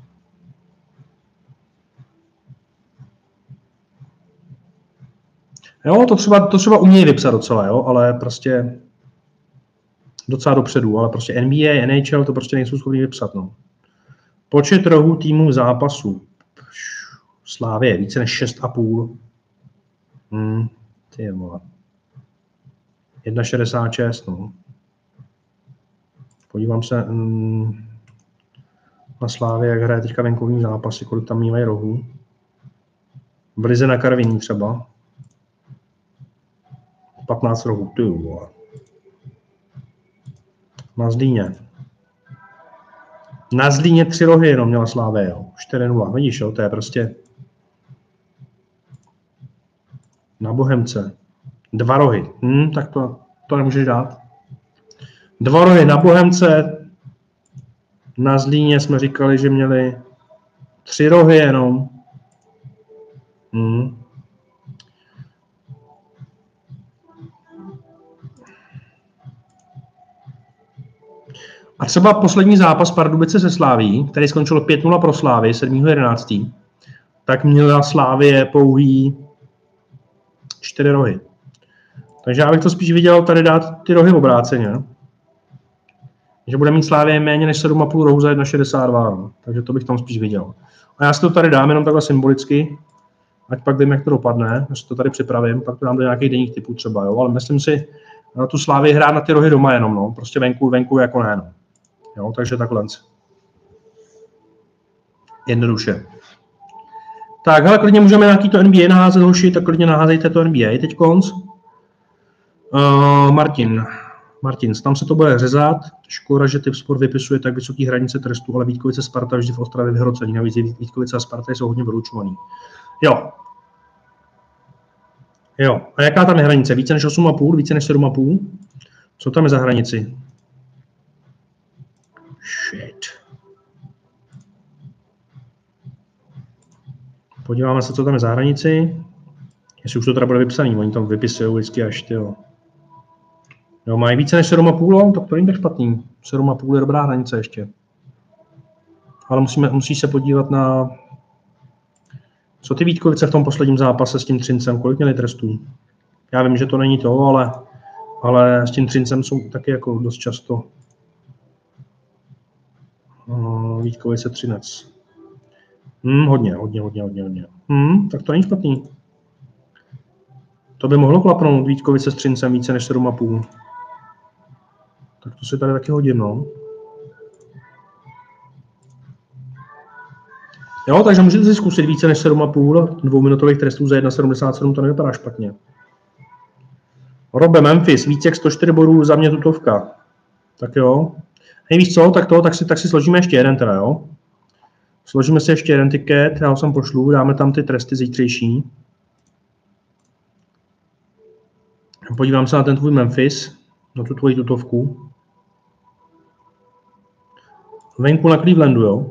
Jo, to třeba umějí vypsat docela, jo, ale prostě docela dopředu, ale prostě NBA, NHL to prostě nejsou schopni vypsat, no. Počet rohů týmů zápasů. Slavie, více než 6,5. Ty vole. 1,66, no. Podívám se na Slavii, jak hraje teďka venkovní zápasy, kolik tam mývají rohů. V lize na Karviní třeba. 15 rohů, ty vole. Na Zlíně 3 rohy jenom měla Slavia, jo. 4-0, vidíš, jo, to je prostě na Bohemce. 2 rohy, tak to nemůžeš dát. 2 rohy na Bohemce, na Zlíně jsme říkali, že měli 3 rohy jenom. A třeba poslední zápas Pardubice se Slaví, který skončilo 5-0 pro Slávy 7.11., tak měla Slávie pouhý 4 rohy. Takže já bych to spíš viděl tady dát ty rohy obráceně. Že bude mít Slávie méně než 7,5 rohu za 1,62. No. Takže to bych tam spíš viděl. A já si to tady dám jenom takhle symbolicky, ať pak vím, jak to dopadne. Já si to tady připravím, pak to dám do nějakých denních typů třeba. Jo. Ale myslím si, na tu Slávii hrát na ty rohy doma jenom. No. Prostě venku jako ne. No. Jo, takže takhle. Jednoduše. Tak, hele, klidně můžeme nějaký to NBA naházet, hoši, tak klidně naházejte to NBA teď konc. Martin, tam se to bude řezat. Škoda, že Typ Sport vypisuje tak vysoké hranice trestu, ale Vítkovice Sparta vždy v Ostravě vyhrocení. Navíc Vítkovice a Sparta jsou hodně vylučovaný. Jo. A jaká tam je hranice? Více než 8,5? Více než 7,5? Co tam je za hranici? Shit. Podíváme se, co tam je za hranici. Jestli už to teda bude vypsaný, oni tam vypisují vždycky až, tyjo. Jo, mají více než 7,5, tak to není tak špatný. 7,5 je dobrá hranice ještě. Ale musíš se podívat na... Co ty Vítkovice v tom posledním zápase s tím Třincem, kolik měli trestů? Já vím, že to není to, ale s tím Třincem jsou taky jako dost často Vítkovice Třinec. Hodně. Tak to není špatný. To by mohlo klapnout Vítkovice s Třincem více než 7,5. Tak to si tady taky hodím, no. Jo, takže můžete si zkusit více než 7,5 dvouminutových trestů za 1,77, to nevypadá špatně. Robe Memphis, víc jak 104 bodů, za mě tutovka. Tak jo. Hej, víš co, tak si složíme ještě jeden teda, jo. Složíme si ještě jeden tiket, já ho sem pošlu, dáme tam ty tresty zítřejší. Podívám se na ten tvůj Memphis, na tu tvoji tutovku. Venku na Clevelandu, jo.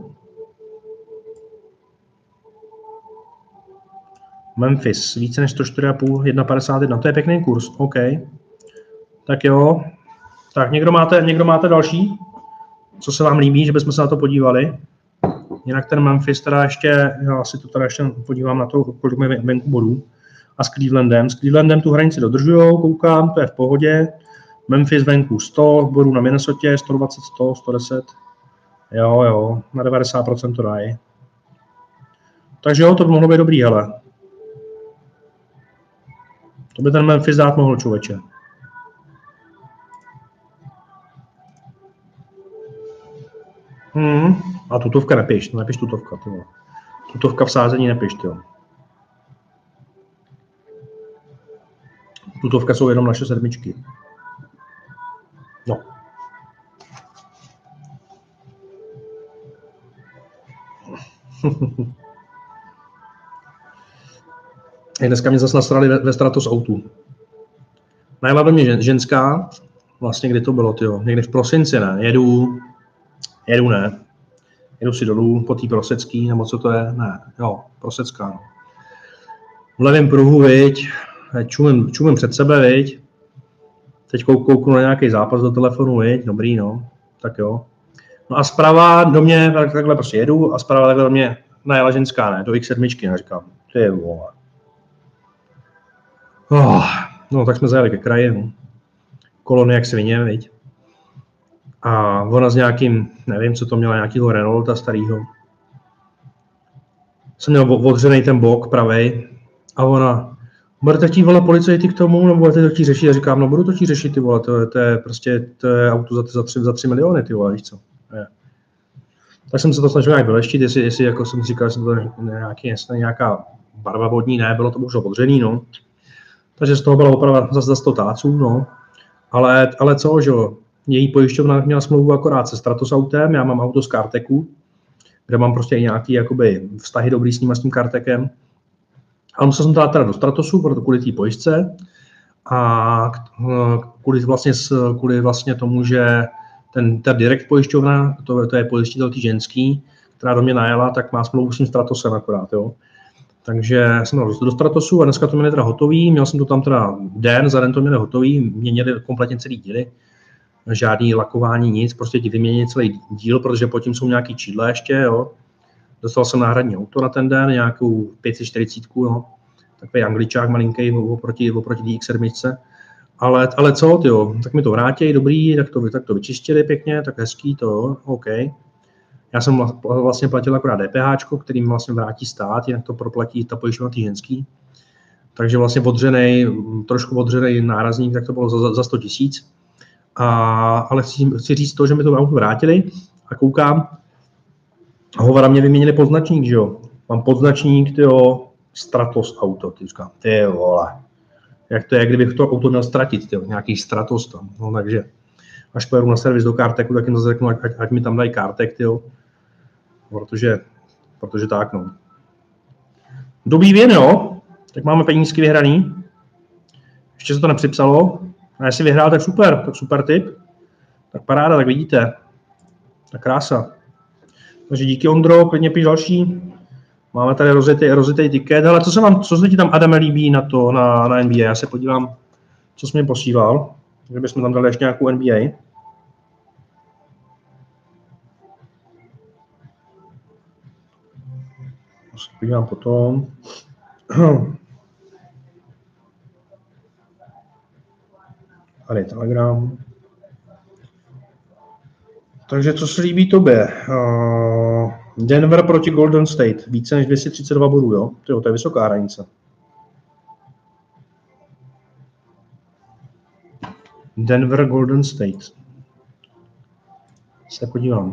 Memphis, více než 104,5, 1,51, to je pěkný kurz, OK. Tak jo, tak někdo máte další, co se vám líbí, že bychom se na to podívali. Jinak ten Memphis teda ještě, já si to teda ještě podívám na to, kolik máme venku bodů. A s Clevelandem tu hranici dodržujou, koukám, to je v pohodě. Memphis venku 100 bodů na Minnesotě, 120, 100, 110. Jo, na 90% to dají. Takže jo, to by mohlo být dobrý, hele. To by ten Memphis dát mohl, člověče. A tutovka nepiš tutovka, tyjo. Tutovka v sázení nepiš, tyjo. Tutovka jsou jenom naše sedmičky. No. Dneska mě zase nasrali ve Stratos autu. Najela do mě ženská, vlastně kdy to bylo, tyjo, někdy v prosinci, ne, jedu si dolů po té Prosecký, nebo co to je, ne, jo, Prosecká, no. V levém pruhu, viď, čumím před sebe, viď, teď kouknu na nějaký zápas do telefonu, viď, dobrý, no, tak jo. No a zprava do mě, takhle prostě jedu a zprava takhle do mě najela ženská, ne, do X7, říkám, ty vole. No, tak jsme zajeli ke kraji, no. Kolony jak svině, viď. A ona s nějakým, nevím, co to měla, nějakýho Renaulta starýho. Jsem měl odřenej ten bok pravej a ona, budete chtít, vole, policajty k tomu, nebo budete to chtít řešit? A říkám, no budu to chtít řešit, ty vole, to je prostě, to je auto za 3 miliony, ty vole, víš co. Je. Tak jsem se to snažil nějak vyleštit, jestli jako jsem říkal, že jsem to nějaká barva vodní, ne, bylo to bohužel odřený, no. Takže z toho byla oprava za 100 táců, no. Ale co, že jo, její pojišťovna měla smlouvu akorát se Stratos autem, já mám auto z Carteku, kde mám prostě i nějaký jakoby vztahy dobrý s ním a s tím Cartekem. Ale musel jsem teda do Stratosu, proto kvůli té pojišťce a kvůli vlastně tomu, že ta direkt pojišťovna, to je pojišťitel tý ženský, která do mě najela, tak má smlouvu s tím Stratosem akorát, jo. Takže jsem do Stratosu a dneska to měli teda hotový, měl jsem to tam teda za den to měli hotový, měnili kompletně celý díly, žádný lakování, nic, prostě ti vyměnili celý díl, protože pod tím jsou nějaký čidla ještě, jo. Dostal jsem náhradní auto na ten den, nějakou 540, no, takový angličák malinký oproti té X7. Ale co, tyjo, tak mi to vrátí, dobrý, tak to vyčistili pěkně, tak hezký to, OK. Já jsem vlastně platil akorát DPH, kterým vlastně vrátí stát, jinak to proplatí ta pojišťovna tý ženský. Takže vlastně trošku odřenej nárazník, tak to bylo za 100 000. Ale chci říct to, že mi to auto vrátili a koukám, hovora mě vyměnili podznačník, že jo. Mám podznačník, tyjo, Stratos auto, ty říkám, ty vole. Jak to je, kdybych to auto měl ztratit, tyjo, nějaký Stratos tam, no takže. Až pojedu na servis do Carteku, tak jim zase řeknu, ať mi tam dají Cartek, tyjo. Protože tak, no. Dobrý věn, jo. Tak máme penízky vyhraný. Ještě se to nepřipsalo. A jestli vyhrál, tak super tip. Tak paráda, tak vidíte. Tak krása. Takže díky, Ondro, klidně píš další. Máme tady rozjetý tiket. Ale co se ti tam, Adame, líbí na NBA? Já se podívám, co jsi mě posílal. že bychom tam dali ještě nějakou NBA. Podívám potom. Tady Telegram. Takže co se líbí tobě? Denver proti Golden State. Více než 232 bodů, jo? To je vysoká hranice. Denver Golden State. Se podívám.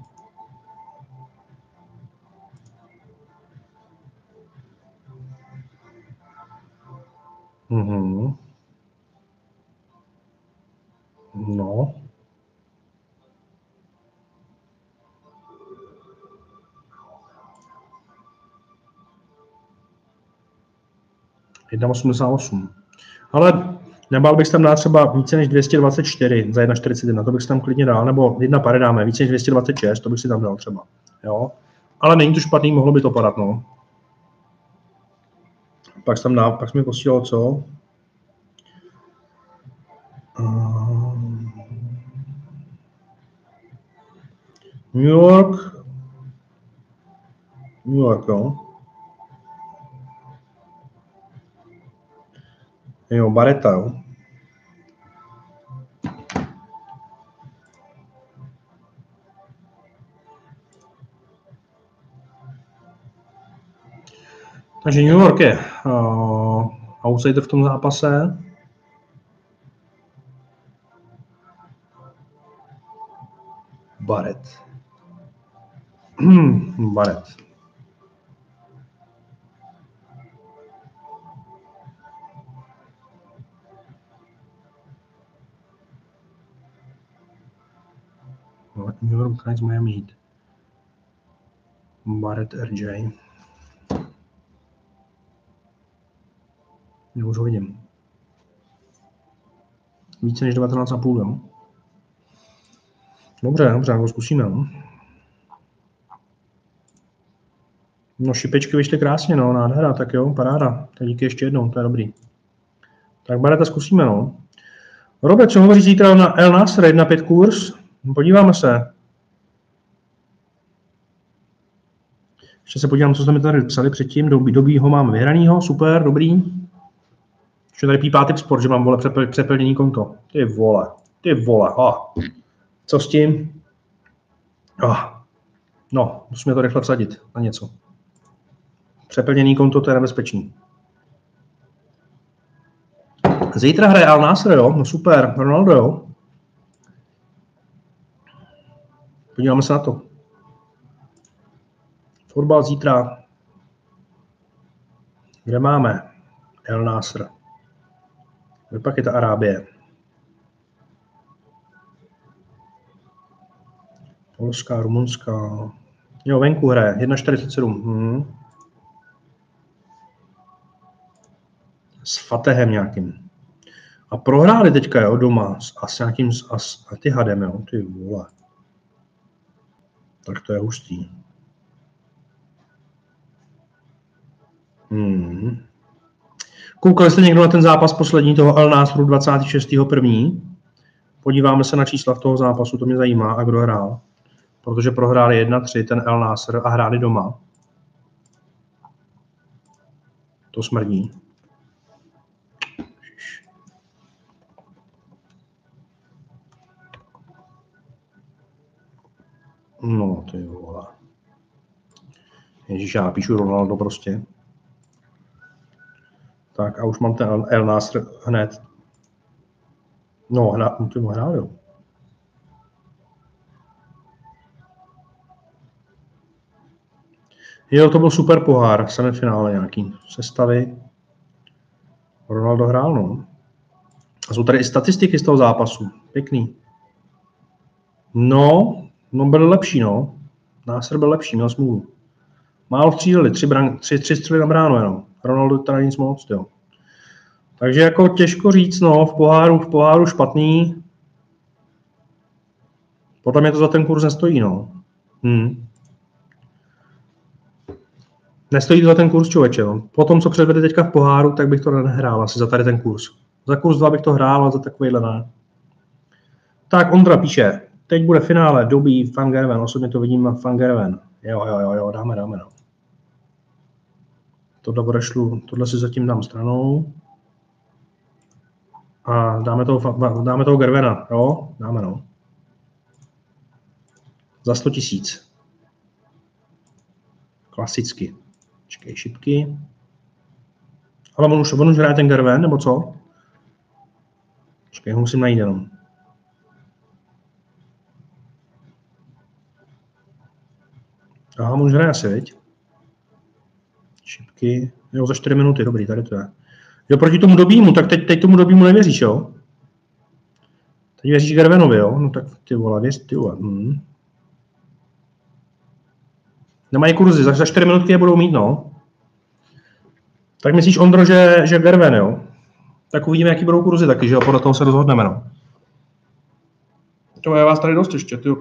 No. $1,88. Ale nebál bych tam dát třeba více než 224 za 1,41, to bych si tam klidně dal, nebo jedna pary dáme, více než 226, to bych si tam dal třeba. Jo? Ale není to špatný, mohlo by to padat, no. Pak jsem mi posílal co? New York, jo. Jo, Barreta, jo. Takže New York je outsider v tom zápase. Barrett. Barrett. New York Knights Miami Heat. Barrett RJ. Já už ho vidím. Více než 19,5, jo? Dobře, ho zkusíme, no. No, šipečky vyšly krásně, no, nádhera, tak jo, paráda. Tak díky ještě jednou, to je dobrý. Tak Barreta zkusíme, no. Robert, co hovoří zítra na El Nasr 1.5 kurz? Podíváme se. Ještě se podívám, co jsme tady psali předtím. Dobí ho mám vyhranýho, super, dobrý. Ještě tady pípá typ sport, že mám vole přeplnění konto. Ty vole, Co s tím? No, musíme to rychle vsadit na něco. Přeplněný konto, to je nebezpečný. Zítra hraje Al Nasr, jo? No super, Ronaldo, jo? Podíváme se na to. Fotbal zítra. Kde máme? El Nasr. Kde pak je ta Arábie? Polská, Rumunská. Jo, venku hraje. 1,47. S Fatehem nějakým. A prohráli teďka, jo, doma. S nějakým Etihadem, jo. Ty vole. Tak to je hustý. Koukali jste někdo na ten zápas poslední toho Al Nasru 26.1. Podíváme se na čísla v toho zápasu, to mě zajímá, a kdo hrál. Protože prohráli 1-3 ten Al Nasr a hráli doma. To smrdí. No, ty vole. Ježíš, já píšu Ronaldo prostě. Tak a už mám ten El Nasr hned. No, ty ho hrál, jo. Jo, to byl super pohár, semifinále nějaký sestavy. Ronaldo hrál, no. A jsou tady i statistiky z toho zápasu. Pěkný. No, byl lepší, no. Nasr byl lepší, měl smůlu. Málo stříleli, 3 střely na bránu jenom. Ronaldo teda nic moc, jo. Takže jako těžko říct, no, v poháru špatný. Potom je to za ten kurz nestojí, no. Nestojí to za ten kurz, člověče, no. Potom, co předvede teďka v poháru, tak bych to nehrál asi za tady ten kurz. Za kurz 2 bych to hrál, ale za takovýhle ne. Tak Ondra píše, teď bude finále, Dobí, Van Gerwen, osobně to vidím na Van Gerwen. Jo, dáme, no. Tohle si zatím dám stranou. A dáme toho Gerwena, jo? Dáme, no. Za 100 000. Klasicky. Čekej, šipky. Ale on už hraje ten Gerwen, nebo co? Čekej, ho musím najít jenom. Aha, on už hraje asi, viď? Šipky. Jo, za 4 minuty, dobrý, tady to je. Jo, proti tomu Dobímu, tak teď tomu Dobímu nevěříš, jo? Teď věříš Gerwenovi, jo? No tak ty vole, věř, ty vole. Nemají kurzy, za 4 minutky je budou mít, no. Tak myslíš, Ondro, že Gerwen, jo? Tak uvidíme, jaký budou kurzy taky, že jo? Podle toho se rozhodneme, no. To je vás tady dost ještě, ty.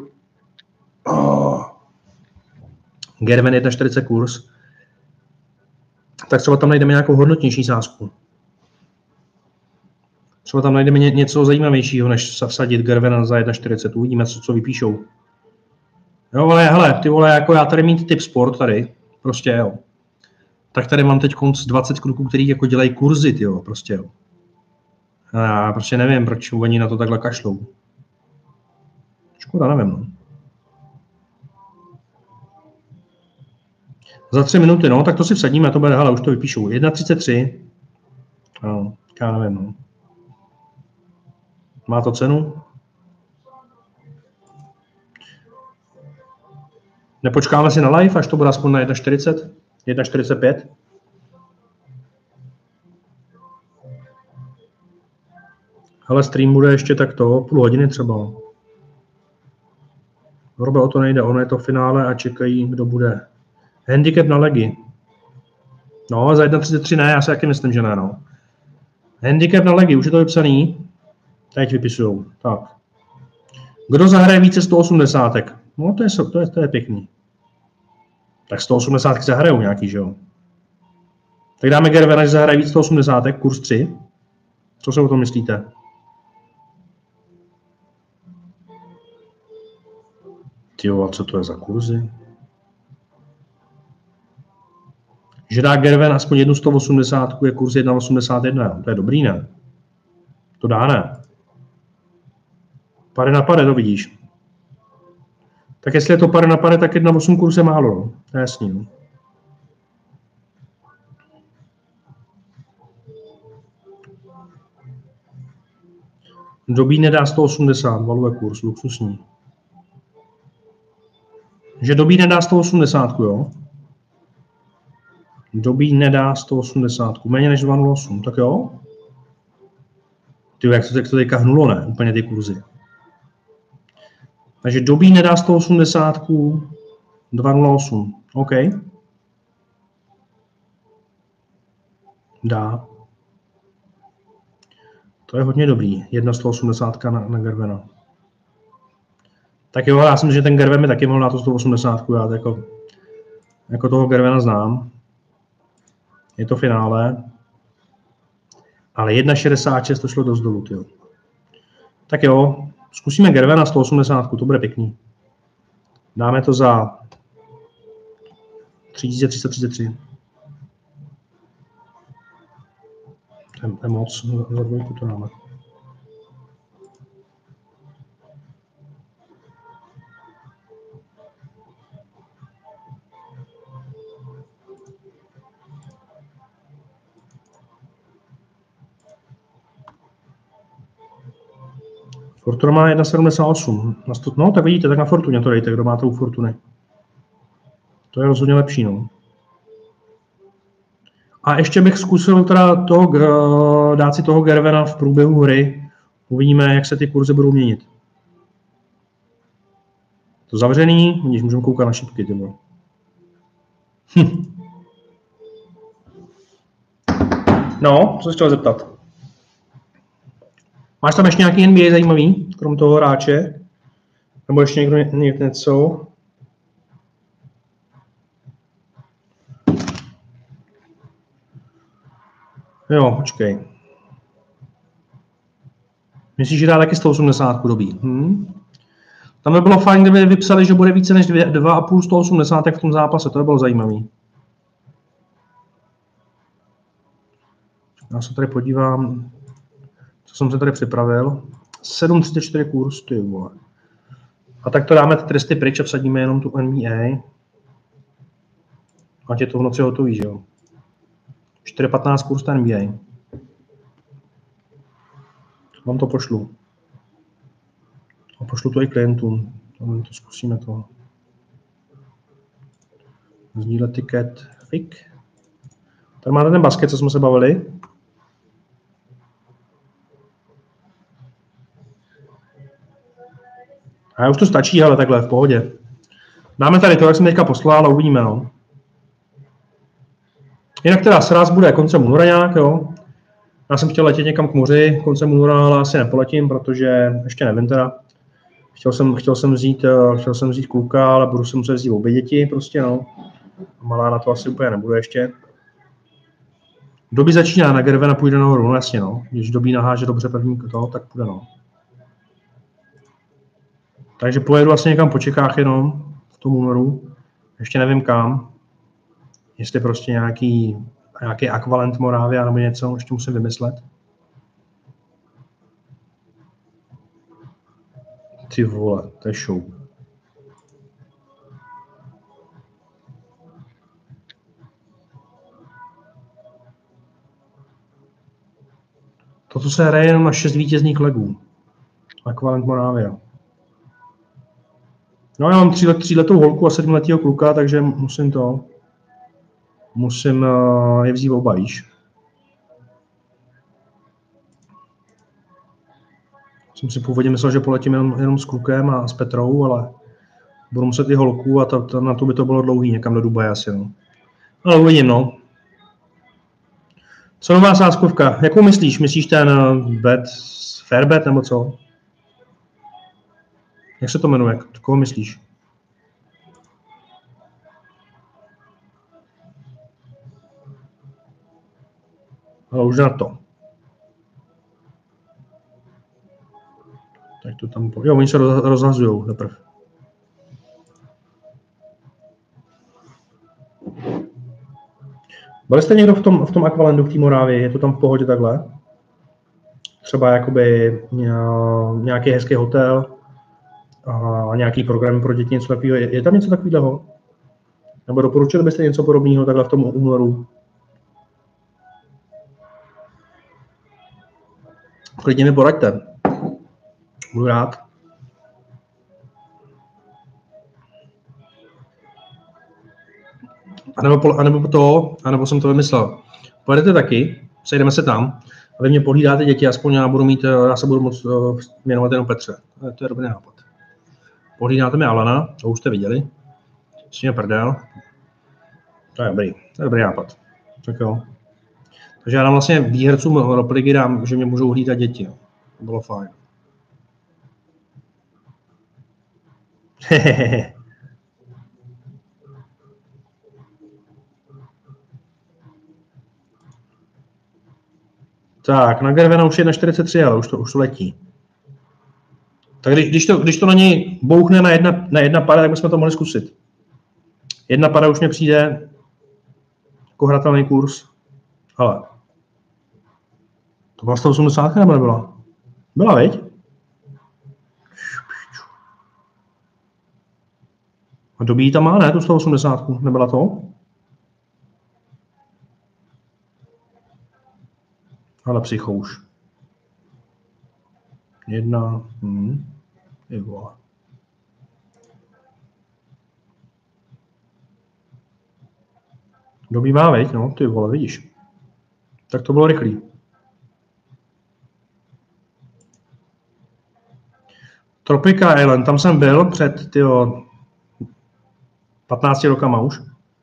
Gerwen 1,40 kurz. Tak třeba tam najdeme nějakou hodnotnější sázku. Třeba tam najdeme něco zajímavějšího, než vsadit Gerwena za 1,40. Uvidíme, co vypíšou. Jo, ale hele, ty vole, jako já tady mít tip sport tady, prostě jo. Tak tady mám teď konc 20 kluků, který jako dělají kurzy, tyjo, prostě jo. A já prostě nevím, proč oni na to takhle kašlou. Škoda, nevím, no. Za 3 minuty, no, tak to si vsadíme, to bude, hele, už to vypíšou. 1,33. No, já nevím, no. Má to cenu? Nepočkáme si na live, až to bude aspoň na 1,40? 1,45? Hele, stream bude ještě takto, půl hodiny třeba. Robe, o to nejde, ono je to finále a čekají, kdo bude. Handicap na legy. No, za 1,33 ne, já si taky myslím, že ne, no. Handicap na legy, už je to vypsaný. Teď vypisujou, tak. Kdo zahraje více 180? No, to je pěkný. Tak 180 zahrajou nějaký, že jo? Tak dáme Gerwena, že zahraje víc 180, kurz 3. Co si o tom myslíte? Tyjo, a co to je za kurzy? Že dá Gerwen aspoň 1,180, je kurz 1,81. To je dobrý, ne? To dá, ne? Pade na pade, to vidíš. Tak jestli je to pade na pade, tak 1,8 kurz je málo, no. To je jasný, no. Dobí nedá 180, valuje kurz, luxusní. Že Dobí nedá 180, jo? Dobí nedá 180, méně než 2,08, tak jo? Ty, jak to teďka hnulo, ne? Úplně ty kurzy. Takže Dobí nedá 180, 2,08, OK. Dá. To je hodně dobrý, 1,180 na Gerwena. Tak jo, já si myslím, že ten Gerwen mi taky mohl dát to 180, já jako toho Gerwena znám. Je to finále. Ale 1,66 to šlo dost dolů, tyjo. Tak jo, zkusíme Gerwena 180, to bude pěkný. Dáme to za 3333. To je moc, za dvojku to dáme. Fortuna má 1,78. No, tak vidíte, tak na Fortuně to dejte, kdo máte u Fortuny. To je rozhodně lepší, no. A ještě bych zkusil teda dát si toho Gerwena v průběhu hry. Uvidíme, jak se ty kurzy budou měnit. To zavřený, když můžeme koukat na šipky, ty vole. No, co jsi chtěl zeptat? Máš tam ještě nějaký NBA zajímavý, krom toho hráče? Nebo ještě někdo něco? Jo, počkej. Myslíš, že dá taky 180 dobí? Tam by bylo fajn, kdyby vypsali, že bude více než 2,5 180 v tom zápase, to by bylo zajímavý. Já se tady podívám, co jsem se tady připravil. 7,34 kurz, ty vole. A tak to dáme ty tresty pryč a vsadíme jenom tu NBA. Ať je to v noci hotový, že jo. 4,15 kurz ta NBA. Vám to pošlu. A pošlu to i klientům. To zkusíme to. Sdílet tiket. Fik. Tady máte ten basket, co jsme se bavili. A už to stačí, ale takhle, v pohodě. Dáme tady to, jak jsem teďka poslal a uvidíme, no. Jinak teda sraz bude koncem února nějak, jo. Já jsem chtěl letět někam k moři koncem února, ale asi nepoletím, protože ještě nevím teda. Chtěl jsem vzít kluka, ale budu se muset vzít obě děti, prostě, no. Malá na to asi úplně nebude ještě. Dobí začíná na Gervena, půjde nahoru, no jasně, no. Když Dobí naháže dobře první to, tak půjde, no. Takže pojedu vlastně někam po Čechách jenom v tom únoru. Ještě nevím kam. Jestli prostě nějaký Aqualent Moravia nebo něco, ještě musím vymyslet. Ty vole, to je show. Toto se hraje jenom na 6 vítězných legů. Aqualent Moravia. No já mám 3letou holku a 7letýho kluka, takže musím je vzít oba, víš. Jsem si původně myslel, že poletím jenom s klukem a s Petrou, ale budu muset i holku a na to by to bylo dlouhý, někam do Dubaje asi, no. Ale uvidím, no. Co nová sázkovka? Jakou myslíš? Myslíš ten Fairbet nebo co? Jak se to jmenuje? Koho myslíš? Ale už na to. Tak to tam... Jo, oni se rozhazujou teprve. Byli jste někdo v tom Aqualandu v té Morávii? Je to tam v pohodě takhle? Třeba jakoby nějaký hezký hotel a nějaký program pro děti, něco takového. Je tam něco takového? Nebo doporučili byste něco podobného takhle v tom únoru? Klidně mi poraďte. Budu rád. A nebo jsem to vymyslel. Pojedete taky, sejdeme se tam, a vy mě pohlídáte děti, aspoň já se budu moct věnovat jenom Petře. To je dobrý nápad. Pohlídáte mi Alana, to už jste viděli. S tím je prdel. To je dobrý nápad. Tak jo. Takže já dám vlastně výhercům Ropligy dám, že mě můžou hlídat děti. To bylo fajn. Tak, na Gervena už je na 43, ale už to letí. Tak když to na něj bouchne na jedna pada, tak bychom to mohli zkusit. Jedna pada už mě přijde jako hratelný kurz. Ale to byla 180 nebo nebyla? Byla, viď? A Dobí tam má, ne, tu 180, nebyla to? Ale psycho už. Jedna, je vole. Dobí má, veď, no, ty vole, vidíš. Tak to bylo rychlý. Tropica Island, tam jsem byl před 15 rokama už.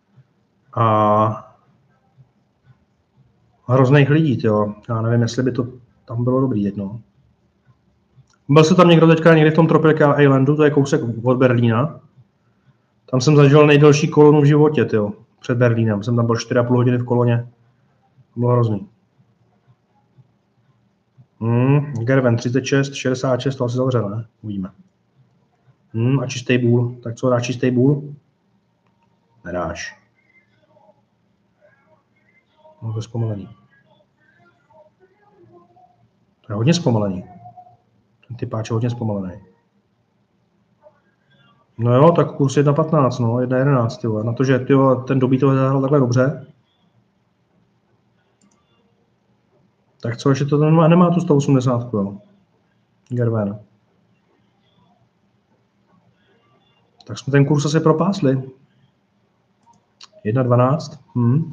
A hrozných lidí, tyjo. Já nevím, jestli by to tam bylo dobrý jedno. Byl se tam někdy v tom Tropica Islandu, to je kousek od Berlína. Tam jsem zažil nejdelší kolonu v životě, tyjo. Před Berlínem. Jsem tam byl 4,5 hodiny v koloně. To bylo hrozný. Gerven 36, 66, to asi zavře, ne? Uvidíme. A čistý bůl. Tak co, dáš čistý bůl? Nedáš. No, to je zpomalený. To je hodně zpomalený. Ten typáč je hodně zpomalený. No jo, tak kurz 1.15, no, 1.11, tyjo. Na to, že tyjo, ten dobí to zahrál takhle dobře. Tak co, ještě to nemá tu 180, jo. Gerven. Tak jsme ten kurz asi propásli. 1.12.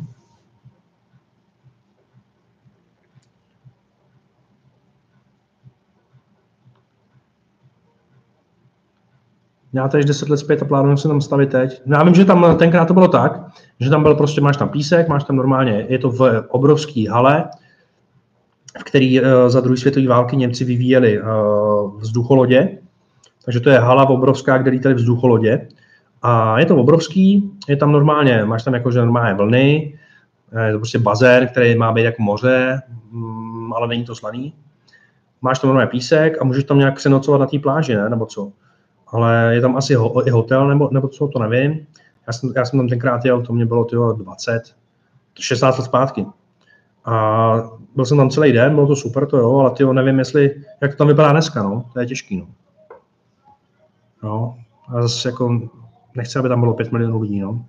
Já teď 10 let zpět a plánuju se tam stavit teď. No já vím, že tam tenkrát to bylo tak, že tam byl prostě, máš tam písek, máš tam normálně, je to v obrovský hale, v který za druhé světové války Němci vyvíjeli vzducholodě. Takže to je hala obrovská, kde lítaly vzducholodě. A je to obrovský, je tam normálně, máš tam jakože normálně vlny, je to prostě bazén, který má být jako moře, ale není to slaný. Máš tam normálně písek a můžeš tam nějak se nocovat na té pláži, ne? Nebo co? Ale je tam asi i hotel, nebo co, to nevím. Já jsem tam tenkrát jel, to mě bylo 16 let zpátky. A byl jsem tam celý den, bylo to super, to jo, ale nevím, jak to tam vypadá dneska, no, to je těžký, no. No, a zase jako nechci, aby tam bylo 5 milionů lidí, no.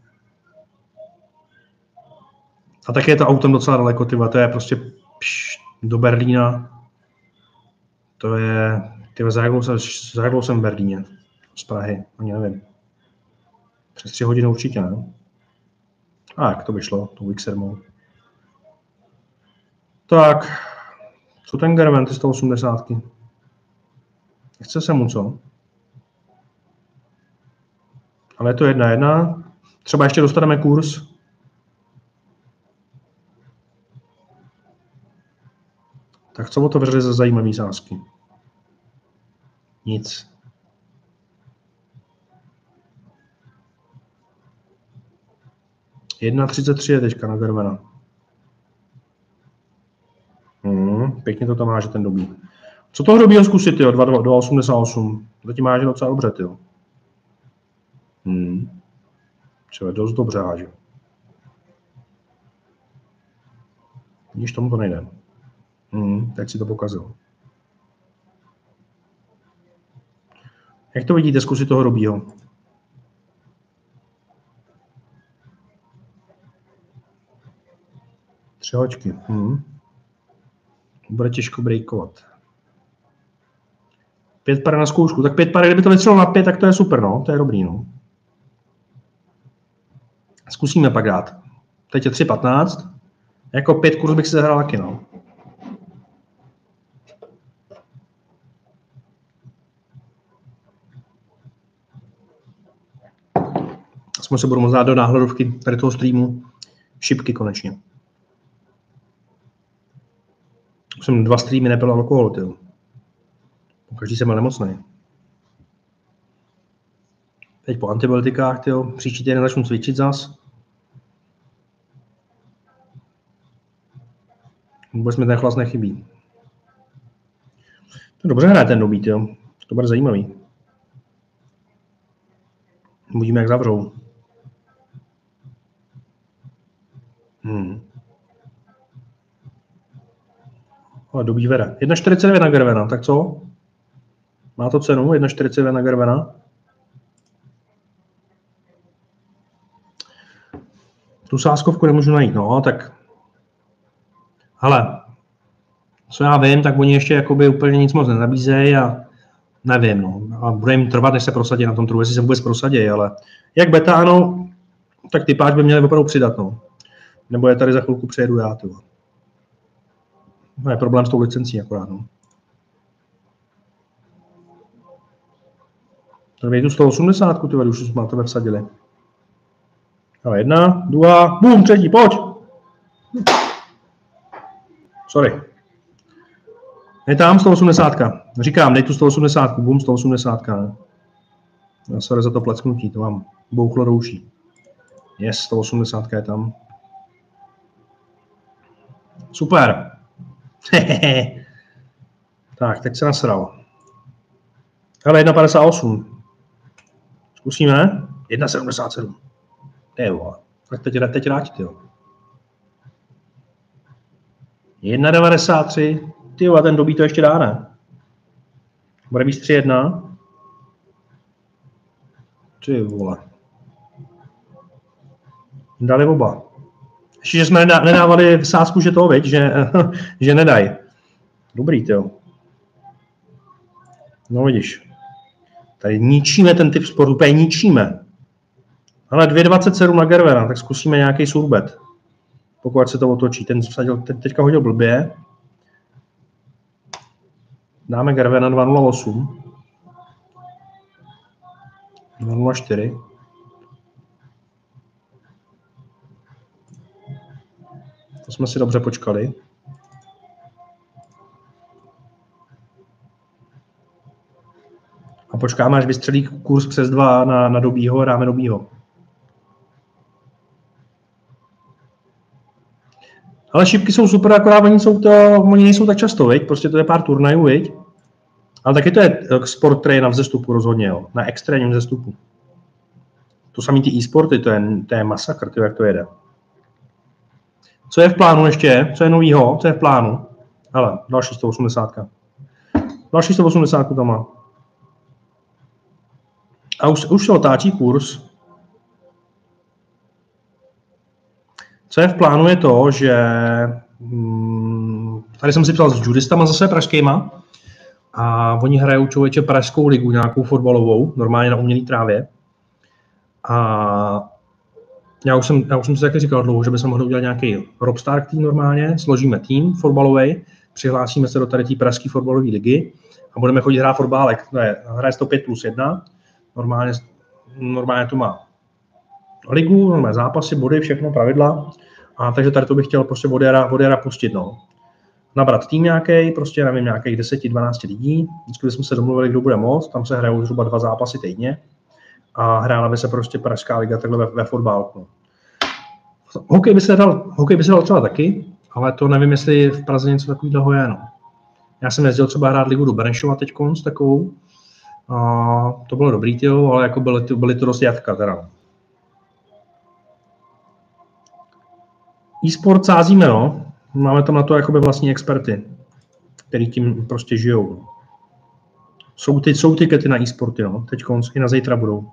A taky je to autem docela daleko, to je prostě do Berlína. To je, zahrnul jsem v Berlíně, z Prahy, ani nevím. Přes 3 hodiny určitě, ne? A jak to by šlo, tou XR-mou. Tak, co ten Gerven, ty 180. Nechce se mu, co? Ale je to 1.1. Třeba ještě dostaneme kurz. Tak co otevřeli za zajímavý sázky? Nic. Jedna 33 je teďka na Gervena. Pěkně to tam máže ten dobí. Co toho dobího zkusit, jo? 2.88. Zatím máže docela dobře, jo. Třeba dost dobře háže. Když tomu to nejde. Teď si to pokazil. Jak to vidíte, zkusit toho dobího? Tři hočky. Bude těžko breakovat. 5 pare na zkoušku. Tak 5 pare, kdyby to vystřelilo na 5, tak to je super, no. To je dobrý, no. Zkusíme pak dát. Teď je 3.15. Jako 5 kurz bych si zahrál taky, no. Aspoň se budu moct dát do náhledovky tady toho streamu šipky konečně. Už jsem 2 streamy nepil alkohol, tyjo. Každý jsem byl nemocný. Teď po antibiotikách, tyjo. Příští týden začnu cvičit zas. Vůbec mi ten chlast nechybí. To dobře hraje ten dobít, jo. To bude zajímavý. Uvidíme, jak zavřou. Ale dobí vede. 1,49 na Gervena, tak co? Má to cenu 1,49 na Gervena? Tu sázkovku nemůžu najít, no, tak... Hele, co já vím, tak oni ještě jakoby úplně nic moc nenabízejí a nevím, no. A bude jim trvat, než se prosadí na tom trhu, jestli se vůbec prosadí, ale jak beta, ano, tak typáč by měli opravdu přidat, no. Nebo je tady za chvilku přejedu já, tyvo. No, je problém s tou licencí akorát, no. Tady tu 180, tyvo, už jsme na tebe vsadili. Ale 1, 2, bum, třetí, pojď! Sorry. Je tam 180. Říkám, dej tu 180, bum, 180. Ne? Sorry za to plecknutí, to vám bouchlo do uší. Yes, 180 je tam. Super. Tak, teď se nasral. Hele, 1,58. Zkusíme? 1,77. Jo, tak teď rád, jo. 1,93. Tyjo, a ten dobí to ještě dá, ne? Bude víc 3,1. Ty vole. Dali oba. Ještě, že jsme nedávali v sázku, že toho, viď? Že nedají. Dobrý, tyjo. No vidíš. Tady ničíme ten typ sportu, úplně ničíme. Ale 2,27 na Gervena, tak zkusíme nějaký surbet. Pokud se to otočí. Ten teďka hodil blbě. Dáme Gervena 2,08. 2,04. To jsme si dobře počkali. A počkáme, až vystřelí kurz přes 2 na Dobího, dáme Dobího. Ale šipky jsou super, akorát oni nejsou tak často, viď? Prostě to je pár turnajů, viď? Ale taky to je sport, který je na vzestupu rozhodně, jo? Na extrémním vzestupu. To samý ty e-sporty, to je masakr, tyjo, jak to jede. Co je v plánu ještě? Co je novýho? Co je v plánu? Hele, další 180. Další 180 tam má. A už se otáčí kurz. Co je v plánu je to, že tady jsem si psal s judistama zase pražskýma a oni hrajou člověče pražskou ligu, nějakou fotbalovou, normálně na umělý trávě. A já už jsem si taky říkal dlouho, že bychom mohli udělat nějaký Robstar tým normálně, složíme tým fotbalový, přihlásíme se do tady té pražské fotbalové ligy a budeme chodit hrát fotbálek. Hraje 105+1, normálně to má ligu, normálně zápasy, body, všechno, pravidla. A takže tady to bych chtěl prostě od jara pustit, no. Nabrat tým nějaký, prostě nevím, nějakých 10-12 lidí. Vždycky jsme se domluvili, kdo bude moc, tam se hrajou zhruba 2 zápasy týdně. A hrála by se prostě pražská liga takhle ve fotbálku. Hokej by se dal třeba taky, ale to nevím, jestli v Praze něco takového je, no. Já jsem jezdil třeba hrát ligu do Benešova teďkonc takovou. A to bylo dobrý, tyjo, ale jako byly to dost jatka teda. E-sport sázíme, no. Máme tam na to jakoby vlastní experty, který tím prostě žijou. Jsou tikety na e-sporty, no. Teďkonc i na zítra budou.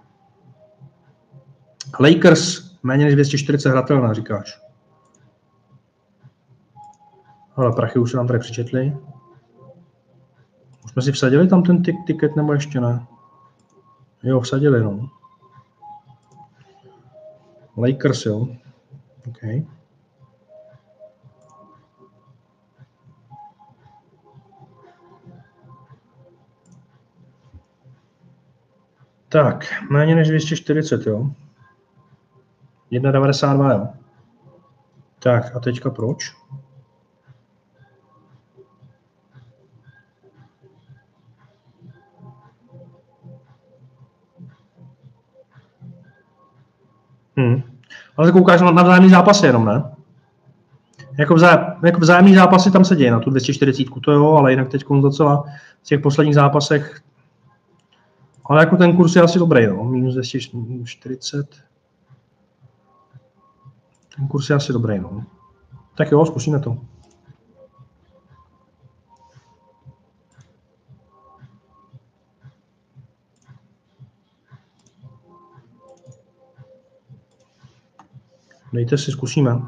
Lakers, méně než 240 hratelná, říkáš. Ale prachy už se nám tady přečetli. Už jsme si vsadili tam ten tiket, nebo ještě ne? Jo, vsadili, no. Lakers, jo. OK. Tak, méně než 240, jo. 1,92, jo. Tak, a teďka proč? Ale koukáš na vzájemný zápasy jenom, ne? Jako vzájemný zápasy tam se děje na tu 240, to jo, ale jinak teď docela v těch posledních zápasech. Ale jako ten kurz je asi dobrý, no, minus 240. Ten kurz je asi dobrý, no. Tak jo, zkusíme to. Dejte si, zkusíme.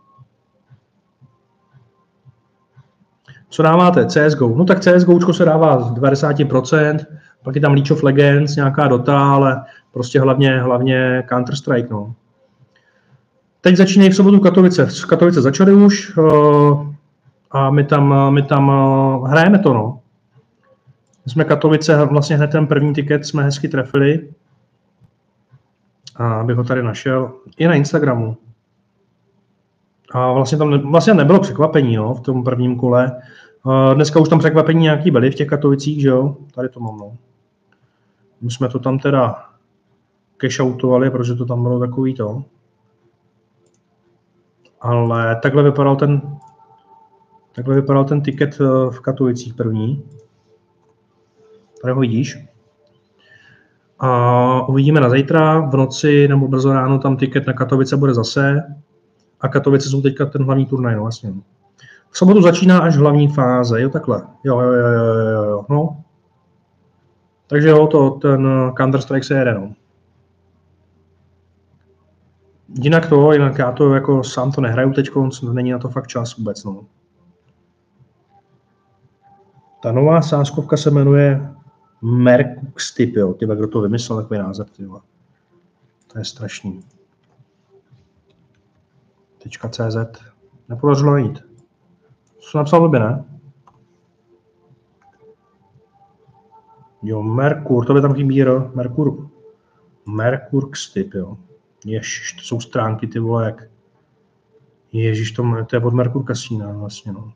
Co dáváte? CSGO. No tak CSGOčko se dává z 90%, pak je tam League of Legends, nějaká Dota, ale prostě hlavně Counter-Strike, no. Teď začínají v sobotu Katovice. Katovice začaly už a my tam hrajeme to, no. My jsme Katovice, vlastně hned ten první tiket jsme hezky trefili. A abych ho tady našel. I na Instagramu. A vlastně tam nebylo překvapení, no, v tom prvním kole. Dneska už tam překvapení nějaký byly v těch Katovicích, že jo? Tady to mám, no. My jsme to tam teda cashoutovali, protože to tam bylo takový to. Ale takhle vypadal ten tiket v Katovicích první. Tady ho vidíš. A uvidíme na zítra, v noci nebo brzo ráno tam tiket na Katovice bude zase. A Katovice jsou teďka ten hlavní turnaj, no vlastně. V sobotu začíná až hlavní fáze, jo takhle. Jo, no. Takže jo, ten Counter-Strike se jede, no. Jinak já to jako sám to nehraju teď, není na to fakt čas vůbec, no. Ta nová sázkovka se jmenuje Merkuxtip, jo. Tyba, kdo to vymyslel, takový název, tyba. To je strašný. .cz. Nepodařilo najít. Co jsem napsal blbě, ne? Jo, Merkur, to by tam chybí, jo. Merkuxtip, jo. Ježiš, to jsou stránky, ty vole, jak... Ježiš, to je od Merkur Casina, vlastně, no.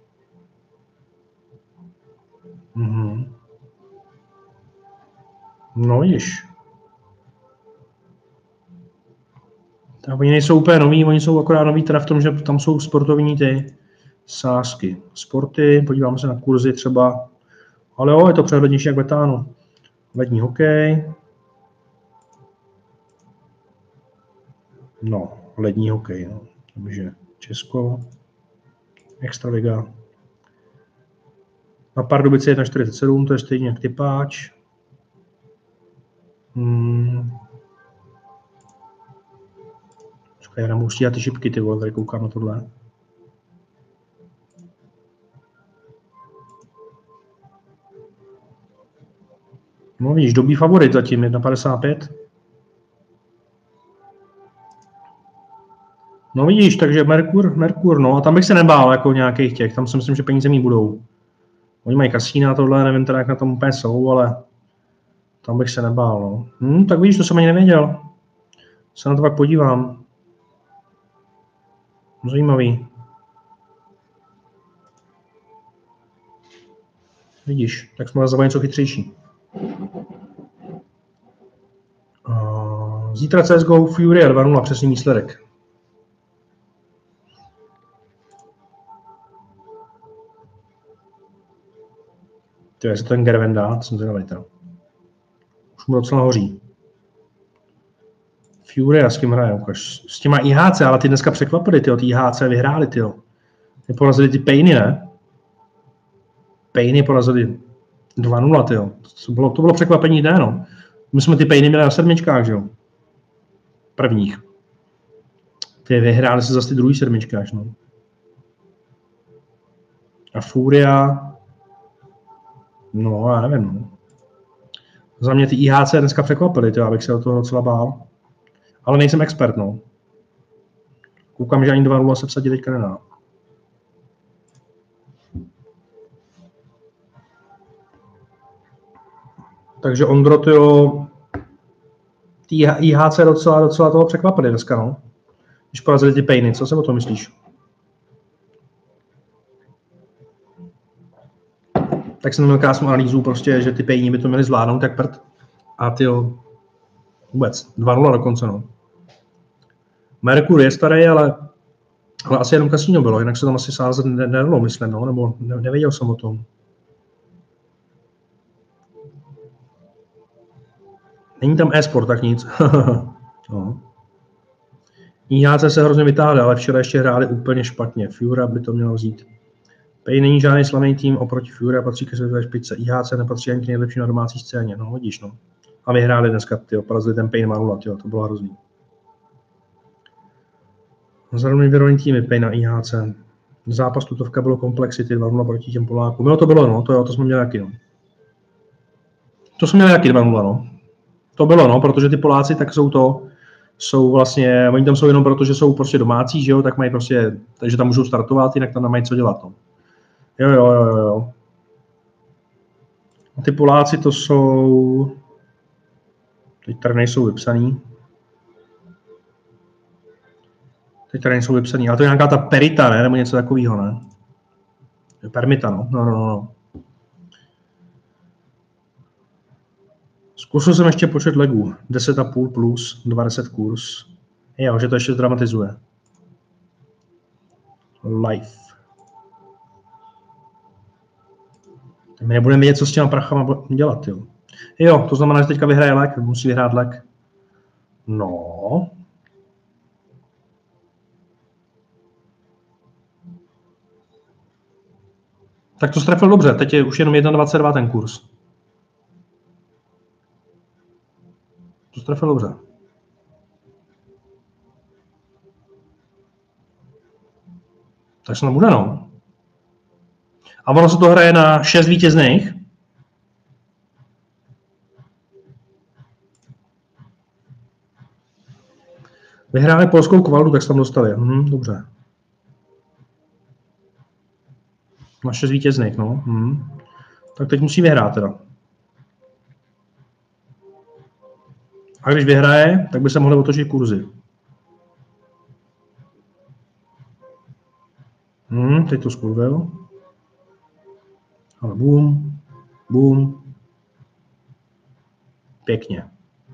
Mhm. No, vidíš. Tak oni nejsou úplně noví, oni jsou akorát noví teda v tom, že tam jsou sportovní ty sázky. Sporty, podíváme se na kurzy třeba, ale jo, je to přehlednější jak Betánu. Lední hokej. No, lední hokej, no. Takže Česko, Extraliga. Na Pardubice 1,47, to je stejně jak typáč. Já nemůžu stíhat ty šipky, ty vole, tady koukám na tohle. No vidíš, dobý favorit zatím, 1,55. No vidíš, takže Merkur, no a tam bych se nebál jako nějakých těch, tam si myslím, že peníze mít budou. Oni mají kasína, tohle, nevím teda, jak na tom úplně jsou, ale tam bych se nebál, no. Tak vidíš, to jsem ani nevěděl. Se na to pak podívám. Zajímavý. Vidíš, tak jsme za něco chytřejší. Zítra CSGO Fury 2-0, přesný výsledek. Tyhle, jestli to ten Gerven dá, to jsem zvědavý teda. Už mu docela hoří. Fury a s kým hraje, ukaž. S těma IHC, ale ty dneska překvapili, ty IHC vyhráli, ty. Ty porazili ty Payny, ne? Payny porazili 2-0, ty. To bylo překvapení dne, no. My jsme ty Payny měli na sedmičkách, že jo? Prvních. Ty vyhráli se zase ty druhý sedmičkách, no. A Furia, no, já nevím, no. Za mě ty IHC dneska překvapili, ty, abych se o toho docela bál. Ale nejsem expert, no. Koukám, že ani 2-0 se vsadit teďka nedá. Takže Ondro, tyjo, ty IHC docela toho překvapili dneska, no. Když porazili ty Payny, co si o tom myslíš? Tak jsem měl krásnou analýzu, prostě, že ty Payny by to měli zvládnout, tak prd. A tyjo, vůbec, 2-0 dokonce, no. Merkur je starý, ale asi jenom kasíno bylo, jinak se tam asi sázet nedalo, myslím, no, nebo nevěděl jsem o tom. Není tam e-sport, tak nic. No. IHC se hrozně vytáhli, ale včera ještě hráli úplně špatně. Fura by to mělo vzít. Pay není žádný slavný tým oproti Fura, patří ke světové špičce. IHC nepatří ani k nejlepší na domácí scéně. No, hodíš, no. A vyhráli dneska, tyjo, porazili ten Pay 2-0, tyjo, to bylo hrozný. Zároveň vyrovnaný týmy Pay na IHC. Zápas tutovka bylo Complexity 2-0 proti těm Polákům. Jo, to bylo, no, to jsme měli taky, no. To jsme měli taky 2-0, no. To bylo, no, protože ty Poláci tak jsou vlastně, oni tam jsou jenom proto, že jsou prostě domácí, že jo, tak mají prostě, takže tam můžou startovat, jinak tam nemají co dělat, no. Jo. A ty Poláci to jsou, teď tady nejsou vypsaný. Ale to je nějaká ta Perita, ne, nebo něco takového, ne? Permita, no. No. Zkusil jsem ještě počet legů. 10,5 plus 20 kurz. Jo, že to ještě zdramatizuje. Live. My nebudeme vědět, co s těma prachama dělat, jo. Jo, to znamená, že teďka vyhraje lek, musí vyhrát lek. No. Tak to strefil dobře, teď je už jenom 1,22 ten kurz. To strefil dobře. Tak se bude, no. A ono se to hraje na 6 vítězných. Vyhráli polskou kvaldu, tak se tam dostali. Dobře. Na 6 vítězných, no. Tak teď musí vyhrát teda. A když vyhraje, tak by se mohly otočit kurzy. Teď to skurvil. Ale boom, boom. Pěkně.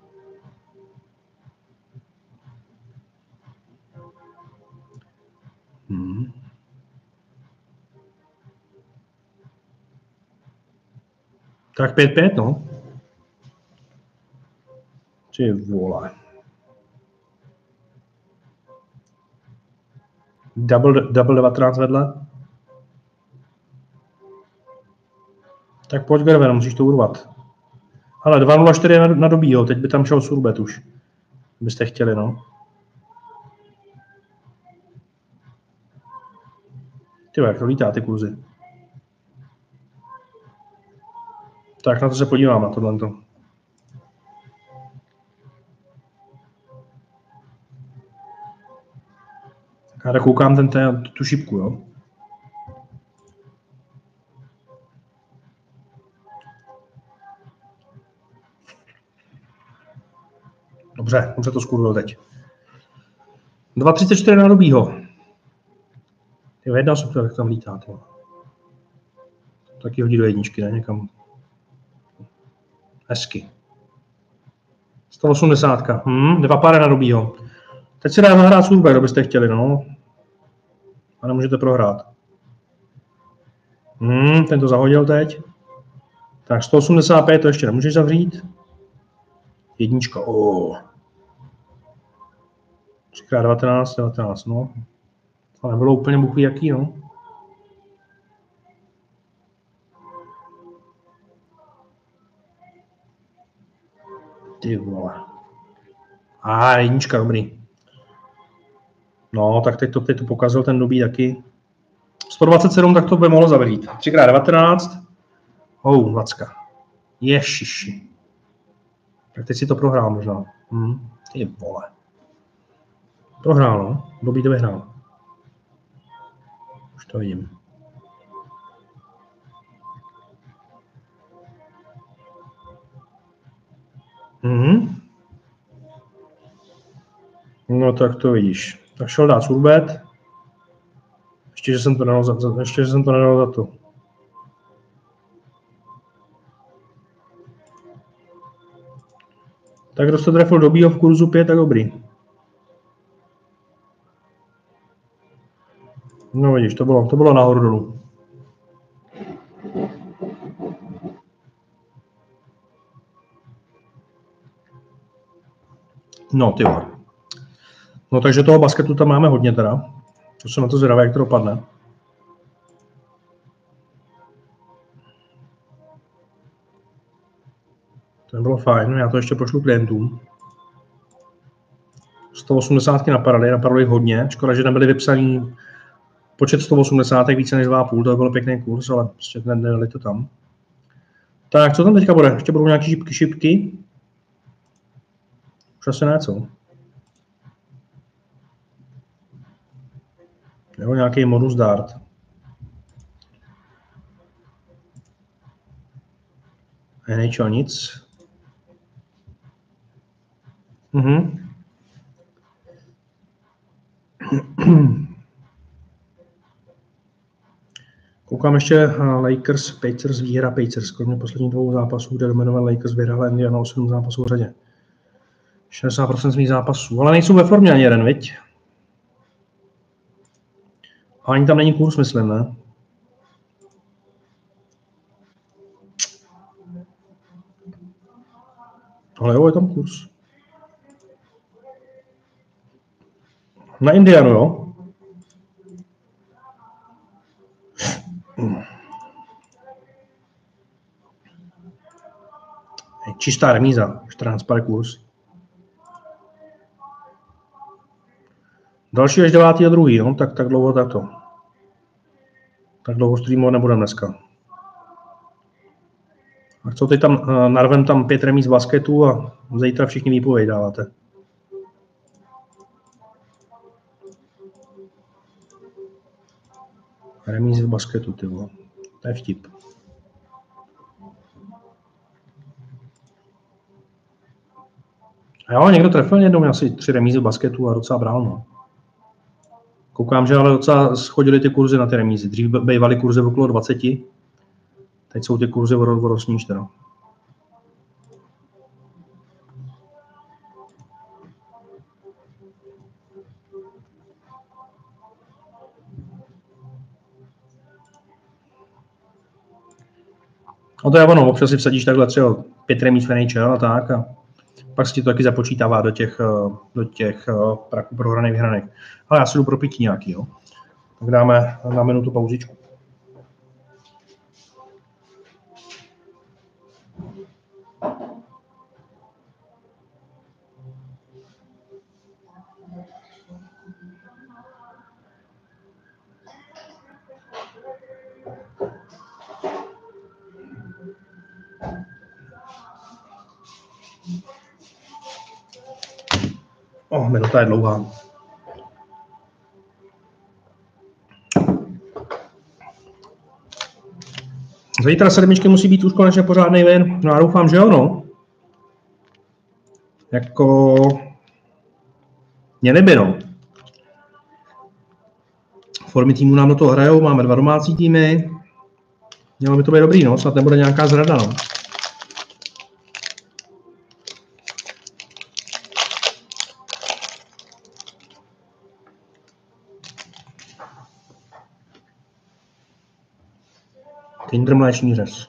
Tak 5-5, no. Ty vole. Double 19 vedle. Tak pojď, Gerber, musíš to urvat. Ale 2,04 na Dobího, teď by tam šel Surbet už. Byste chtěli, no. Ty jak to lítá, ty kurzy. Tak na to se podívám, na tohle. Já tak koukám tu šipku, jo. Dobře to skurvil teď. 2,34 na Dobího. Jo, jedna super, jak tam lítá. Tyjo. Taky hodí do jedničky, ne? Někam. Hezky. 180. 2 páry na Dobího. Teď se dá nahrát Surbet, kdo byste chtěli, no. A nemůžete prohrát. Ten to zahodil teď. Tak 185 to ještě nemůžeš zavřít. Jednička, 3x19, 19, no. To nebylo úplně buchví jaký, no. Ty vole. Jednička, dobrý. No, tak teď to pokazil ten Dobí taky. 127, tak to by mohlo zavřít. 3x19. 20. Ježiši. Tak teď si to prohrál možná. Ty vole. Prohrál, no. Dobí to vyhrál. Už to vidím. No tak to vidíš. Tak šel dát Surbet. Ještě, že jsem to nedal za to. Tak kdo jste trefil Dobího v kurzu 5, tak dobrý. No vidíš, to bylo nahoru dolů. No ty vole. No takže toho basketu tam máme hodně teda. To jsem na to zvědavý, jak to dopadne. To bylo fajn, já to ještě pošlu klientům. 180 napadaly jich hodně. Škoda, že nebyly vypsaný počet 180, více než 2,5, to byl pěkný kurz, ale prostě nedali to tam. Tak, co tam teďka bude? Ještě budou nějaké šipky? Už asi ne, co? Jo, nějaký modus dart. NHL nic. Koukám ještě Lakers, Pacers, výhra Pacers. Kromě posledních 2 zápasů, kde dominoval Lakers, vyhrál Indiana 8 zápasů v řadě. 60% svých zápasů, ale nejsou ve formě ani jeden, viď? A ani tam není kurz, myslím, ne? Ale jo, je tam kurz. Na Indianu, jo? Čistá remíza, 14 kurz. Další až 9.2., no, tak dlouho tato. Tak dlouho streamovat nebudem dneska. A co teď tam, narvem tam 5 remíz basketu a zítra všichni výpověď dáváte. Remízy v basketu, ty vole. To je vtip. A jo, někdo trefil jednou asi 3 remízy v basketu a docela bral, no. Koukám, že ale docela schodily ty kurzy na ty remízy. Dřív bývaly kurzy okolo 20, teď jsou ty kurzy o dost níž teda. No to je ono, občas si vsadíš takhle třeba 5 remíz v NHL a tak a pak se ti to taky započítává do těch praků prohraných vyhraných. Ale já si jdu pro pití nějaký, jo. Tak dáme na minutu pauzičku. Minuta je dlouhá. Zítra 7 musí být už konečně pořádnej ven. No já doufám, že jo, no. Jako... Mě neby, no. Formy týmu nám do toho hrajou, máme 2 domácí týmy. Mělo by to být dobrý, no. Snad nebude nějaká zrada, no. Kinder mléčný řez.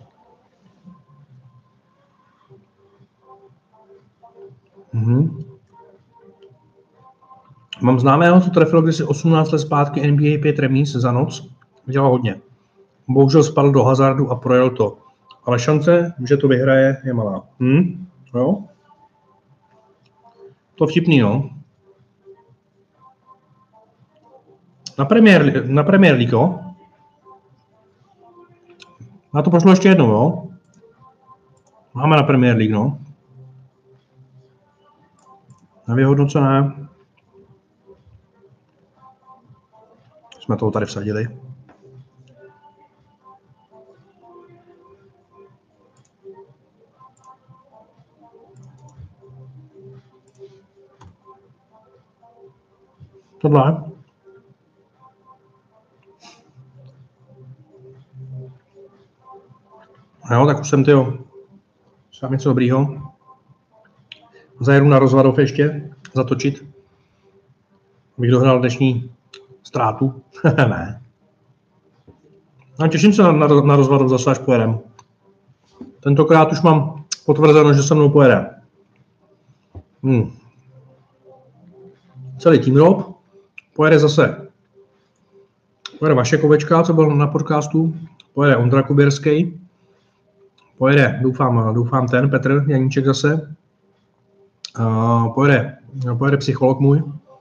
Mám známého, co trefilo kdysi 18 let zpátky NBA 5 remíz za noc. Dělal hodně. Bohužel spadl do hazardu a projel to. Ale šance, že to vyhraje, je malá. Jo? To vtipný, no. Na Premier League, jo? Na to pošlo ještě jednou, jo? Máme na Premier League, no. Nevyhodnocené. Jsme toho tady vsadili. Tohle. Jo, tak už jsem, tyjo, sám něco dobrýho. Zajedu na Rozvadov ještě, zatočit. Abych dohnal dnešní ztrátu. Ne. A těším se na Rozvadov, zase až pojedem. Tentokrát už mám potvrzeno, že se mnou pojede. Celý Team Rob. Pojede zase. Pojede Vašek Ovečka, co byl na podcastu. Pojede Ondra Kuběrský. Pojede, doufám ten Petr Janíček zase. Pojede psycholog můj.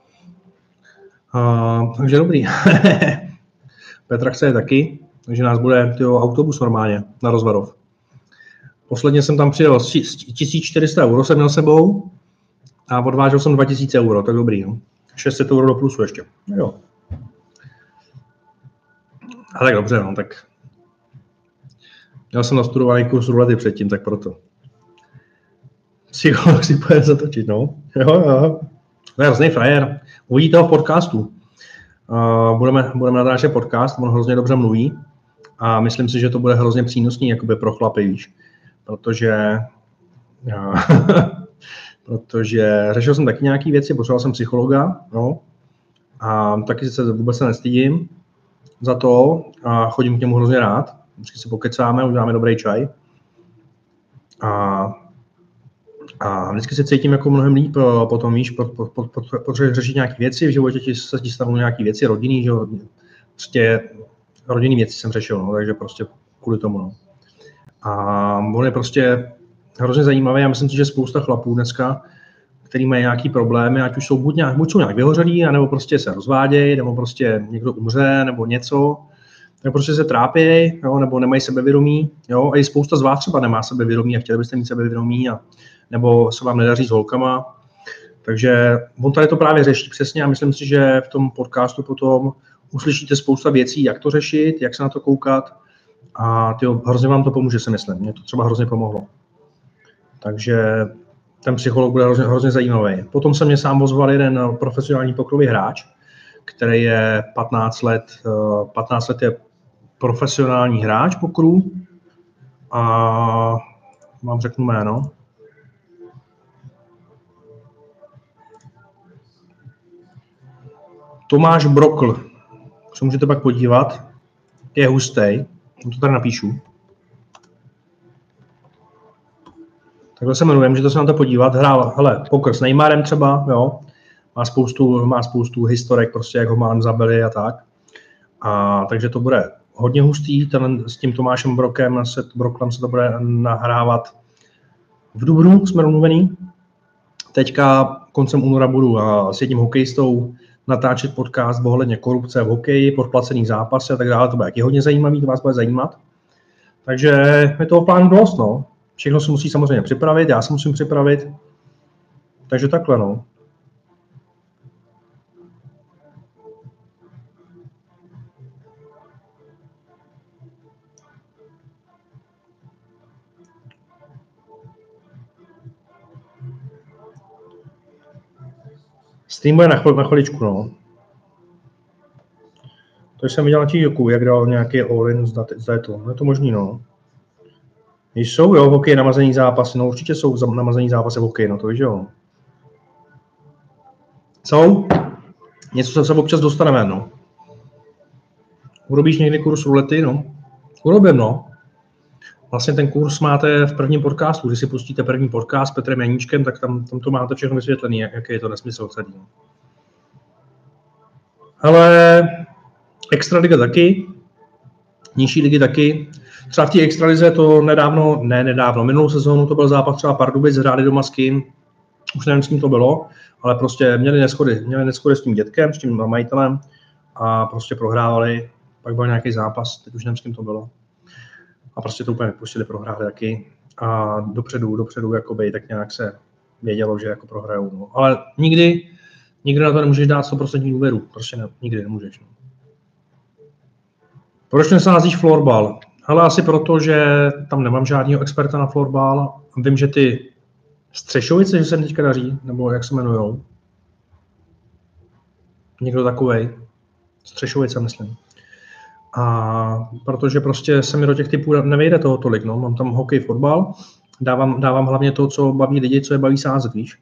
Takže dobrý. Petra chce taky, takže nás bude autobus normálně na Rozvadov. Posledně jsem tam přijel 1400 euro jsem měl sebou a odvážel jsem 2000 euro, tak dobrý. No. 600 euro do plusu ještě. Jo. A tak dobře, no, tak měl jsem nastudovaný kurz rulety předtím, tak proto. Psycholog si pojede zatočit, no. Jo. To je hrozný frajer. Uvidíte ho v podcastu. Budeme natáčet podcast, on hrozně dobře mluví a myslím si, že to bude hrozně přínosný jakoby pro chlapy, víš. Protože řešil jsem taky nějaké věci, potřeboval jsem psychologa, no. A taky se vůbec nestydím za to a chodím k němu hrozně rád. Vždycky si pokecáme, uděláme dobrý čaj. A vždycky se cítím jako mnohem líp potom, víš, potřebuješ řešit nějaké věci, v životě se ti stanou nějaké věci, rodinný, že jo, prostě rodinný věci jsem řešil, no, takže prostě kvůli tomu, no. A on je prostě hrozně zajímavý, já myslím si, že spousta chlapů dneska, který mají nějaký problémy, ať už jsou buď jsou nějak vyhořelí, nebo prostě se rozvádějí, nebo prostě někdo umře, nebo něco, nebo prostě se trápí, jo, nebo nemají sebevědomí, jo, a i spousta z vás třeba nemá sebevědomí a chtěli byste mít sebevědomí, nebo se vám nedaří s holkama. Takže on tady to právě řeší přesně a myslím si, že v tom podcastu potom uslyšíte spousta věcí, jak to řešit, jak se na to koukat a hrozně vám to pomůže, si myslím. Mě to třeba hrozně pomohlo. Takže ten psycholog bude hrozně zajímavý. Potom se mě sám ozval jeden profesionální pokerový hráč, který je 15 let je profesionální hráč pokeru a vám řeknu jméno. Tomáš Brokl, se můžete pak podívat, je hustý, to tady napíšu. Takhle se jmenuje, můžete se na to podívat, hrál, hele, poker s Neymarem třeba, jo, má spoustu historek, prostě jak ho málem zabili a tak. A takže to bude hodně hustý, s tím Tomášem Broklem se to bude nahrávat v dubnu, jsme domluvený. Teďka koncem února budu s jedním hokejistou natáčet podcast ohledně korupce v hokeji, podplacený zápasy a tak dále. To bude taky hodně zajímavý, to vás bude zajímat. Takže je toho plánu dost, no. Všechno se musí samozřejmě připravit, já se musím připravit. Takže takhle, no. Stream bude na chviličku, no. To jsem viděl na TikToku, jak dal nějaký all-in, zda je to. Je to možný, no. Jsou, jo, v hokeji namazený zápasy, no určitě jsou namazený zápasy v hokeji, no to víš, jo. Jsou? Něco se občas dostaneme, no. Urobíš někdy kurz rulety, no? Urobím, no. Vlastně ten kurz máte v prvním podcastu, když si pustíte první podcast s Petrem Janíčkem, tak tam to máte všechno vysvětlený, jaký je to nesmysl celý. Ale extraliga taky, nižší ligy taky. Třeba v té extralize to nedávno, minulou sezónu to byl zápas třeba Pardubic, hráli doma s kým, už nevím, s kým to bylo, ale prostě měli neshody s tím dětkem, s tím majitelem a prostě prohrávali, pak byl nějaký zápas, teď už nevím, s kým to bylo. A prostě to úplně nepustili, prohráli taky a dopředu jakoby, tak nějak se vědělo, že jako prohrajou. No. Ale nikdy na to nemůžeš dát 100% důvěru, prostě nikdy nemůžeš. No. Proč nesázíš florbal? Ale asi proto, že tam nemám žádného experta na florbal. Vím, že ty Střešovice, že se teďka daří, nebo jak se jmenujou. Někdo takovej. Střešovice, myslím. A protože prostě se mi do těch typů nevejde toho tolik, no. Mám tam hokej, fotbal, dávám hlavně to, co baví lidi, co je baví sázet, víš.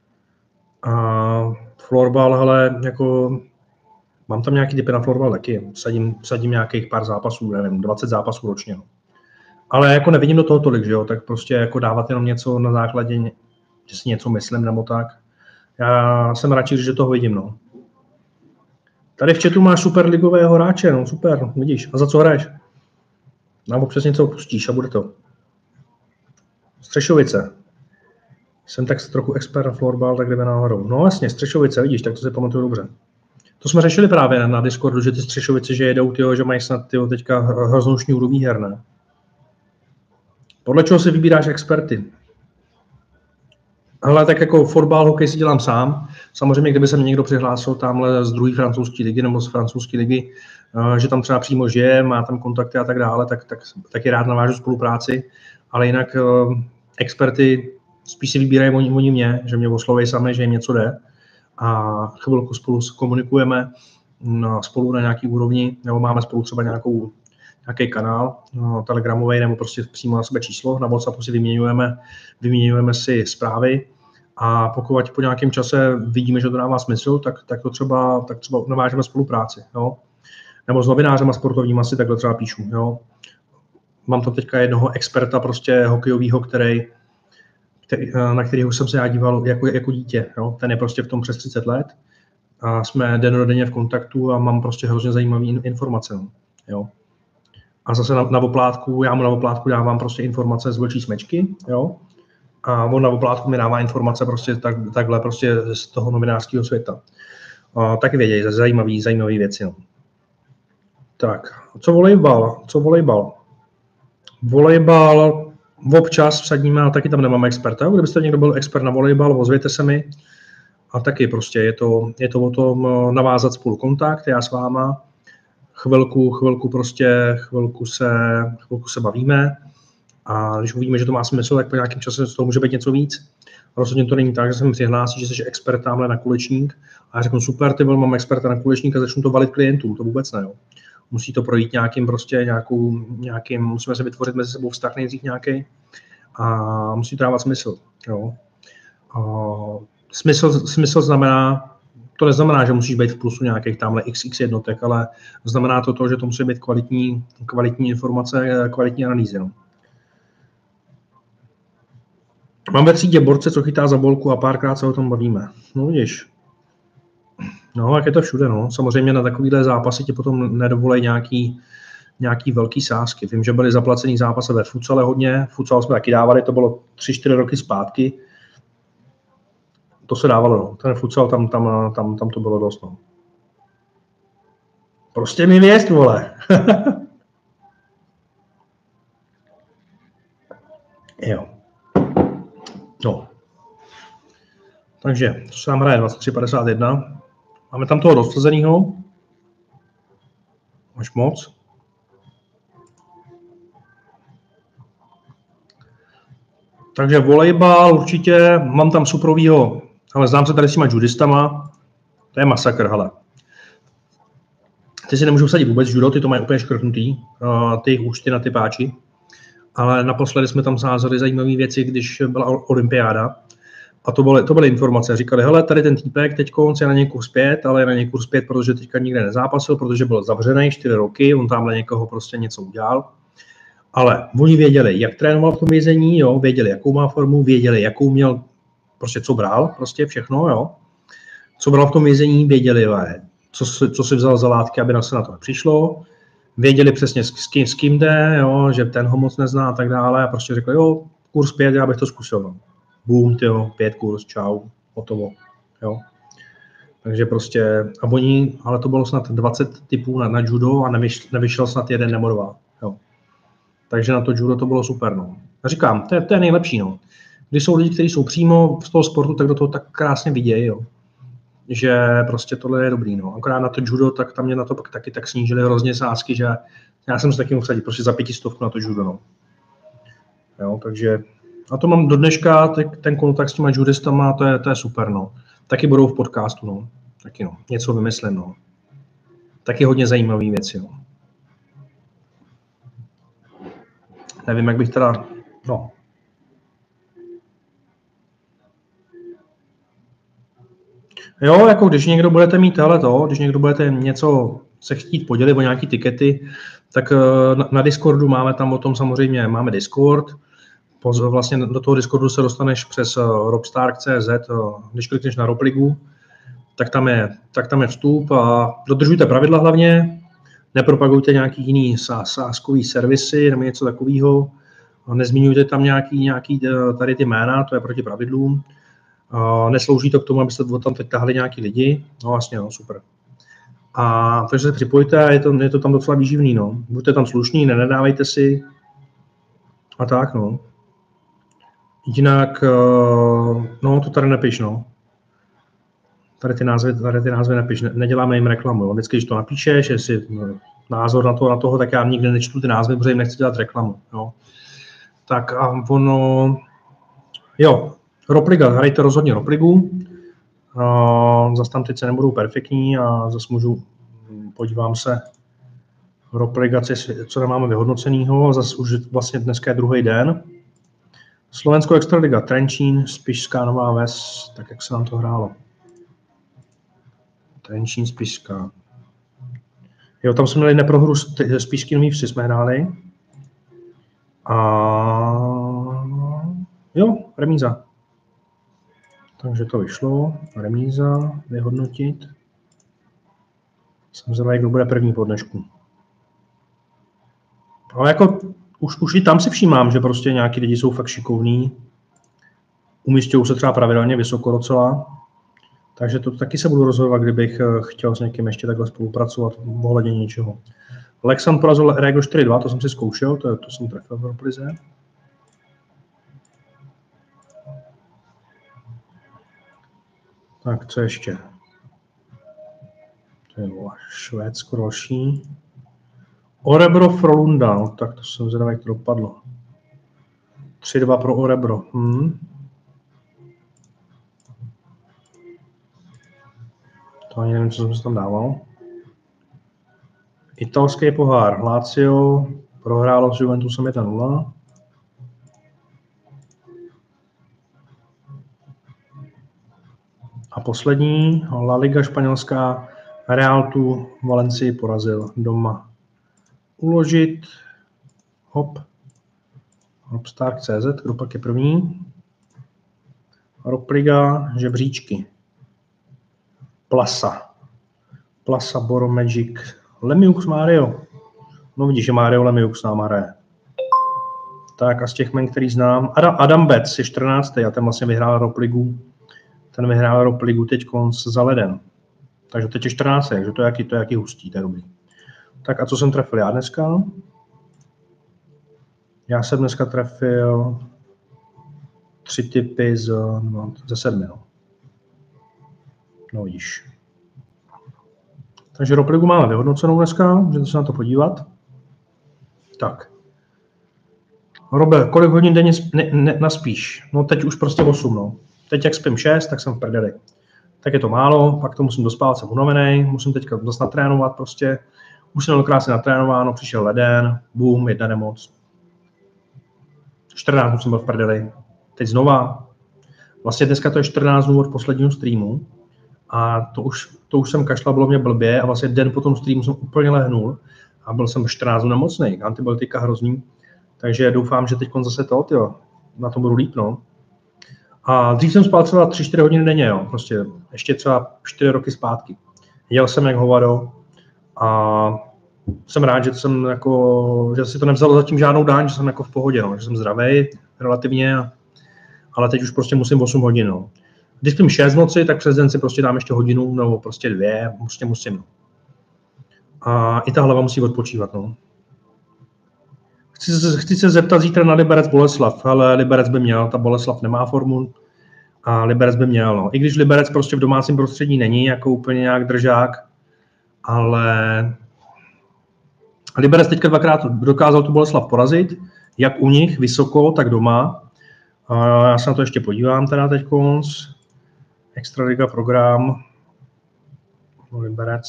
A florbal, hele, jako mám tam nějaký typy na florbal taky, sadím nějakých pár zápasů, nevím, 20 zápasů ročně, no. Ale jako nevidím do toho tolik, že jo, tak prostě jako dávat jenom něco na základě, že si něco myslím nebo tak. Já jsem radši, že toho vidím, no. Tady v chatu máš superligového hráče, no super, vidíš. A za co hraješ? Nám občas něco pustíš a bude to. Střešovice. Jsem tak trochu expert na florbal, tak jdeme náhodou. No jasně, Střešovice, vidíš, tak to si pamatuju dobře. To jsme řešili právě na Discordu, že ty Střešovice, že jedou, tyjo, že mají snad tyjo, teďka hroznou šňůrový her, ne? Podle čeho si vybíráš experty? Ale tak jako fotbal, hokej si dělám sám. Samozřejmě, kdyby se mi někdo přihlásil tamhle z druhé francouzské ligy nebo z francouzské ligy, že tam třeba přímo žije, má tam kontakty a tak dále, tak je rád navážu spolupráci. Ale jinak experty spíš si vybírají oni mě, že mě osloví sami, že jim něco jde. A chvilku spolu komunikujeme spolu na nějaký úrovni, nebo máme spolu třeba nějaký kanál telegramový, nebo prostě přímo na sebe číslo, na WhatsAppu si vyměňujeme si zprávy a pokud po nějakém čase vidíme, že to dává smysl, tak třeba navážeme spolupráci, jo? Nebo s novinářema sportovníma si takhle třeba píšu, jo? Mám tam teďka jednoho experta prostě hokejovýho, na kterého jsem se já díval jako dítě. Jo? Ten je prostě v tom přes 30 let a jsme dennodenně v kontaktu a mám prostě hrozně zajímavé informace. No? Jo? A zase na oplátku, já mu na oplátku dávám prostě informace z vlčí smečky, jo? A on na oplátku mi dává informace prostě takhle prostě z toho novinářského světa. Taky vědějí, zajímavé věci. No. Tak, co volejbal? Volejbal občas vsadíme, ale taky tam nemáme experta. Kdybyste někdo byl expert na volejbal, ozvěte se mi. A taky prostě je to o tom navázat spolu kontakt, já s váma. Chvilku se bavíme a když uvidíme, že to má smysl, tak po nějakém čase z toho může být něco víc. Rozhodně to není tak, že se mi přihlásí, že jsi expert tamhle na kulečník a já řeknu super, ty mám experta na kulečník a začnu to valit klientům, to vůbec ne. Jo. Musí to projít nějakým, musíme se vytvořit mezi sebou vztah nejdřív nějaký a musí to dávat smysl. Jo. Smysl znamená, to neznamená, že musíš být v plusu nějakých tamhle XX jednotek, ale znamená to, že to musí být kvalitní informace, kvalitní analýzy. No. Mám ve třídě borce, co chytá za bolku a párkrát se o tom bavíme. No vidíš. No, jak je to všude, no. Samozřejmě na takovýhle zápasy ti potom nedovolej nějaký velký sázky. Vím, že byly zaplacený zápasy ve futsale hodně. Futsal jsme taky dávali, to bylo 3-4 roky zpátky. To se dávalo, no. Ten futsal, tam to bylo dost, no. Prostě mi věst, vole. Jo. No. Takže, to se nám hraje 23:51. Máme tam toho rozsazenýho. Až moc. Takže volejbal určitě, mám tam suprovýho, ale znám se tady s těma judistama. To je masakr, hele. Ty si nemůžu vsadit vůbec judo, ty to mají úplně škrtnutý, ty jejich účty na ty páči. Ale naposledy jsme tam sázeli zajímavé věci, když byla olympiáda. A to byly informace. Říkali, hele, tady ten týpek teďko, on se je na něj kurz 5, ale je na něj kurz 5, protože teďka nikde nezápasil, protože byl zavřený 4 roky, on tamhle někoho prostě něco udělal. Ale oni věděli, jak trénoval v tom vězení, jo, věděli, jakou má formu, věděli, jakou měl, prostě co bral, prostě všechno, jo. Co bral v tom vězení, věděli, co si vzal za látky, aby se na to nepřišlo. Věděli přesně, s kým jde, jo, že ten ho moc nezná a tak dále. A prostě řekli, jo, kurz 5, já bych to zkusil. No. Boom, tyjo, 5 kurz, čau, hotovo. Jo. Takže prostě, a oni, ale to bylo snad 20 typů na judo a nevyšel snad 1 nebo 2. Jo. Takže na to judo to bylo super. No. A říkám, to je nejlepší. No. Když jsou lidi, kteří jsou přímo z toho sportu, tak do toho tak krásně vidějí, jo. Že prostě tohle je dobrý. No. Akorát na to judo, tak tam mě na to pak taky tak snížili hrozně sázky, že já jsem se taky musel prostě za 500 na to judo. No. Jo, takže a to mám do dneška, ten kontakt s těma judistama, to je super. No. Taky budou v podcastu. No. Taky no. Něco vymyslím. No. Taky hodně zajímavé věci. No. Nevím, jak bych teda, no. Jo, jako když někdo budete mít když někdo budete něco se chtít podělit o nějaký tikety, tak na Discordu máme tam o tom samozřejmě, máme Discord. Vlastně do toho Discordu se dostaneš přes robstar.cz, když klikneš na Ropligu, tak tam je vstup a dodržujte pravidla hlavně, nepropagujte nějaký jiný sázkový servisy nebo něco takového, nezmiňujte tam nějaký tady ty jména, to je proti pravidlům. Neslouží to k tomu, abyste tam teď tahli nějaký lidi. No vlastně, no, super. A takže se připojte a je to tam docela výživný, no. Buďte tam slušní, nenadávejte si. A tak, no. Jinak, no, to tady nepiš, no. Tady ty názvy nepiš, neděláme jim reklamu, jo. Vždycky, když to napíšeš, jestli názor na toho, tak já nikdy nečtu ty názvy, protože jim nechci dělat reklamu, jo. Tak a ono, jo. Ropliga, hrajte rozhodně Ropligu. Zase tam teď se nebudou perfektní a zase podívám se Ropliga, co nemáme vyhodnocenýho. Zase už vlastně dneska je druhý den. Slovensko Extraliga, Trenčín, Spišská Nová Ves, tak jak se nám to hrálo. Trenčín, Spišská. Jo, tam jsme měli neprohru Spišský Nový Vsi jsme hráli. A jo, remíza. Takže to vyšlo, remíza, vyhodnotit. Jsem zvědavý, kdo bude první po dnešku. Ale jako už i tam si všímám, že prostě nějaký lidi jsou fakt šikovní. Umístějí se třeba pravidelně vysoko docela. Takže to taky se budu rozhodovat, kdybych chtěl s někým ještě takhle spolupracovat ohledně něčeho. Lexan porazil Rego 4-2, to jsem si zkoušel, to jsem trefil v Europlize. Tak, co ještě? To je Švédsko další. Orebro Frolunda, no, tak to jsem zvědavý, jak to dopadlo. 3-2 pro Orebro. To ani nevím, co jsem si tam dával. Italský pohár. Lazio prohrálo s Juventusem 1-0. A poslední, La Liga španělská, Real tu Valencii porazil doma. Uložit, hop, Hopstark.cz, kdo pak je první? Ropliga, žebříčky. Plasa, Boro, Magic, Lemieux, Mario. No vidíš, že Mario Lemieux nám hraje. Tak a z těch men, který znám, Adam Betts je 14. a ten vlastně vyhrál Ropligu. Ten vyhrál Ropligu teď za leden. Takže teď je 14, takže to je jaký hustý, to je dobrý. Tak a co jsem trefil já dneska? Já jsem dneska trefil 3 tipy ze 7. No vidíš. Takže Ropligu máme vyhodnocenou dneska, můžete se na to podívat. Tak. Robe, kolik hodin denně naspíš? No teď už prostě 8, no. Teď jak spím 6, tak jsem v prdeli. Tak je to málo, pak to musím dospávat, jsem unavený, musím teďka dost natrénovat prostě. Už jsem krásně natrénováno, přišel leden, boom, 1 nemoc. 14 dnů jsem byl v prdeli. Teď znova. Vlastně dneska to je 14 dnů od posledního streamu. A to už jsem kašlal, bylo mě blbě a vlastně den po tom streamu jsem úplně lehnul a byl jsem 14 dnů nemocnej, antibiotika hrozný. Takže doufám, že teď zase na tom budu líp, no. A dřív jsem spal třeba 3-4 hodiny denně, jo, prostě ještě třeba 4 roky zpátky. Jel jsem jak hovado a jsem rád, že že si to nevzalo zatím žádnou daň, že jsem jako v pohodě, no, že jsem zdravý relativně, ale teď už prostě musím 8 hodin, no. Když spím 6 noci, tak přes den si prostě dám ještě hodinu nebo prostě 2, prostě musím. No. A i ta hlava musí odpočívat, no. Chci se zeptat zítra na Liberec Boleslav, ale Liberec by měl, ta Boleslav nemá formu a Liberec by měl, no. I když Liberec prostě v domácím prostředí není jako úplně nějak držák, ale Liberec teďka 2krát dokázal tu Boleslav porazit, jak u nich vysoko, tak doma. A já se na to ještě podívám teda teď konc. Extraliga program. Liberec.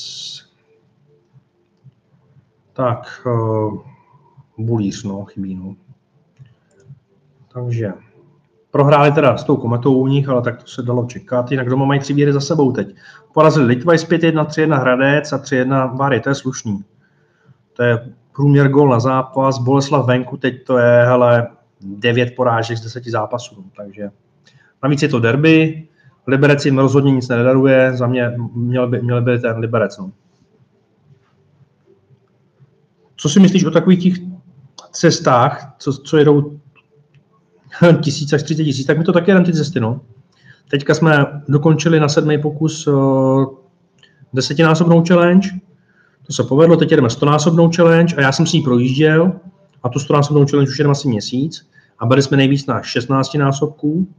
Tak, Bulíř, no, chybí, no. Takže prohráli teda s tou Kometou u nich, ale tak to se dalo čekat. Jinak doma mají 3 výhry za sebou teď. Porazili Litvajs 5-1, 3-1 Hradec a 3-1 Vary, to je slušný. To je průměr gól na zápas. Boleslav venku, teď to je, hele, 9 porážek z 10 zápasů. Takže navíc je to derby. Liberec jim rozhodně nic nedaruje. Za mě měl by ten Liberec. No. Co si myslíš o takových těch cestách, co jedou 1000 až 30 000, tak mi to taky jen ty cesty. No. Teďka jsme dokončili na 7. pokus 10násobnou challenge. To se povedlo, teď jedeme 100násobnou challenge a já jsem si ji projížděl a tu 100násobnou challenge už jedeme asi měsíc a byli jsme nejvíc na 16 násobků.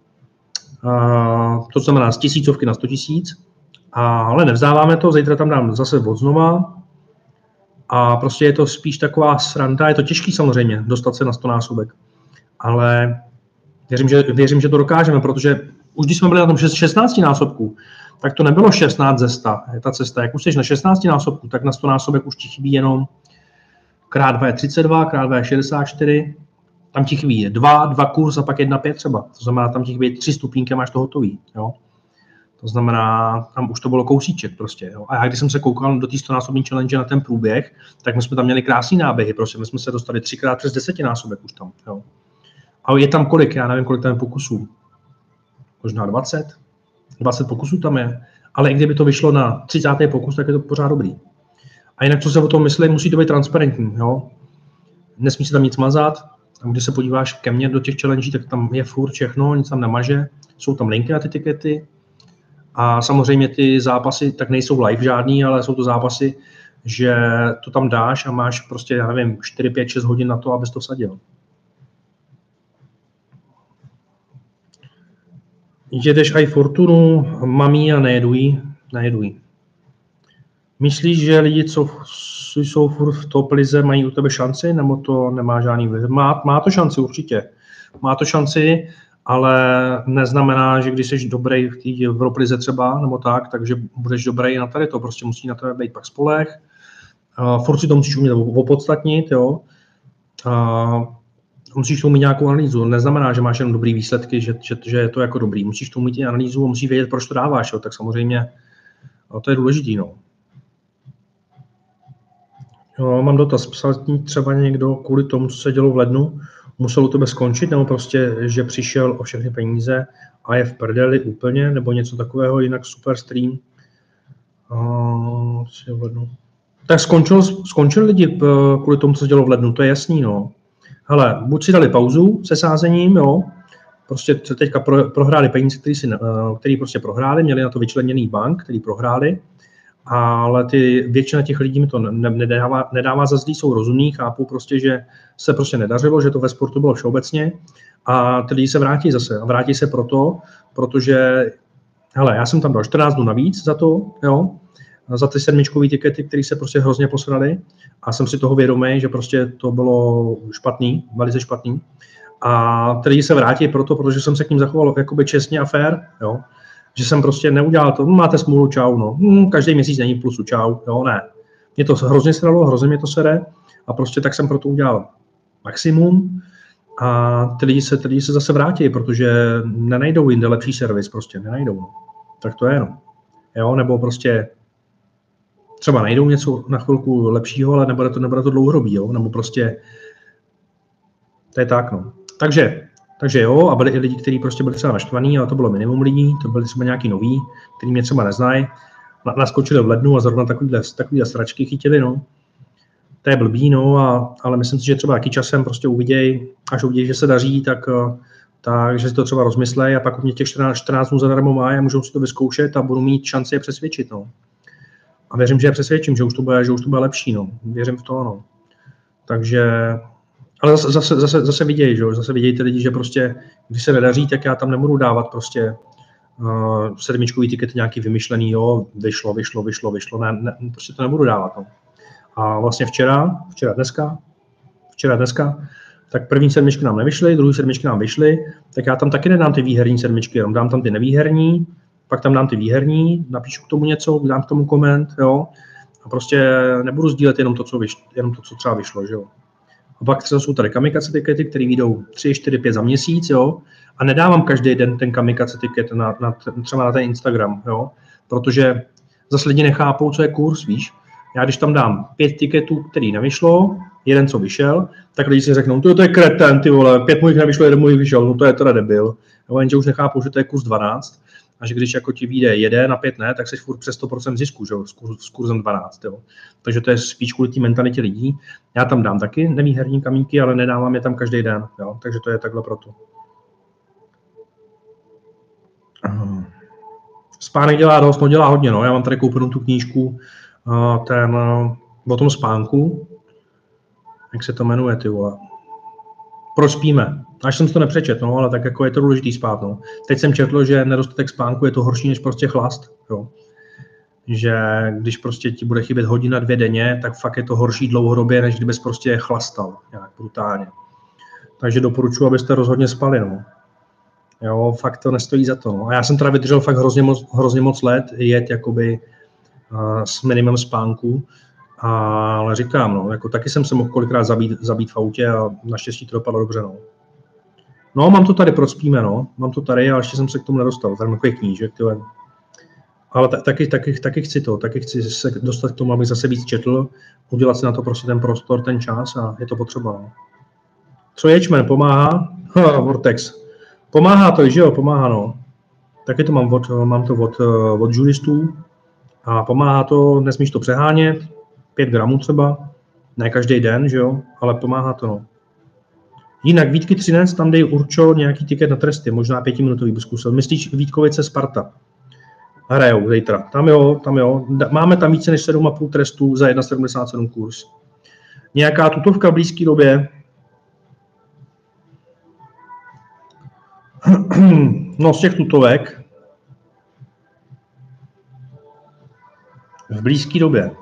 To znamená z 1000 na 100 000, ale nevzdáváme to, zítra tam dám zase od znova a prostě je to spíš taková sranda, je to těžký samozřejmě dostat se na 100 násobek, ale věřím, že to dokážeme, protože už když jsme byli na tom 16 násobku, tak to nebylo 16 ze 100, je ta cesta, jak už jsi na 16 násobku, tak na 100 násobek už ti chybí jenom krát 2 je 32, krát 2 je 64, tam ti chybí 2 kurz a pak 1,5 třeba. To znamená, tam ti chybí 3 stupínky a máš to hotový. Jo? To znamená, tam už to bylo kousíček prostě. Jo? A já, když jsem se koukal do té 100násobní challenge na ten průběh, tak my jsme tam měli krásný náběhy. Prostě my jsme se dostali 3krát přes 10násobek už tam. Jo? A je tam kolik, já nevím, kolik tam je pokusů. Možná 20 pokusů tam je. Ale i kdyby to vyšlo na 30. pokus, tak je to pořád dobrý. A jinak, co se o tom myslí, musí to být transparentní. Jo? Nesmí se tam nic mazat. A když se podíváš ke mně do těch challenge, tak tam je furt všechno, nic tam nemaže. Jsou tam linky na ty tikety. A samozřejmě ty zápasy tak nejsou live žádný, ale jsou to zápasy, že to tam dáš a máš prostě, já nevím, 4, 5, 6 hodin na to, abys to vsadil. Jedeš aj Fortunu, mamí a nejedují. Myslíš, že lidi, co jsou furt v top lize, mají u tebe šanci, nebo to nemá žádný vliv? Má to šanci určitě. Má to šanci, ale neznamená, že když jsi dobrý v té Evroplize třeba, nebo tak, takže budeš dobrý na tady to. Prostě musí na tebe být pak spoleh. Furt si to musíš umět opodstatnit, jo. Musíš tomu mít nějakou analýzu. Neznamená, že máš jenom dobrý výsledky, že je to jako dobrý. Musíš tomu mít i analýzu a musíš vědět, proč to dáváš. Jo. Tak samozřejmě to je důležitý. No. Jo, mám dotaz. Psal třeba někdo kvůli tomu, co se dělo v lednu, musel u tebe skončit, nebo prostě, že přišel o všechny peníze a je v prdeli úplně, nebo něco takového, jinak super stream. Tak skončil lidi kvůli tomu, co se dělo v lednu, to je jasný, no. Hele, buď si dali pauzu se sázením, jo, prostě teďka prohráli peníze, který prostě prohráli, měli na to vyčleněný bank, který prohráli, ale většina těch lidí mi to nedává za zlý, jsou rozumní, chápou prostě, že se prostě nedařilo, že to ve sportu bylo všeobecně a ty lidi se vrátí zase. A vrátí se protože, hele, já jsem tam dal 14 dnů navíc za to, jo, za ty sedmičkový tikety, které se prostě hrozně posrali a jsem si toho vědomý, že prostě to bylo špatný, velice špatný. A ty lidi se vrátí protože jsem se k ním zachoval jakoby čestně a fair, jo. Že jsem prostě neudělal to, máte smůlu, čau, no. Každý měsíc není plusu, čau, jo, ne. Mě to hrozně sralo, hrozně mě to sere a prostě tak jsem pro to udělal maximum a ty lidi se zase vrátí, protože nenajdou jinde lepší servis, prostě nenajdou, no. Tak to je, no. Jo, nebo prostě třeba najdou něco na chvilku lepšího, ale nebude to dlouhodobý, jo, nebo prostě to je tak, no. Takže jo, a byli i lidi, kteří prostě byli třeba naštvaní, ale to bylo minimum lidí, to byli třeba nějaký noví, kteří mě třeba neznají, naskočili v lednu a zrovna takovýhle sračky chytili, no. To je blbý, no, ale myslím si, že třeba jaký časem prostě uvidějí, že se daří, takže si to třeba rozmyslej a pak mě těch 14 dnů zadarmo má a můžou si to vyzkoušet a budu mít šanci je přesvědčit, no. A věřím, že je přesvědčím, že už to bude lepší, no. Věřím v to, no. Takže ale zase vidějí, že jo? Zase vidějí ty lidi, že prostě, když se nedaří, tak já tam nebudu dávat prostě sedmičkový tikety nějaký vymyšlený, jo, vyšlo, ne, prostě to nebudu dávat, no. A vlastně včera, tak první sedmičky nám nevyšly, druhý sedmičky nám vyšly, tak já tam taky nedám ty výherní sedmičky, jenom dám tam ty nevýherní, pak tam dám ty výherní, napíšu k tomu něco, dám k tomu koment, jo, a prostě nebudu sdílet jenom to, co třeba vyšlo, že jo. A pak třeba jsou tady kamikaze tikety, které vyjdou 3, 4, 5 za měsíc, jo, a nedávám každý den ten kamikaze tiket třeba na ten Instagram, jo, protože zase lidi nechápou, co je kurz, víš. Já když tam dám 5 tiketů, který nevyšlo, jeden, co vyšel, tak lidi si řeknou, to je kreten, ty vole, 5 mojich nevyšlo, jeden můj vyšel, no to je teda debil. Jo, jenže už nechápou, že to je kurz 12 a že když jako ti vyjde 1 a 5 ne, tak jsi furt přes 100% zisku, že jo, s kurzem 12, jo. Takže to je spíš kvůli té mentalitě lidí. Já tam dám taky nevýherní kamínky, ale nedávám je tam každý den, jo, takže to je takhle proto. Spánek dělá dost, no dělá hodně, no. Já mám tady koupenou tu knížku, o tom spánku, jak se to jmenuje, ty vole. Proč spíme? Až jsem to nepřečet, no, ale tak jako je to důležitý spát, no. Teď jsem četl, že nedostatek spánku je to horší než prostě chlast, jo. Že když prostě ti bude chybět hodina, 2 denně, tak fakt je to horší dlouhodobě, než kdybys prostě chlastal nějak brutálně. Takže doporučuji, abyste rozhodně spali, no. Jo, fakt to nestojí za to, no. A já jsem teda vydržel fakt hrozně moc let jet jakoby s minimem spánku, ale říkám, no, jako taky jsem se mohl kolikrát zabít v autě a naštěstí to dopadlo dobře, no. No, mám to tady, proč spíme, no. Mám to tady, ale ještě jsem se k tomu nedostal. Tady mám takový knížek, tyhle. Ale taky chci se dostat k tomu, abych zase víc četl, udělat si na to prostě ten prostor, ten čas a je to potřeba, no. Co ječmen pomáhá? Vortex. Pomáhá to, že jo, pomáhá, no. Taky to mám to od juristů a pomáhá to, nesmíš to přehánět, 5 gramů třeba, ne každý den, že jo, ale pomáhá to, no. Jinak Vítky Třinec, tam dej určo nějaký tiket na tresty, možná 5minutový by zkusil. Myslíš Vítkovice Sparta? Hrajou zítra. Tam jo. Máme tam více než 7,5 trestů za 1,77 kurz. Nějaká tutovka v blízké době? No, z těch tutovek v blízké době.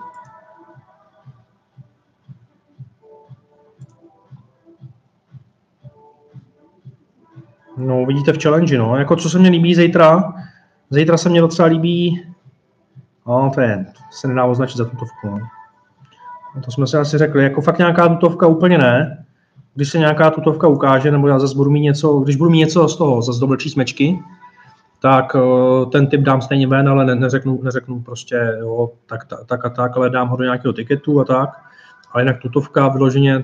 No, vidíte v challenge, no. Jako co se mně líbí zítra se mně docela líbí, no, se nedá označit za tutovku, no. To jsme si asi řekli, jako fakt nějaká tutovka úplně ne. Když se nějaká tutovka ukáže, nebo já zase budu mít něco, když budu mít něco z toho, zase dobelčí smečky, tak ten typ dám stejně ven, ale neřeknu prostě, jo, tak a tak, ale dám ho do nějakého tiketu a tak. Ale jinak tutovka vyloženě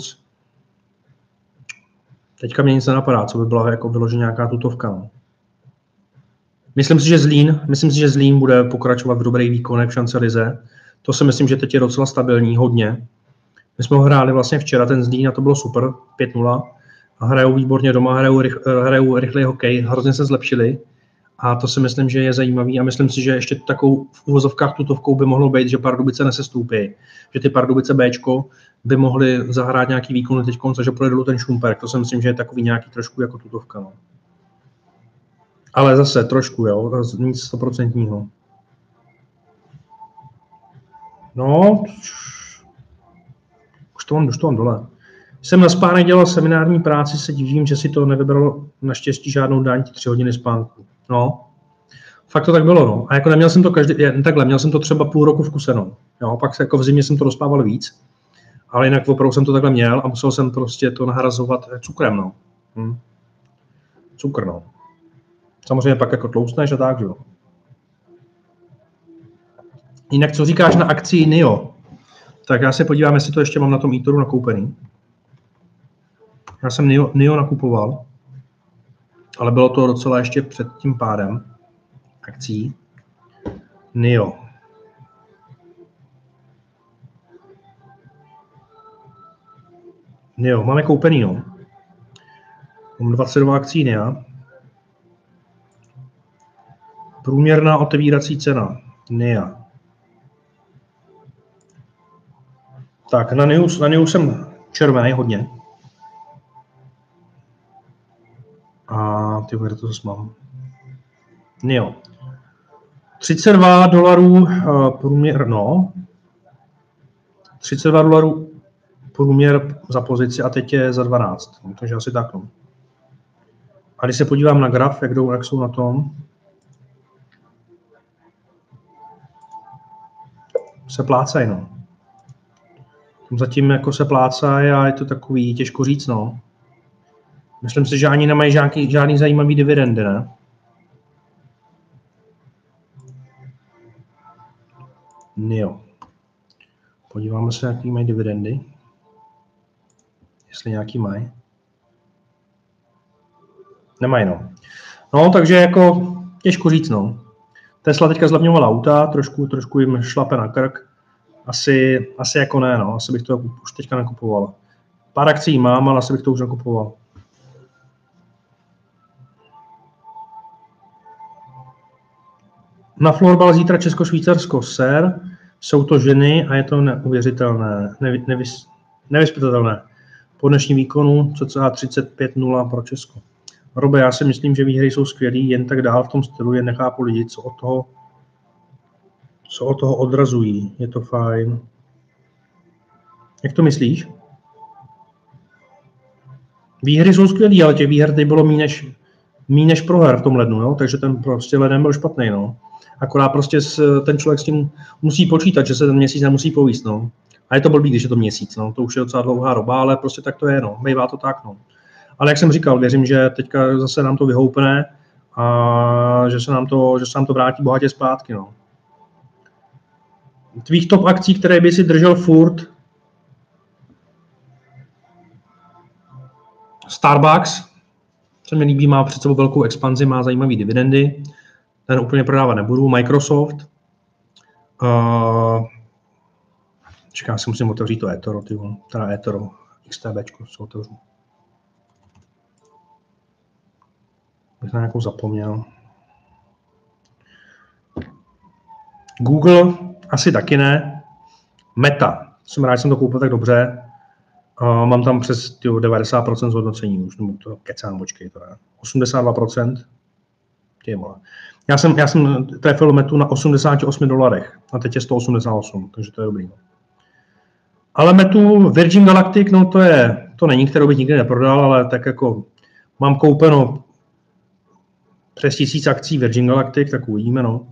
teďka mě nic nenapadá, co by byla jako vyloženě nějaká tutovka. No. Myslím si, že Zlín bude pokračovat v dobrých výkonech v šance lize. To si myslím, že teď je docela stabilní, hodně. My jsme ho hráli vlastně včera, ten Zlín, a to bylo super, 5-0. A hrajou výborně doma, hrajou rychlej hokej, hrozně se zlepšili. A to si myslím, že je zajímavý a myslím si, že ještě takovou v uvozovkách tutovkou by mohlo být, že Pardubice nesestoupí. Že ty Pardubice Bčko by mohly zahrát nějaký výkon teď, že půjde dolů ten Šumperk. To si myslím, že je takový nějaký trošku jako tutovka. No. Ale zase trošku, jo, nic 100%. No, už to mám dole. Jsem na spánek dělal seminární práci, se divím, že si to nevybralo naštěstí žádnou daň 3 hodiny spánku. No, fakt to tak bylo, no. A jako neměl jsem to měl jsem to třeba půl roku v kuse, no. Jo, pak jako v zimě jsem to rozpával víc, ale jinak opravdu jsem to takhle měl a musel jsem prostě to nahrazovat cukrem, no. Cukr, no. Samozřejmě pak jako tloustneš a tak, jo. Jinak co říkáš na akci NIO? Tak já se podívám, jestli to ještě mám na tom eToru nakoupený. Já jsem NIO nakupoval, ale bylo to docela ještě před tím pádem akcí. NIO. Máme koupený, no. Mám 22 akcí NIO. Průměrná otevírací cena NIO. Tak, na NIO jsem červený hodně. A ty kde to zase mám. NIO. $32 průměr, no. $32 průměr za pozici a teď je za 12. Takže asi tak, no. A když se podívám na graf, jak jsou na tom, se plácají, no. Zatím jako se plácají a je to takový těžko říct, no. Myslím si, že ani nemají žádný zajímavý dividendy, ne? Jo. Podíváme se, jaký mají dividendy. Jestli nějaký mají. Nemají, no. No, takže jako těžko říct, no. Tesla teďka zlevňovala auta, trošku jim šlape na krk. Asi jako ne, no. Asi bych to už teďka nekupoval. Pár akcí mám, ale asi bych to už nekupoval. Na florbal zítra Česko-Švýcarsko, sir. Jsou to ženy a je to neuvěřitelné, nevyspytatelné. Po dnešním výkonu cca 35-0 pro Česko. Robe, já si myslím, že výhry jsou skvělý, jen tak dál v tom stylu, jen nechápu lidi, co od toho odrazují. Je to fajn. Jak to myslíš? Výhry jsou skvělý, ale těch výher teď bylo méně než proher v tom lednu, jo? Takže ten prostě leden byl špatný, no. Akorát prostě ten člověk s tím musí počítat, že se ten měsíc nemusí povíst, no. A je to blbý, když je to měsíc, no. To už je docela dlouhá doba, ale prostě tak to je, no. Bývá to tak, no. Ale jak jsem říkal, věřím, že teďka zase nám to vyhoupne a že se nám to vrátí bohatě zpátky, no. Tvých top akcí, které by si držel furt, Starbucks, co mě líbí, má před sebou velkou expanzi, má zajímavé dividendy. Ten úplně prodávat nebudu. Microsoft. Čekám, já si musím otevřít to eToro, teda eToro, XTBčko, co otevřu. Bych na nějakou zapomněl. Google asi taky ne. Meta. Jsem rád, že jsem to koupil tak dobře. Mám tam přes 90% zhodnocení už, nebo to kecám, počkej, to je 82%. Ty vole. Já jsem trefil Metu na $88 a teď je 188, takže to je dobrý. Ale Metu Virgin Galactic, no to není, kterou bych nikdy neprodal, ale tak jako mám koupeno přes 1000 akcí Virgin Galactic, tak uvidíme, no.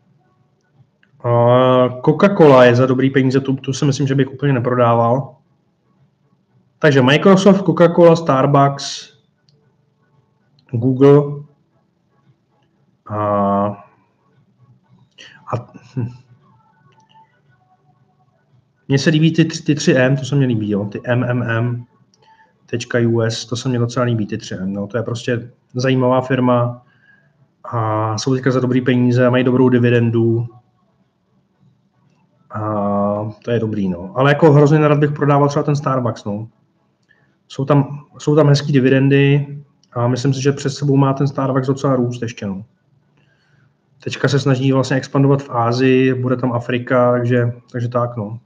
Coca-Cola je za dobrý peníze, tu si myslím, že bych úplně neprodával. Takže Microsoft, Coca-Cola, Starbucks, Google mně se líbí ty 3M, to se mě líbí, jo, ty MMM.US, to se mě docela líbí, ty 3M, no, to je prostě zajímavá firma a jsou teďka za dobrý peníze, mají dobrou dividendu a to je dobrý, no. Ale jako hrozně nerad bych prodával třeba ten Starbucks, no. Jsou tam hezký dividendy a myslím si, že před sebou má ten Starbucks docela růst ještě, no. Teďka se snaží vlastně expandovat v Ázii, bude tam Afrika, takže tak, no.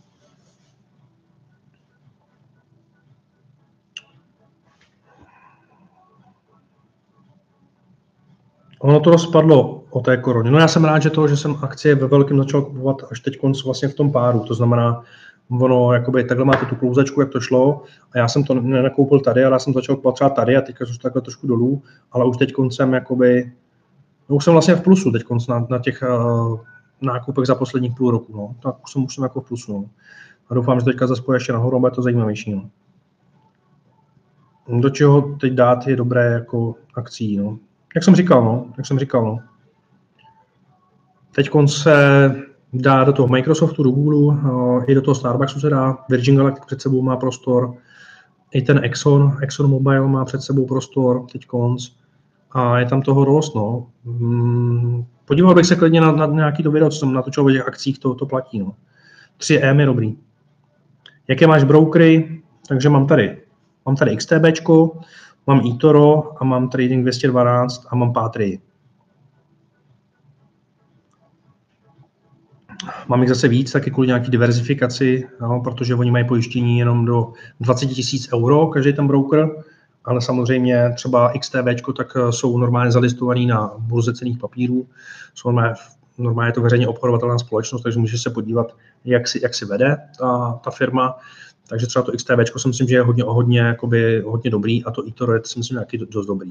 Ono to rozpadlo o té koroně. No já jsem rád, že jsem akcie ve velkém začal kupovat až teď vlastně v tom páru. To znamená, ono jakoby takhle máte tu klouzačku, jak to šlo a já jsem to nenakoupil tady, ale já jsem začal kupovat třeba tady a teďka už takhle trošku dolů, ale už teď jsem jakoby, no už jsem vlastně v plusu teď na těch nákupech za posledních půl roku, no. Tak už jsem jako v plusu, no. A doufám, že teďka zase půjde ještě nahoru, bude to zajímavější, no. Do čeho teď dát je dobré jako akcí, no. Jak jsem říkal, no. Teď se dá do toho Microsoftu, do Google, i do toho Starbucksu se dá, Virgin Galactic před sebou má prostor, i ten Exxon Mobil má před sebou prostor teď a je tam toho dost, no. Podíval bych se klidně na nějaký to video, co jsem natočil o těch akcích, to platí, no. 3M je dobrý. Jaké máš brokery? Takže mám tady XTBčko, mám eToro a mám Trading 212 a mám Patrii. Mám jich zase víc, taky kvůli nějaký diverzifikaci, no, protože oni mají pojištění jenom do 20 000 euro, každý ten broker, ale samozřejmě třeba XTBčko, tak jsou normálně zalistovaný na burze cenných papírů, jsou normálně to veřejně obchodovatelná společnost, takže můžeš se podívat, jak si vede ta firma. Takže třeba to XTBčko si myslím, že je hodně dobrý a to eToro je si myslím nějaký dost dobrý.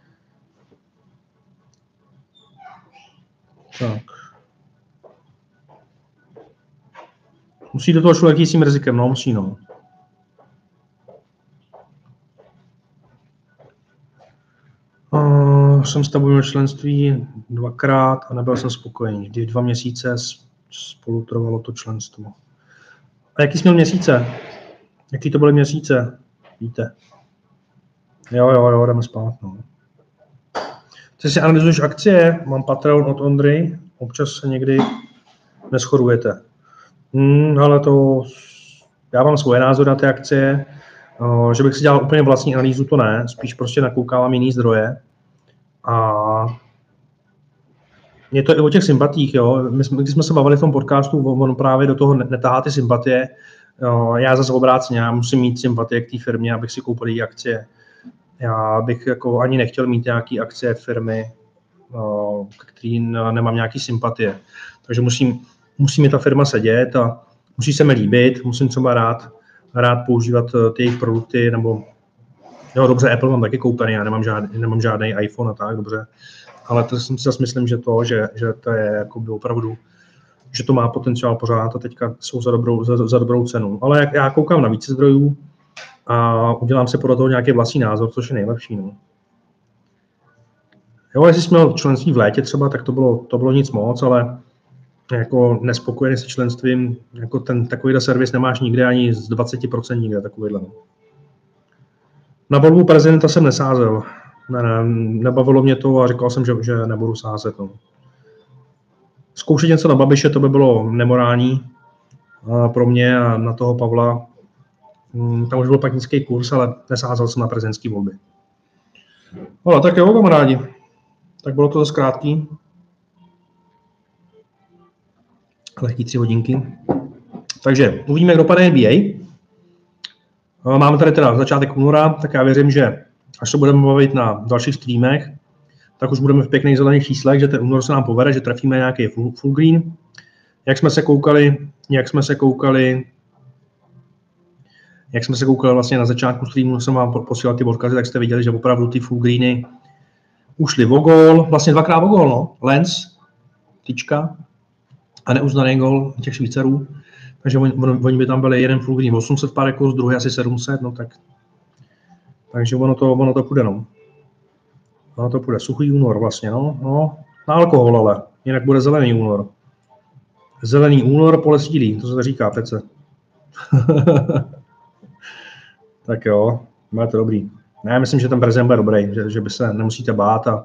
Tak. Musí do toho člověk jít s tím rizikem, no, musí, no. Jsem stabilní členství 2krát a nebyl jsem spokojený. Vždy 2 měsíce spolu trvalo to členstvo. A jaký jsi měl měsíce? Jaký to byly měsíce? Víte. Jo, jdeme spát, no. Ty si analyzuješ akcie, mám Patreon od Ondry, občas se někdy neshodujete. Ale já mám svoje názory na ty akcie, že bych si dělal úplně vlastní analýzu, to ne, spíš prostě nakoukávám jiný zdroje. A je to i o těch sympatiích, jo. Když jsme se bavili v tom podcastu, on právě do toho netahá ty sympatie. Já zase obráceně, já musím mít sympatie k té firmě, abych si koupil její akcie. Já bych jako ani nechtěl mít nějaké akcie firmy, který nemám nějaký sympatie. Takže musí mi ta firma sedět a musí se mi líbit, musím třeba rád používat ty jejich produkty, nebo jo, dobře, Apple mám taky koupený, já nemám žádný iPhone a tak, dobře. Ale to si zase myslím, že to je jako opravdu, že to má potenciál pořád a teďka jsou za dobrou cenu. Ale já koukám na více zdrojů a udělám si podle toho nějaký vlastní názor, což je nejlepší. No. Jo, jestli jsi měl členství v létě třeba, tak to bylo nic moc, ale jako nespokojený se členstvím, jako takovýhle servis nemáš nikde ani z 20% nikde takovýhle. No. Na volbu prezidenta jsem nesázel. Nebavilo mě to a říkal jsem, že nebudu sázet. No. Zkoušet něco na Babiše, to by bylo nemorální pro mě a na toho Pavla. Tam už byl pak nízký kurz, ale nesázel jsem na prezidentské volby. No, tak jo, kamarádi. Tak bylo to zase krátký. Lehký 3 hodinky. Takže uvidíme, jak dopadne NBA. Máme tady teda začátek února, tak já věřím, že až se budeme bavit na dalších streamech, tak už budeme v pěkných zelených číslech, že ten únor se nám povede, že trefíme nějaký full green. Jak jsme se koukali vlastně na začátku streamu, jsem vám posílal ty odkazy, tak jste viděli, že opravdu ty full greeny ušly o gól, vlastně 2krát o gól, no. Lens, tyčka a neuznaný gól těch Švýcarů. Takže oni by tam byli jeden full green 800 pár kurz, druhý asi 700, no tak. Takže ono to půjde, no. Ono to půjde, suchý únor vlastně, no. Na alkohol, ale jinak bude zelený únor. Zelený únor pole sílí, to se to říká přece. Tak jo, bude to dobrý. Ne, myslím, že ten prezident bude dobrý, že by se nemusíte bát a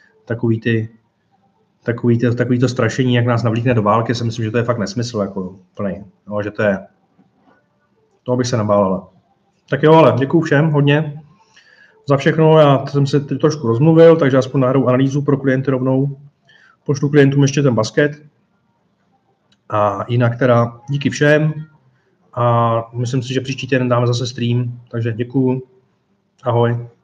takový to strašení, jak nás navlíkne do války, si myslím, že to je fakt nesmysl, jako plný. No, že toho bych se nebál, ale. Tak jo, ale děkuju všem hodně za všechno, já jsem se trošku rozmluvil, takže aspoň nahraju analýzu pro klienty rovnou. Pošlu klientům ještě ten basket. A jinak teda díky všem a myslím si, že příští týden dáme zase stream, takže děkuju, ahoj.